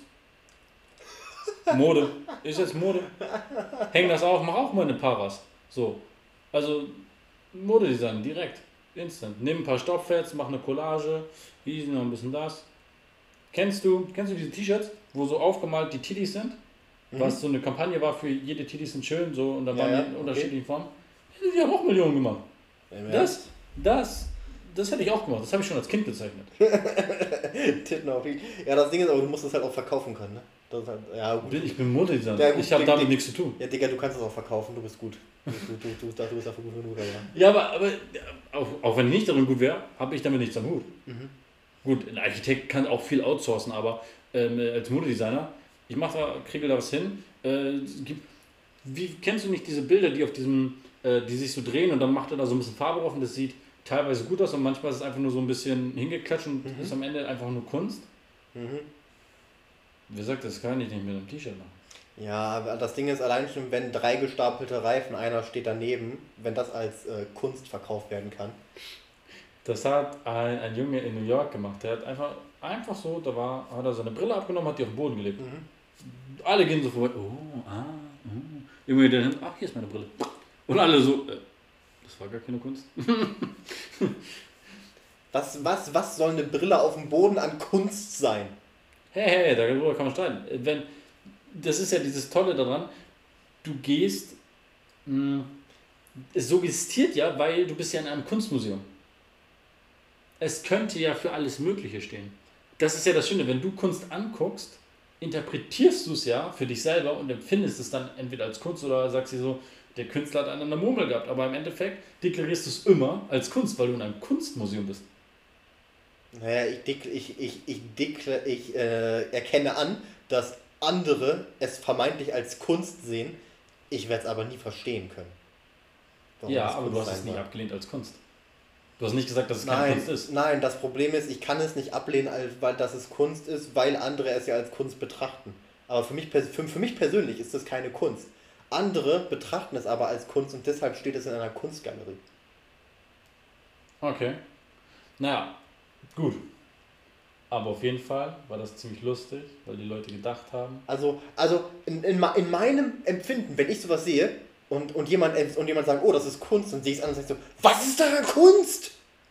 Mode, ist jetzt Mode. Häng das auf, mach auch mal eine Paras. So, also Modedesign direkt, instant. Nimm ein paar Stoffpads, mach eine Collage, hier noch ein bisschen das. Kennst du, kennst du diese T-Shirts, wo so aufgemalt die Titties sind? Mhm. Was so eine Kampagne war für jede Titties sind schön, so und da Ja, waren ja, die in okay. unterschiedlichen Formen. Die haben auch Millionen gemacht. Ja, Das, das, das hätte ich auch gemacht. Das habe ich schon als Kind gezeichnet. Titten auf die- Ja, das Ding ist aber, du musst es halt auch verkaufen können, ne? Das ist halt, ja, gut. Ich bin Modedesigner. Ja, gut, ich habe Ding- damit Ding- nichts zu tun. Ja, Digga, du kannst es auch verkaufen, du bist gut. Du, du, du, du, du bist dafür gut genug, aber. Ja, aber, aber auch, auch wenn ich nicht darin gut wäre, habe ich damit nichts am Hut. Mhm. Gut, ein Architekt kann auch viel outsourcen, aber ähm, als Modedesigner, ich mache da, kriege da was hin. Äh, es gibt, wie kennst du nicht diese Bilder, die auf diesem, äh, die sich so drehen und dann macht er da so ein bisschen Farbe drauf und das sieht teilweise gut aus und manchmal ist es einfach nur so ein bisschen hingeklatscht und Mhm. ist am Ende einfach nur Kunst. Mhm. Wer sagt, das kann ich nicht mit einem T-Shirt machen? Ja, aber das Ding ist allein schon, wenn drei gestapelte Reifen, einer steht daneben, wenn das als äh, Kunst verkauft werden kann. Das hat ein, ein Junge in New York gemacht. Der hat einfach, einfach so, da war, hat er seine Brille abgenommen, hat die auf den Boden gelegt. Mhm. Alle gehen so vorbei. Oh, ah, oh. Junge, der hin, ach, hier ist meine Brille. Und alle so, äh, das war gar keine Kunst. Was, was, was soll eine Brille auf dem Boden an Kunst sein? Hey, hey, darüber kann man streiten. Wenn, das ist ja dieses Tolle daran, du gehst, mh, es suggestiert ja, weil du bist ja in einem Kunstmuseum. Es könnte ja für alles Mögliche stehen. Das ist ja das Schöne, wenn du Kunst anguckst, interpretierst du es ja für dich selber und empfindest es dann entweder als Kunst oder sagst dir so, der Künstler hat einen an der Murmel gehabt. Aber im Endeffekt deklarierst du es immer als Kunst, weil du in einem Kunstmuseum bist. Naja, ich, dekl, ich, ich, ich, dekl, ich äh, erkenne an, dass andere es vermeintlich als Kunst sehen. Ich werde es aber nie verstehen können. warum Ja, das aber du Kunst hast es sein nicht soll. abgelehnt als Kunst. Du hast nicht gesagt, dass es keine Nein, Kunst ist. nein, das Problem ist, ich kann es nicht ablehnen, als- weil das es Kunst ist, weil andere es ja als Kunst betrachten. Aber für mich, pers- für, für mich persönlich ist das keine Kunst. Andere betrachten es aber als Kunst und deshalb steht es in einer Kunstgalerie. Okay. Naja, gut. Aber auf jeden Fall war das ziemlich lustig, weil die Leute gedacht haben. Also, also in, in, ma- in meinem Empfinden, wenn ich sowas sehe und, und, jemand, und jemand sagt, oh, das ist Kunst, und sehe ich es an und sage so, was ist daran Kunst?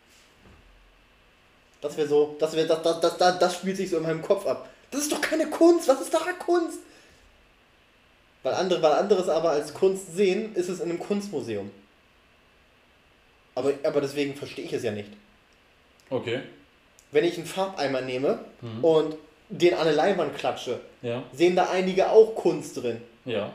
Das wäre so, das, wär, das, das, das, das, das spielt sich so in meinem Kopf ab. Das ist doch keine Kunst, was ist daran Kunst? Weil andere, weil andere es aber als Kunst sehen, ist es in einem Kunstmuseum. Aber, aber deswegen verstehe ich es ja nicht. Okay. Wenn ich einen Farbeimer nehme Mhm. und den an eine Leinwand klatsche, Ja. sehen da einige auch Kunst drin. Ja.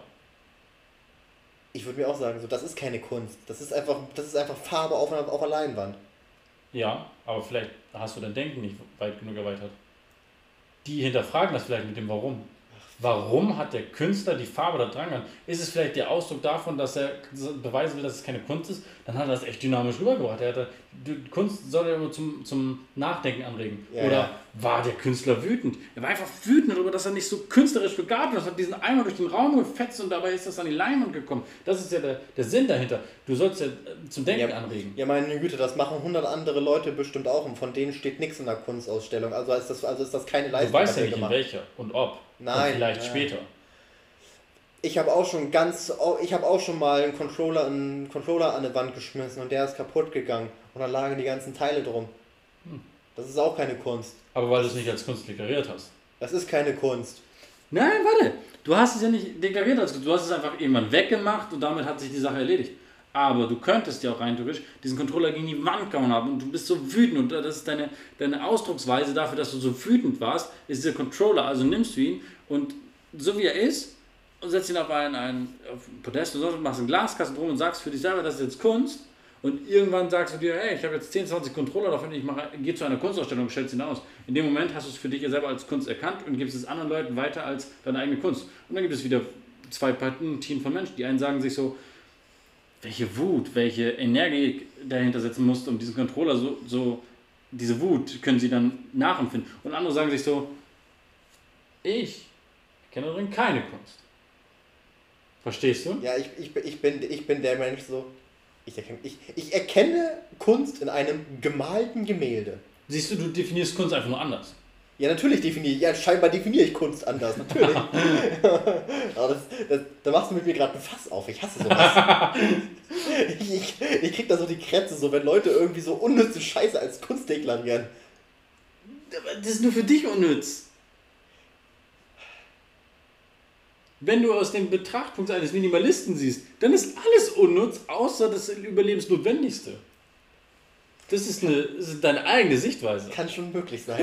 Ich würde mir auch sagen, so, das ist keine Kunst. Das ist einfach, das ist einfach Farbe auf einer, auf einer Leinwand. Ja, aber vielleicht hast du dein Denken nicht weit genug erweitert. Die hinterfragen das vielleicht mit dem Warum. Warum hat der Künstler die Farbe da dran gehabt? Ist es vielleicht der Ausdruck davon, dass er beweisen will, dass es keine Kunst ist? Dann hat er das echt dynamisch rübergebracht. Er hatte, die Kunst soll ja immer zum, zum Nachdenken anregen. Ja, Oder ja. war der Künstler wütend? Er war einfach wütend darüber, dass er nicht so künstlerisch begabt ist. Er hat diesen Eimer durch den Raum gefetzt und dabei ist das an die Leinwand gekommen. Das ist ja der, der Sinn dahinter. Du sollst ja zum Denken Ja, anregen. ja, meine Güte, das machen hundert andere Leute bestimmt auch und von denen steht nichts in der Kunstausstellung. Also ist das, also ist das keine Leistung. Du weißt was ja er nicht, in gemacht. welcher und ob. Nein, Und vielleicht nein. später. Ich habe auch schon ganz, ich habe auch schon mal einen Controller, einen Controller an eine Wand geschmissen und der ist kaputt gegangen und dann lagen die ganzen Teile drum. Hm. Das ist auch keine Kunst. Aber weil du es nicht als Kunst deklariert hast. Das ist keine Kunst. Nein, warte. Du hast es ja nicht deklariert als Kunst. Du hast es einfach irgendwann weggemacht und damit hat sich die Sache erledigt. Aber du könntest ja auch rein theoretisch diesen Controller gegen die Wand gehauen haben und du bist so wütend und das ist deine, deine Ausdrucksweise dafür, dass du so wütend warst, ist dieser Controller. Also nimmst du ihn und so wie er ist, und setzt ihn auf ein, ein, auf ein Podest und so, machst einen Glaskasten drum und sagst für dich selber, das ist jetzt Kunst. Und irgendwann sagst du dir, hey, ich habe jetzt zehn, zwanzig Controller davon, ich mache, gehe zu einer Kunstausstellung und stellst ihn aus. In dem Moment hast du es für dich ja selber als Kunst erkannt und gibst es anderen Leuten weiter als deine eigene Kunst. Und dann gibt es wieder zwei Partien von Menschen. Die einen sagen sich so, welche Wut, welche Energie dahinter setzen musst, um diesen Controller so, so, diese Wut können sie dann nachempfinden. Und andere sagen sich so, ich kenne darin keine Kunst. Verstehst du? Ja, ich, ich, ich, bin, ich bin der Mensch so, ich erkenne, ich, ich erkenne Kunst in einem gemalten Gemälde. Siehst du, du definierst Kunst einfach nur anders. Ja, natürlich definiere ich, ja, scheinbar definiere ich Kunst anders, natürlich. Aber das, das, da machst du mit mir gerade ein Fass auf, ich hasse sowas. ich, ich, ich krieg da so die Krätze, so wenn Leute irgendwie so unnütze Scheiße als Kunst deklarieren. Das ist nur für dich unnütz. Wenn du aus dem Betrachtspunkt eines Minimalisten siehst, dann ist alles unnütz, außer das Überlebensnotwendigste. Das ist, eine, das ist deine eigene Sichtweise. Kann schon möglich sein.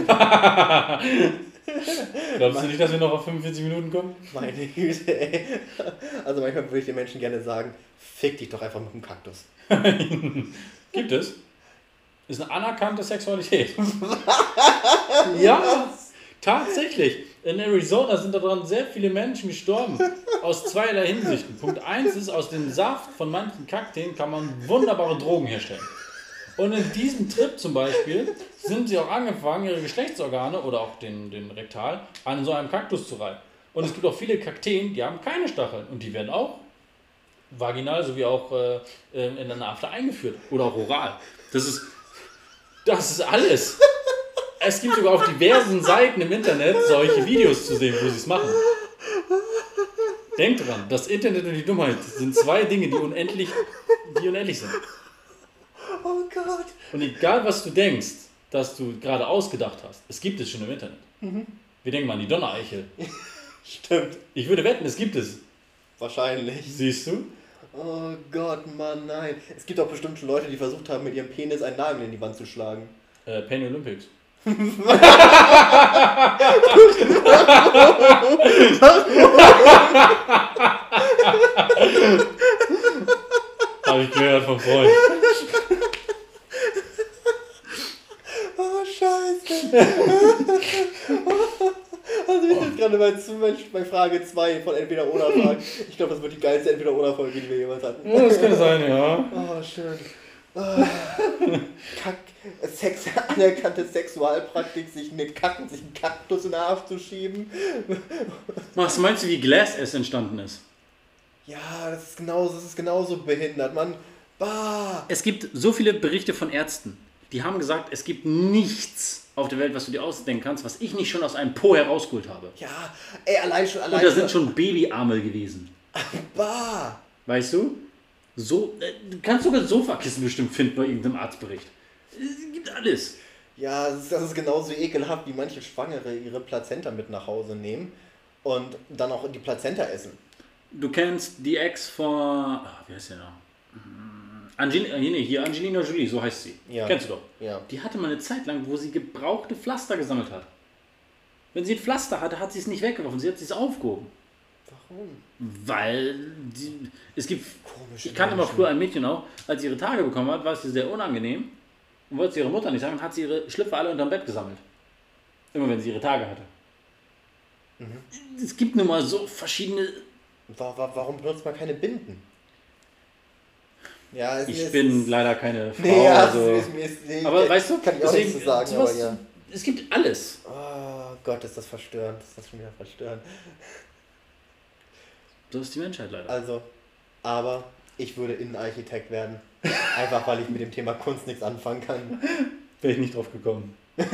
Glaubst du nicht, dass wir noch auf fünfundvierzig Minuten kommen? Meine Güte, ey. Also manchmal würde ich den Menschen gerne sagen, fick dich doch einfach mit dem Kaktus. Gibt es? Ist eine anerkannte Sexualität. Ja, tatsächlich. In Arizona sind daran sehr viele Menschen gestorben. Aus zweierlei Hinsichten. Punkt eins ist, aus dem Saft von manchen Kakteen kann man wunderbare Drogen herstellen. Und in diesem Trip zum Beispiel sind sie auch angefangen, ihre Geschlechtsorgane oder auch den, den Rektal an so einem Kaktus zu reiben. Und es gibt auch viele Kakteen, die haben keine Stacheln. Und die werden auch vaginal sowie auch äh, in einer After eingeführt. Oder auch oral. Das ist, das ist alles. Es gibt sogar auf diversen Seiten im Internet solche Videos zu sehen, wo sie es machen. Denk dran, das Internet und die Dummheit sind zwei Dinge, die unendlich, die unendlich sind. Oh Gott. Und egal, was du denkst, dass du gerade ausgedacht hast, es gibt es schon im Internet. Mhm. Wir denken mal an die Donnereichel. Stimmt. Ich würde wetten, es gibt es. Wahrscheinlich. Siehst du? Oh Gott, Mann, nein. Es gibt auch bestimmt schon Leute, die versucht haben, mit ihrem Penis einen Nagel in die Wand zu schlagen. Äh, Penny Olympics. Habe ich gehört vom Freund. Oh, scheiße. Also ich bin jetzt gerade bei, bei Frage zwei von Entweder-Oder-Fragen. Ich glaube, das wird die geilste Entweder-Oder-Folge, die wir jemals hatten. Ja, das kann sein, ja. Oh, schön. Oh. Kack, Sex, anerkannte Sexualpraktik, sich, eine Kacken, sich einen Kaktus in den Arsch zu schieben. Was meinst du, wie Glass-S entstanden ist? Ja, das ist genauso, das ist genauso behindert, Mann. Bah. Es gibt so viele Berichte von Ärzten, die haben gesagt, es gibt nichts auf der Welt, was du dir ausdenken kannst, was ich nicht schon aus einem Po herausgeholt habe. Ja, ey, allein schon, allein Und da sind schon Babyarme gewesen. Bah. Weißt du? So, äh, du kannst sogar Sofakissen bestimmt finden bei irgendeinem Arztbericht. Es gibt alles. Ja, das ist, das ist genauso ekelhaft, wie manche Schwangere ihre Plazenta mit nach Hause nehmen und dann auch die Plazenta essen. Du kennst die Ex von, ach, wie heißt sie noch? Angelina, nee, hier Angelina Jolie, so heißt sie. Ja. Kennst du doch. Ja. Die hatte mal eine Zeit lang, wo sie gebrauchte Pflaster gesammelt hat. Wenn sie ein Pflaster hatte, hat sie es nicht weggeworfen, sie hat es aufgehoben. Warum? Weil die, es gibt, Komische ich kannte mal Menschen. früher ein Mädchen auch, als sie ihre Tage bekommen hat, war es ihr sehr unangenehm und wollte es ihrer Mutter nicht sagen, hat sie ihre Schlüpfer alle unterm Bett gesammelt. Immer wenn sie ihre Tage hatte. Mhm. Es gibt nun mal so verschiedene... Warum benutzt man keine Binden? Ja, es, ich es, bin es, leider keine Frau. Nee, ja, also, es, es, es, aber weißt du, kann ich auch deswegen, nichts zu sagen, sowas, aber ja. Es gibt alles. Oh Gott, ist das verstörend. Ist das schon wieder verstörend. So ist die Menschheit leider. Also, aber ich würde Innenarchitekt werden. Einfach weil ich mit dem Thema Kunst nichts anfangen kann. Wäre ich nicht drauf gekommen.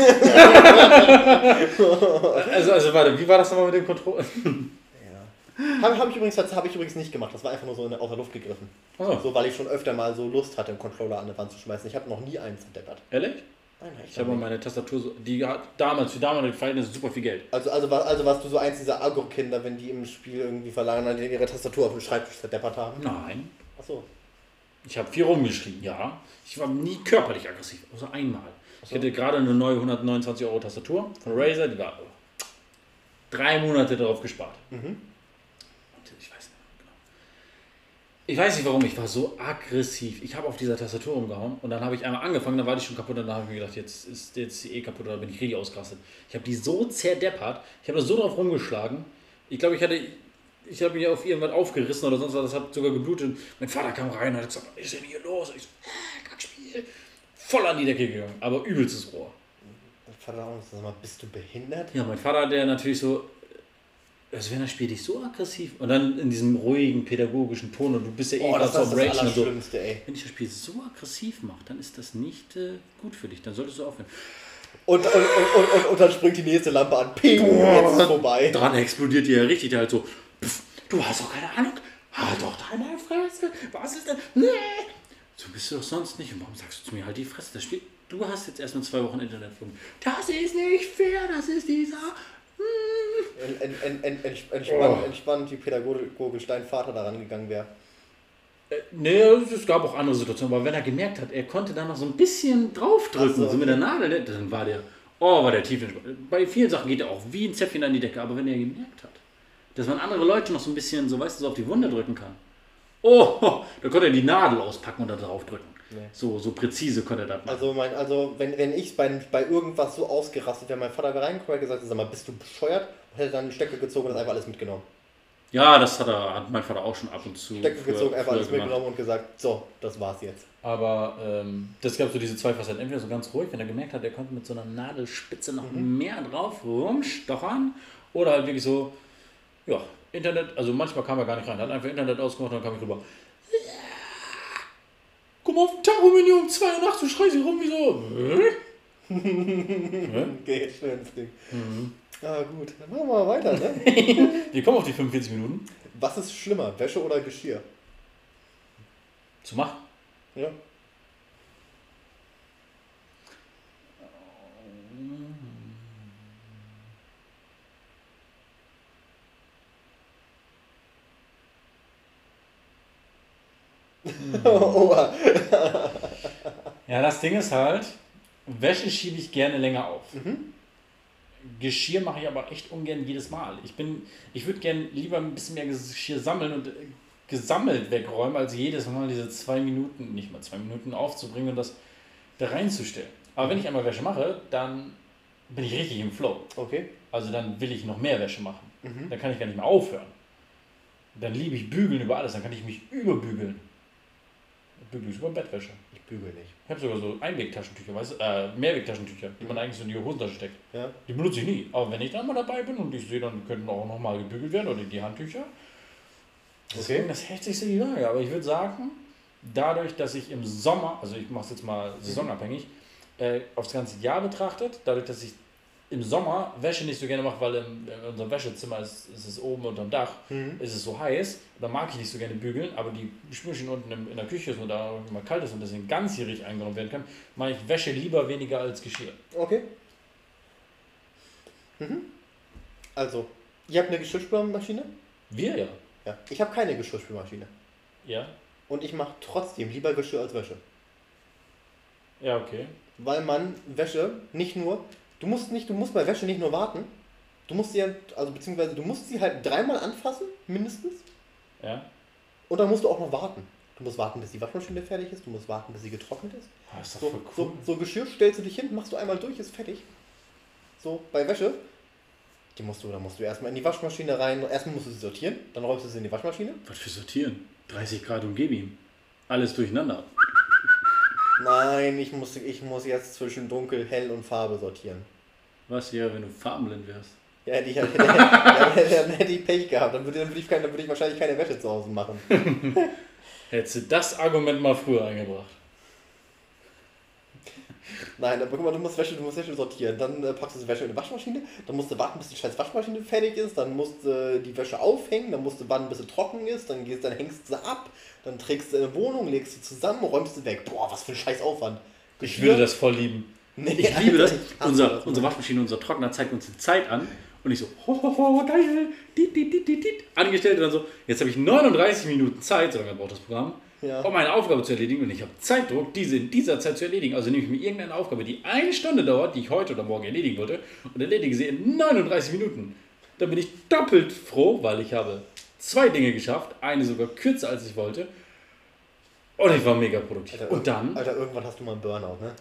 also, also warte, wie war das nochmal mit dem Controller? ja. Habe hab ich, übrigens, hab ich übrigens nicht gemacht. Das war einfach nur so in, aus der Luft gegriffen. Oh. So, weil ich schon öfter mal so Lust hatte, einen Controller an die Wand zu schmeißen. Ich habe noch nie einen zerdeppert. Ehrlich? Nein, ich habe meine Tastatur, die hat damals, für damalige Verhältnisse super viel Geld. Also, also, also warst du so eins dieser Agro-Kinder, wenn die im Spiel irgendwie verlangen, dann ihre Tastatur auf dem Schreibtisch zerdeppert haben? Nein. Achso. Ich habe viel rumgeschrien, ja. Ich war nie körperlich aggressiv, außer einmal. So. Ich hatte gerade eine neue hundertneunundzwanzig Euro Tastatur von Razer, die war drei Monate darauf gespart. Mhm. Ich weiß nicht genau. Ich weiß nicht warum, ich war so aggressiv. Ich habe auf dieser Tastatur rumgehauen und dann habe ich einmal angefangen, dann war die schon kaputt und dann habe ich mir gedacht, jetzt ist jetzt die eh kaputt, oder bin ich richtig ausgerastet. Ich habe die so zerdeppert, ich habe da so drauf rumgeschlagen. Ich glaube, ich hatte, ich habe mich auf irgendwas aufgerissen oder sonst was, das hat sogar geblutet. Mein Vater kam rein und hat gesagt, was ist denn hier los? Ich so, äh, Kackspiel. Voll an die Decke gegangen, aber übelstes Rohr. Mein Vater auch, sag mal, bist du behindert? Ja, mein Vater, der natürlich so, als wenn das Spiel dich so aggressiv und dann in diesem ruhigen, pädagogischen Ton und du bist ja eh oh, gerade so am Ragen und so. Ey. Wenn dich das Spiel so aggressiv macht, dann ist das nicht äh, gut für dich, dann solltest du aufhören. Und, und, und, und, und dann springt die nächste Lampe an, ping, Boah, jetzt ist vorbei. Dann explodiert die ja richtig, der halt so, pff, du hast doch keine Ahnung, halt doch deine Fresse, was ist denn, nee. So bist du doch sonst nicht. Und warum sagst du zu mir halt die Fresse? Das Spiel, du hast jetzt erstmal zwei Wochen Internet von mir. Das ist nicht fair, das ist dieser... Hm. En, en, en, en, entspannt, oh. entspannt, wie pädagogisch dein Vater daran gegangen wäre. Äh, nee, es gab auch andere Situationen, aber wenn er gemerkt hat, er konnte da noch so ein bisschen draufdrücken, so, okay. so mit der Nadel, dann war der, oh, war der tief entspannt. Bei vielen Sachen geht er auch wie ein Zäpfchen an die Decke, aber wenn er gemerkt hat, dass man andere Leute noch so ein bisschen, so weißt du, so auf die Wunde drücken kann, oh, da konnte er die Nadel auspacken und da drauf drücken. Nee. So, so präzise konnte er das machen. Also, mein, also wenn, wenn ich bei, bei irgendwas so ausgerastet wäre, mein Vater wäre reingekommen und gesagt, sag mal, bist du bescheuert? Und hätte dann die Stecker gezogen und das einfach alles mitgenommen. Ja, das hat, er, hat mein Vater auch schon ab und zu. Stecker früher, gezogen, einfach alles gemacht. Mitgenommen und gesagt, so, das war's jetzt. Aber ähm, das gab so diese zwei Facetten. Entweder so ganz ruhig, wenn er gemerkt hat, er konnte mit so einer Nadelspitze noch mhm. mehr drauf rumstochern. Oder halt wirklich so, ja, Internet, also manchmal kam er gar nicht rein, hat einfach Internet ausgemacht und dann kam ich rüber. Komm auf den Tag rum, wenn um zwei Uhr nachts, du schreist hier rum wie so. Okay, schönes Ding. Mhm. Ah gut, dann machen wir mal weiter, ne? Wir kommen auf die fünfundvierzig Minuten. Was ist schlimmer, Wäsche oder Geschirr? Zu machen? Ja. Oha. Ja, das Ding ist halt, Wäsche schiebe ich gerne länger auf. Mhm. Geschirr mache ich aber echt ungern jedes Mal. Ich bin, ich würde gerne lieber ein bisschen mehr Geschirr sammeln und gesammelt wegräumen, als jedes Mal diese zwei Minuten, nicht mal zwei Minuten aufzubringen und das da reinzustellen. Aber wenn ich einmal Wäsche mache, dann bin ich richtig im Flow. Okay. Also dann will ich noch mehr Wäsche machen. Mhm. Dann kann ich gar nicht mehr aufhören. Dann liebe ich Bügeln über alles, dann kann ich mich überbügeln. Bügel ist über Bettwäsche. Ich bügel nicht. Ich habe sogar so Einwegtaschentücher, weißt du, äh, Mehrwegtaschentücher, die man eigentlich so in die Hosentasche steckt. Ja. Die benutze ich nie. Aber wenn ich dann mal dabei bin und ich sehe, dann könnten auch nochmal gebügelt werden oder die Handtücher. Deswegen, okay. Das hält sich so die Waage. Aber ich würde sagen, dadurch, dass ich im Sommer, also ich mache es jetzt mal saisonabhängig, äh, aufs ganze Jahr betrachtet, dadurch, dass ich im Sommer Wäsche nicht so gerne mache, weil in, in unserem Wäschezimmer ist, ist es oben unterm Dach, mhm. ist es so heiß, da mag ich nicht so gerne bügeln, aber die Spülmaschine unten in, in der Küche ist und da immer kalt ist und deswegen ganzjährig eingenommen werden kann, mache ich Wäsche lieber weniger als Geschirr. Okay. Mhm. Also, ihr habt eine Geschirrspülmaschine? Wir ja. Ja. Ich habe keine Geschirrspülmaschine. Ja. Und ich mache trotzdem lieber Geschirr als Wäsche. Ja, okay. Weil man Wäsche nicht nur, du musst nicht, du musst bei Wäsche nicht nur warten, Du musst sie ja, also beziehungsweise du musst sie halt dreimal anfassen, mindestens. Ja. Und dann musst du auch noch warten. Du musst warten, bis die Waschmaschine fertig ist, du musst warten, bis sie getrocknet ist. Ah, ist doch So, voll cool. so, so Geschirr stellst du dich hin, machst du einmal durch, ist fertig. So, bei Wäsche, die musst du, da musst du erstmal in die Waschmaschine rein, erstmal musst du sie sortieren, dann räumst du sie in die Waschmaschine. Was für sortieren? dreißig Grad und gib ihm. Alles durcheinander. Nein, ich muss, ich muss jetzt zwischen dunkel, hell und Farbe sortieren. Was hier, wenn du farbenblind wärst? Ja, hätte ich, halt, dann hätte ich Pech gehabt, dann würde, dann, würde ich, dann würde ich wahrscheinlich keine Wäsche zu Hause machen. Hättest du das Argument mal früher eingebracht? Nein, aber guck mal, du musst Wäsche, du musst Wäsche sortieren. Dann äh, packst du die Wäsche in die Waschmaschine, dann musst du warten, bis die scheiß Waschmaschine fertig ist, dann musst du äh, die Wäsche aufhängen, dann musst du warten, bis sie trocken ist, dann gehst, dann hängst du sie ab, dann trägst du in eine Wohnung, legst sie zusammen, räumst sie weg. Boah, was für ein scheiß Aufwand. Ich würde das voll lieben. Nee, Ich liebe das. ich hasse Unser, das, unsere Waschmaschine, unser Trockner zeigt uns die Zeit an. Und ich so, ho, ho, ho, geil, dit, dit, dit, dit, dit. Angestellt und dann so, jetzt habe ich neununddreißig Minuten Zeit, so lange braucht das Programm, Ja. um eine Aufgabe zu erledigen. Und ich habe Zeitdruck, diese in dieser Zeit zu erledigen. Also nehme ich mir irgendeine Aufgabe, die eine Stunde dauert, die ich heute oder morgen erledigen wollte, und erledige sie in neununddreißig Minuten. Dann bin ich doppelt froh, weil ich habe zwei Dinge geschafft, eine sogar kürzer als ich wollte. Und ich war mega produktiv. Alter, und dann... Alter, irgendwann hast du mal einen Burnout, ne?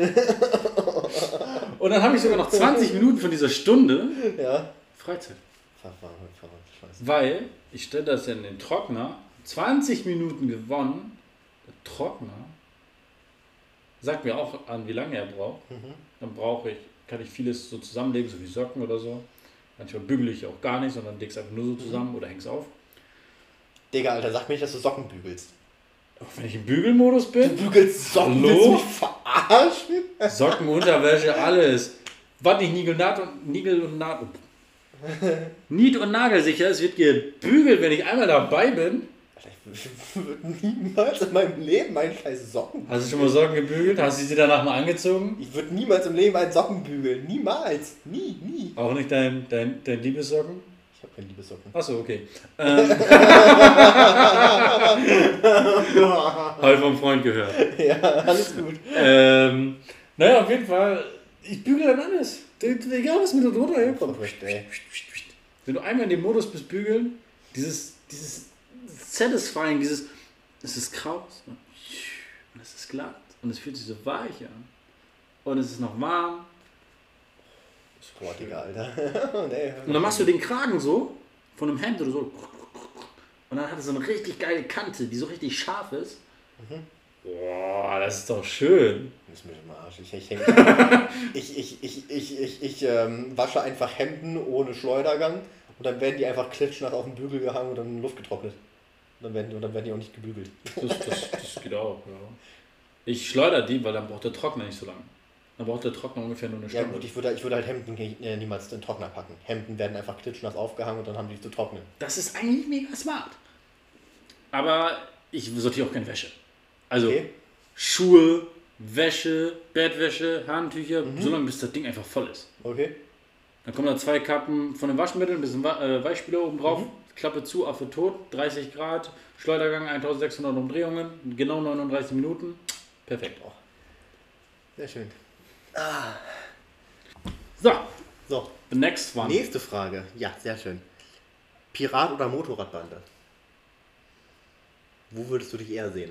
Und dann habe ich sogar noch zwanzig Minuten von dieser Stunde Ja. Freizeit. Verrückt, verrückt, scheiße. Weil, ich stelle das ja in den Trockner, zwanzig Minuten gewonnen, der Trockner sagt mir auch an, wie lange er braucht. Mhm. Dann brauche ich, kann ich vieles so zusammenlegen, so wie Socken oder so. Manchmal bügele ich auch gar nicht, sondern leg's einfach nur so zusammen oder häng's auf. Digga, Alter, sag mir nicht, dass du Socken bügelst. Auch wenn ich im Bügelmodus bin. Du bügelst Socken? Hallo? Willst du mich verarschen? Socken, Unterwäsche, alles. Was nicht Nigel, Naht und Nigel und Nagel. Niet- und nagelsicher, es wird gebügelt, wenn ich einmal dabei bin. Alter, ich würde niemals in meinem Leben einen scheiß Socken. Hast du schon mal Socken gebügelt? Hast du sie danach mal angezogen? Ich würde niemals im Leben einen Socken bügeln. Niemals. Nie, nie. Auch nicht dein, dein, dein Liebessocken? Ich habe keine Liebessocken. Achso, okay. Ähm, Habe vom Freund gehört. Ja, alles gut. Ähm, naja, auf jeden Fall, ich bügele dann alles. Egal, was mit da drunter herkommt. Verrückt, ey. Wenn du einmal in dem Modus bist, bügeln, dieses, dieses Satisfying, dieses, es ist kraus, ne? Und es ist glatt und es fühlt sich so weich an. Und es ist noch warm. Boah, Digga, Alter. Nee. Und dann machst du den Kragen so, von einem Hemd oder so. Und dann hat es so eine richtig geile Kante, die so richtig scharf ist. Mhm. Boah, das ist doch schön. Das ist mir im Arsch. Ich, ich, ich, ich, ich, ich, ich, ich ähm, wasche einfach Hemden ohne Schleudergang und dann werden die einfach klitschnass auf den Bügel gehangen und dann in Luft getrocknet. Und dann werden die, und dann werden die auch nicht gebügelt. Das, das, das geht auch, ja. Ich schleudere die, weil dann braucht der Trockner nicht so lange. Dann braucht der Trockner ungefähr nur eine Ja Stunde. gut, ich würde, ich würde halt Hemden äh, niemals in den Trockner packen. Hemden werden einfach klitschnass aufgehangen und dann haben die zu trocknen. Das ist eigentlich mega smart. Aber ich sortiere auch keine Wäsche. Also Okay. Schuhe, Wäsche, Bettwäsche, Handtücher, Mhm. solange bis das Ding einfach voll ist. Okay. Dann kommen da zwei Kappen von dem Waschmittel, ein bisschen Wa- äh, Weichspüler oben drauf, Mhm. Klappe zu, Affe tot, dreißig Grad, Schleudergang eintausendsechshundert Umdrehungen, genau neununddreißig Minuten. Perfekt. Sehr schön. So, So, the next one. nächste Frage. Ja, sehr schön. Pirat oder Motorradbande? Wo würdest du dich eher sehen?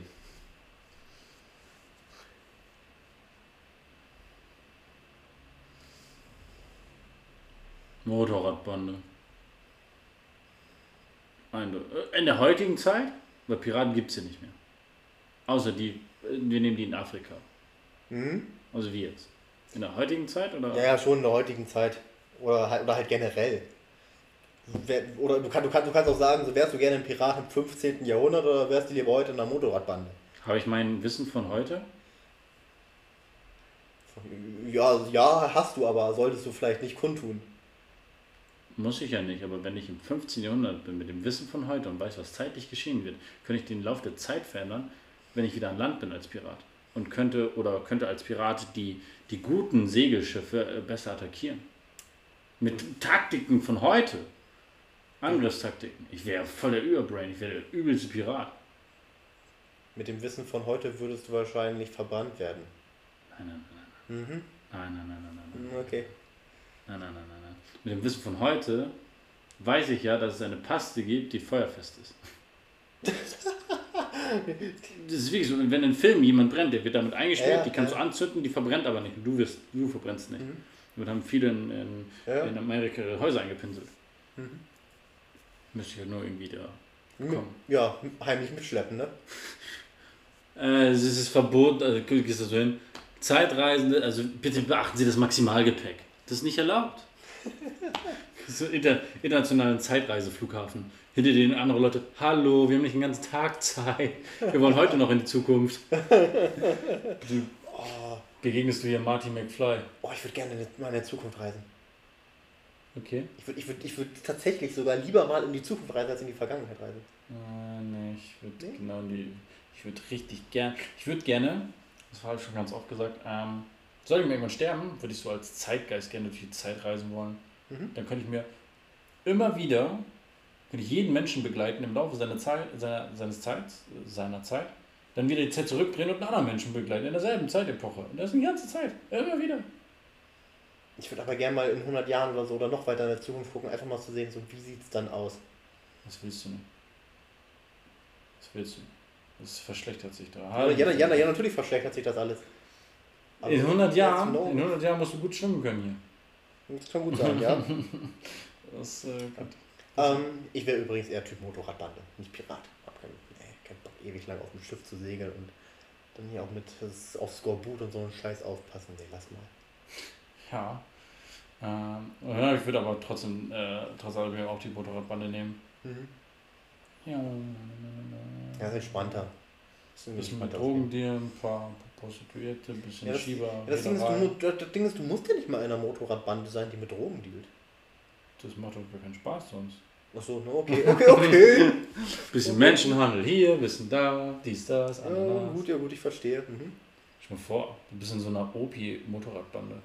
Motorradbande. Ein- In der heutigen Zeit, weil Piraten gibt es ja nicht mehr. Außer die, wir nehmen die in Afrika. Mhm. Also wie jetzt. In der heutigen Zeit oder? Ja, ja, schon in der heutigen Zeit. Oder halt, oder halt generell. Wer- Oder du, kann, du, kannst, du kannst auch sagen, so wärst du gerne ein Pirat im fünfzehnten Jahrhundert oder wärst du lieber heute in einer Motorradbande? Habe ich mein Wissen von heute? Ja, ja, hast du, aber solltest du vielleicht nicht kundtun. Muss ich ja nicht, aber wenn ich im fünfzehnten Jahrhundert bin mit dem Wissen von heute und weiß, was zeitlich geschehen wird, könnte ich den Lauf der Zeit verändern, wenn ich wieder an Land bin als Pirat. Und könnte oder könnte als Pirat die, die guten Segelschiffe äh, besser attackieren. Mit Taktiken von heute. Angriffstaktiken. Ich wäre voll der Überbrain, ich wäre der übelste Pirat. Mit dem Wissen von heute würdest du wahrscheinlich verbrannt werden. Nein, nein, nein, Mhm. nein, nein, nein, nein, nein, nein. Okay. Nein, nein, nein, nein, nein. Mit dem Wissen von heute weiß ich ja, dass es eine Paste gibt, die feuerfest ist. Das ist wirklich so, wenn in einem Film jemand brennt, der wird damit eingesperrt, ja, ja, die kannst ja. du anzünden, die verbrennt aber nicht. Du wirst, du verbrennst nicht. Mhm. Damit haben viele in, in, ja. in Amerika ihre Häuser eingepinselt. Mhm. Müsste ich ja nur irgendwie da kommen. Ja, heimlich mitschleppen, ne? äh, es ist verboten, also gehst du so hin. Zeitreisende, also bitte beachten Sie das Maximalgepäck. Das ist nicht erlaubt. Das ist so inter, internationalen Zeitreiseflughafen. Hinter denen andere Leute, hallo, wir haben nicht den ganzen Tag Zeit. Wir wollen heute noch in die Zukunft. Du, oh. Begegnest du hier Marty McFly? Oh, ich würde gerne mal in der Zukunft reisen. Okay. Ich würde ich würd, ich würd tatsächlich sogar lieber mal in die Zukunft reisen, als in die Vergangenheit reisen. Äh, nee, ich würde nee? genau in die... Ich würde richtig gerne... Ich würde gerne, das habe ich schon ganz oft gesagt, ähm, soll ich mir irgendwann sterben, würde ich so als Zeitgeist gerne durch die Zeit reisen wollen. Mhm. Dann könnte ich mir immer wieder... Könnte ich jeden Menschen begleiten im Laufe seiner Zeit, seiner, seines Zeit, seiner Zeit, dann wieder die Zeit zurückdrehen und einen anderen Menschen begleiten in derselben Zeitepoche. Und das ist die ganze Zeit, immer wieder. Ich würde aber gerne mal in hundert Jahren oder so oder noch weiter in der Zukunft gucken, einfach mal zu sehen, so wie sieht es dann aus. Was willst du nicht? Was willst du? Das verschlechtert sich da. Ja, ja, ja, ja, natürlich verschlechtert sich das alles. Aber in hundert Jahren, in hundert Jahren musst du gut schwimmen können hier. Das kann gut sein, ja. Das äh, kann Ähm, ich wäre übrigens eher Typ Motorradbande, nicht Pirat. Hab keinen, ey, keinen Bock, ewig lang auf dem Schiff zu segeln und dann hier auch mit das, auf Skorbut und so einen Scheiß aufpassen. Nee, lass mal. Ja. Ähm, ja, ich würde aber trotzdem, äh, trotz allem auch die Motorradbande nehmen. Mhm. Ja. Ja, ist entspannter. Ein bisschen mit Drogendealen, ein paar Prostituierte, ein bisschen ja, das, Schieber. Ja, das, Ding ist, du, das Ding ist, du musst ja nicht mal in einer Motorradbande sein, die mit Drogen dealt. Das macht doch gar keinen Spaß sonst. Achso, okay, okay, okay. Bisschen okay. Menschenhandel hier, bisschen da, dies, das, Ananas. Ja, gut, ja gut, ich verstehe. Mhm. Stell dir mal vor, du bist in so einer O P-Motorradbande.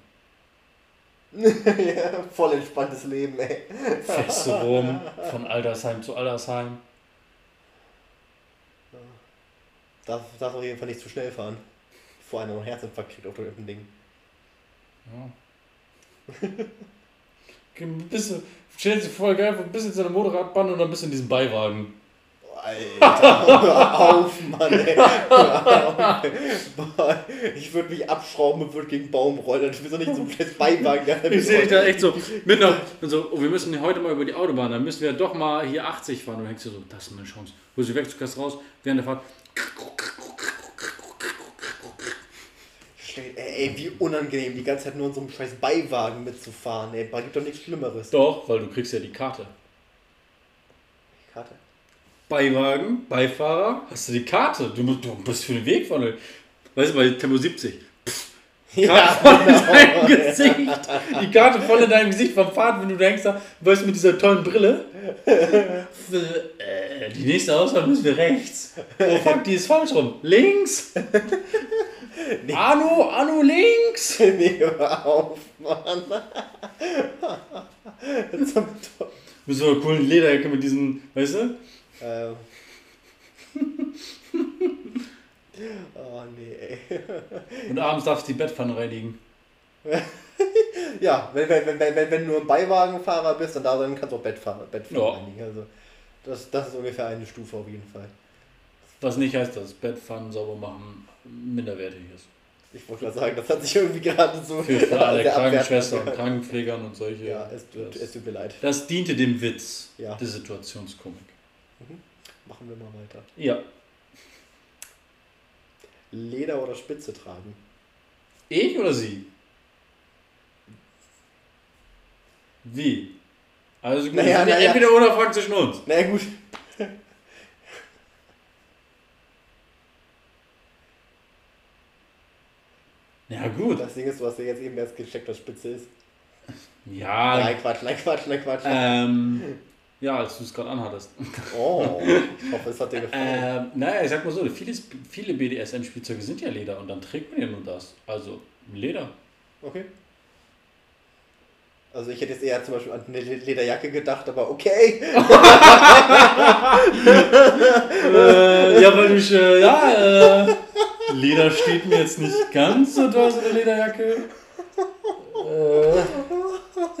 Ja, voll entspanntes Leben, ey. Fährst du rum, von Altersheim zu Altersheim. Darf, darf auf jeden Fall nicht zu schnell fahren. Bevor einer einen Herzinfarkt kriegt auf dem Ding. Ja. Bist du, stell dir vor, geil, du bist jetzt in der Motorradbahn und dann bist du in diesem Beiwagen. Alter, hör auf, Mann, ey. Hör auf, ey. Boah, ich würde mich abschrauben und würde gegen den Baum rollen. Du bist doch nicht so ein scheiß Beiwagen. Ich sehe dich da echt so, mit einer, so, oh, wir müssen heute mal über die Autobahn, dann müssen wir doch mal hier achtzig fahren. Und du denkst dir so, das ist meine Chance. Holst du weg, du kannst raus, während der Fahrt. Ey, wie unangenehm, die ganze Zeit nur in so einem scheiß Beiwagen mitzufahren. Ey, da gibt doch nichts Schlimmeres. Doch, weil du kriegst ja die Karte. Die Karte? Beiwagen, Beifahrer, hast du die Karte. Du, du bist für den Weg von. Weißt du, bei Tempo siebzig. Pff, Karte ja, voll in genau. deinem Gesicht. Die Karte voll in deinem Gesicht vom Fahren, wenn du denkst, weißt du, mit dieser tollen Brille. äh, die nächste Ausfahrt müssen wir rechts. Oh fuck, die ist falsch rum. Links. Nee. Anu, Anu links! Nee, hör auf, Mann. Mit so einer coolen Lederjacke mit diesen, weißt du? Ähm. Oh nee, ey. Und abends darfst du die Bettpfanne reinigen. Ja, wenn, wenn, wenn, wenn, wenn du ein Beiwagenfahrer bist, dann, da, dann kannst du auch Bettfahrer, Bettpfanne ja. reinigen. Also das, das ist ungefähr eine Stufe auf jeden Fall. Was nicht heißt, dass Bettpfannen sauber machen minderwertig ist. Ich wollte gerade sagen, das hat sich irgendwie gerade so... Für, für alle Krankenschwestern und Krankenpflegern und solche... Ja, es, das, es tut mir leid. Das diente dem Witz ja. der Situationskomik. Mhm. Machen wir mal weiter. Ja. Leder oder Spitze tragen? Ich oder sie? Wie? Also gut, naja, naja. entweder oder fragt zwischen uns. Na naja, gut. Ja gut. Das Ding ist, du hast ja jetzt eben erst gecheckt, was Spitze ist. Ja. Nein, Quatsch, nein, Quatsch, nein, Quatsch. Ähm, ja, als du es gerade anhattest. Oh, ich hoffe, es hat dir gefallen. Ähm, naja, ich sag mal so, viele, viele B D S M-Spielzeuge sind ja Leder und dann trägt man ja nur das. Also Leder. Okay. Also ich hätte jetzt eher zum Beispiel an eine Lederjacke gedacht, aber okay. äh, ja, weil du, äh, ja, äh, Leder steht mir jetzt nicht ganz so doll, so eine Lederjacke. Äh,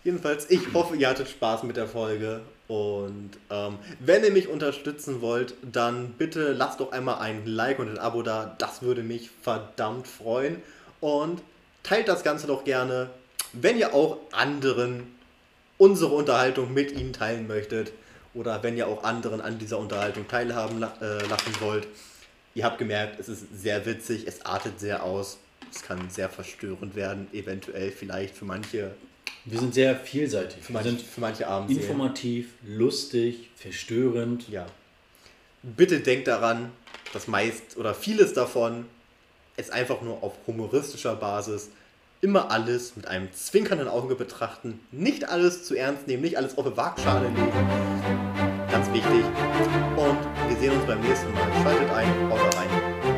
Jedenfalls, ich hoffe, ihr hattet Spaß mit der Folge. Und ähm, wenn ihr mich unterstützen wollt, dann bitte lasst doch einmal ein Like und ein Abo da. Das würde mich verdammt freuen. Und teilt das Ganze doch gerne, wenn ihr auch anderen unsere Unterhaltung mit ihnen teilen möchtet. Oder wenn ihr auch anderen an dieser Unterhaltung teilhaben äh, lassen wollt. Ihr habt gemerkt, es ist sehr witzig, es artet sehr aus. Es kann sehr verstörend werden, eventuell vielleicht für manche. Wir sind sehr vielseitig. Für Wir manche, sind für manche Abends. informativ, lustig, verstörend. Ja. Bitte denkt daran, dass meist oder vieles davon es einfach nur auf humoristischer Basis immer alles mit einem zwinkernden Auge betrachten, nicht alles zu ernst nehmen, nicht alles auf eine Waagschale legen. Ganz wichtig. Und wir sehen uns beim nächsten Mal. Schaltet ein, haut rein.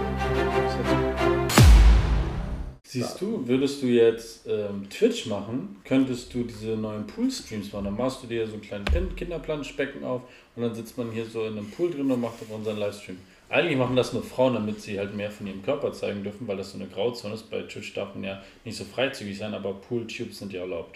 Siehst du, würdest du jetzt ähm, Twitch machen, könntest du diese neuen Pool-Streams machen. Dann machst du dir so ein kleines Kinderplanschbecken auf und dann sitzt man hier so in einem Pool drin und macht auf unseren Livestream. Eigentlich machen das nur Frauen, damit sie halt mehr von ihrem Körper zeigen dürfen, weil das so eine Grauzone ist. Bei Twitch darf man ja nicht so freizügig sein, aber Pool-Tubes sind ja erlaubt.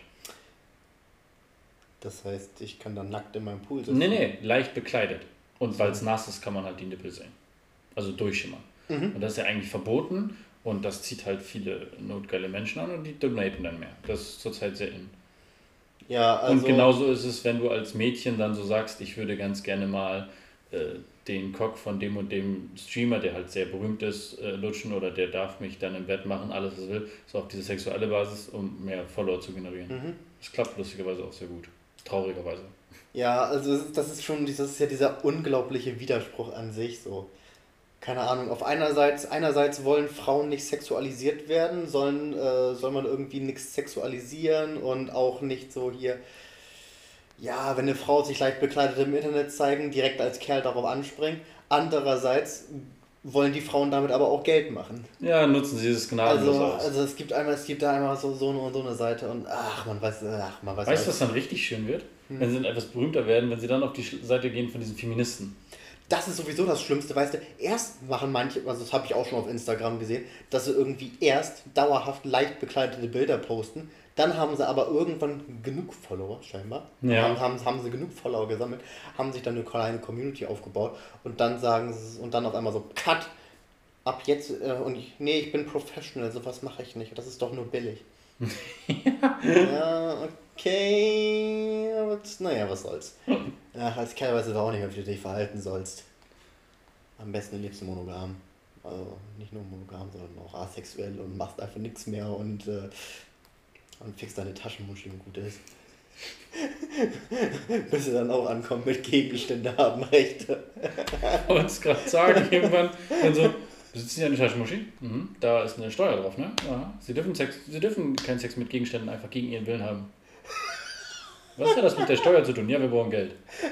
Das heißt, ich kann dann nackt in meinem Pool sitzen? Nee, nee, leicht bekleidet. Und weil es nass ist, kann man halt die Nippel sehen. Also durchschimmern. Mhm. Und das ist ja eigentlich verboten. Und das zieht halt viele notgeile Menschen an und die donaten dann mehr. Das ist zurzeit sehr in. Ja, also und genauso ist es, wenn du als Mädchen dann so sagst, ich würde ganz gerne mal äh, den Cock von dem und dem Streamer, der halt sehr berühmt ist, äh, lutschen oder der darf mich dann im Bett machen, alles was er will, so auf diese sexuelle Basis, um mehr Follower zu generieren. Mhm. Das klappt lustigerweise auch sehr gut. Traurigerweise. Ja, also das ist schon, das ist ja dieser unglaubliche Widerspruch an sich so. Keine Ahnung, auf einerseits, einerseits wollen Frauen nicht sexualisiert werden, sollen, äh, soll man irgendwie nichts sexualisieren und auch nicht so hier, ja, wenn eine Frau sich leicht bekleidet im Internet zeigen, direkt als Kerl darauf anspringen. Andererseits wollen die Frauen damit aber auch Geld machen. Ja, nutzen sie es gnadenlos also, aus. Also es gibt einmal, es gibt da einmal so, so eine und so eine Seite und ach, man weiß, ach, man weiß. Weißt du, was dann richtig schön wird? Hm. Wenn sie dann etwas berühmter werden, wenn sie dann auf die Seite gehen von diesen Feministen. Das ist sowieso das Schlimmste, weißt du, erst machen manche, also das habe ich auch schon auf Instagram gesehen, dass sie irgendwie erst dauerhaft leicht bekleidete Bilder posten, dann haben sie aber irgendwann genug Follower, scheinbar, ja. haben, haben, haben sie genug Follower gesammelt, haben sich dann eine kleine Community aufgebaut und dann sagen sie, und dann auf einmal so, cut, ab jetzt, äh, und ich, nee, ich bin Professional, sowas mache ich nicht, das ist doch nur billig. ja. ja, okay, aber naja, was soll's. Ja, als Kerl weißt du auch nicht, wie du dich verhalten sollst. Am besten liebst du monogam. Also nicht nur monogam, sondern auch asexuell und machst einfach nichts mehr und, äh, und fixst deine Taschenmuschi und gut ist. Bis du dann auch ankommt mit Gegenstände haben Rechte. Ich wollte es gerade sagen, irgendwann. Also, besitzen Sie eine Taschenmuschi? Mhm. Da ist eine Steuer drauf, ne? Ja. Sie dürfen Sex, Sie dürfen keinen Sex mit Gegenständen einfach gegen Ihren Willen haben. Was hat das mit der Steuer zu tun? Ja, wir brauchen Geld.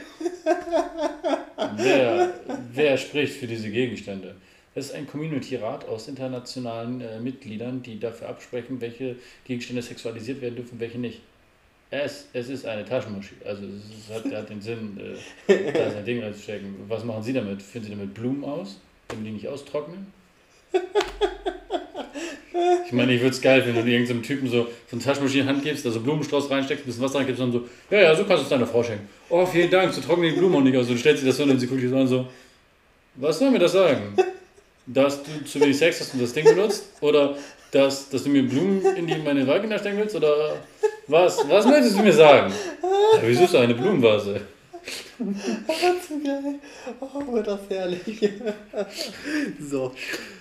Wer, wer spricht für diese Gegenstände? Es ist ein Community-Rat aus internationalen äh, Mitgliedern, die dafür absprechen, welche Gegenstände sexualisiert werden dürfen, welche nicht. Es, es ist eine Taschenmuschi. Also es hat, hat den Sinn, äh, da sein Ding reinzustecken. Was machen Sie damit? Führen Sie damit Blumen aus, damit die nicht austrocknen? Ich meine, ich würde es geil finden, wenn du irgendeinem Typen so, so eine Taschenmuschi in die Hand gibst, also Blumenstrauß reinsteckst, ein bisschen Wasser reingibst und dann so, ja, ja, so kannst du es deiner Frau schenken. Oh, vielen Dank, so trocknen die Blumen auch nicht aus. Und stellst dir das so und sie guckt dich so an so, was soll mir das sagen? Dass du zu wenig Sex hast und das Ding benutzt? Oder dass, dass du mir Blumen in die meine Vagina stecken willst? Oder was? Was möchtest du mir sagen? Ja, wieso ist da eine Blumenvase? Oh, zu geil. Oh, wird das herrlich. So.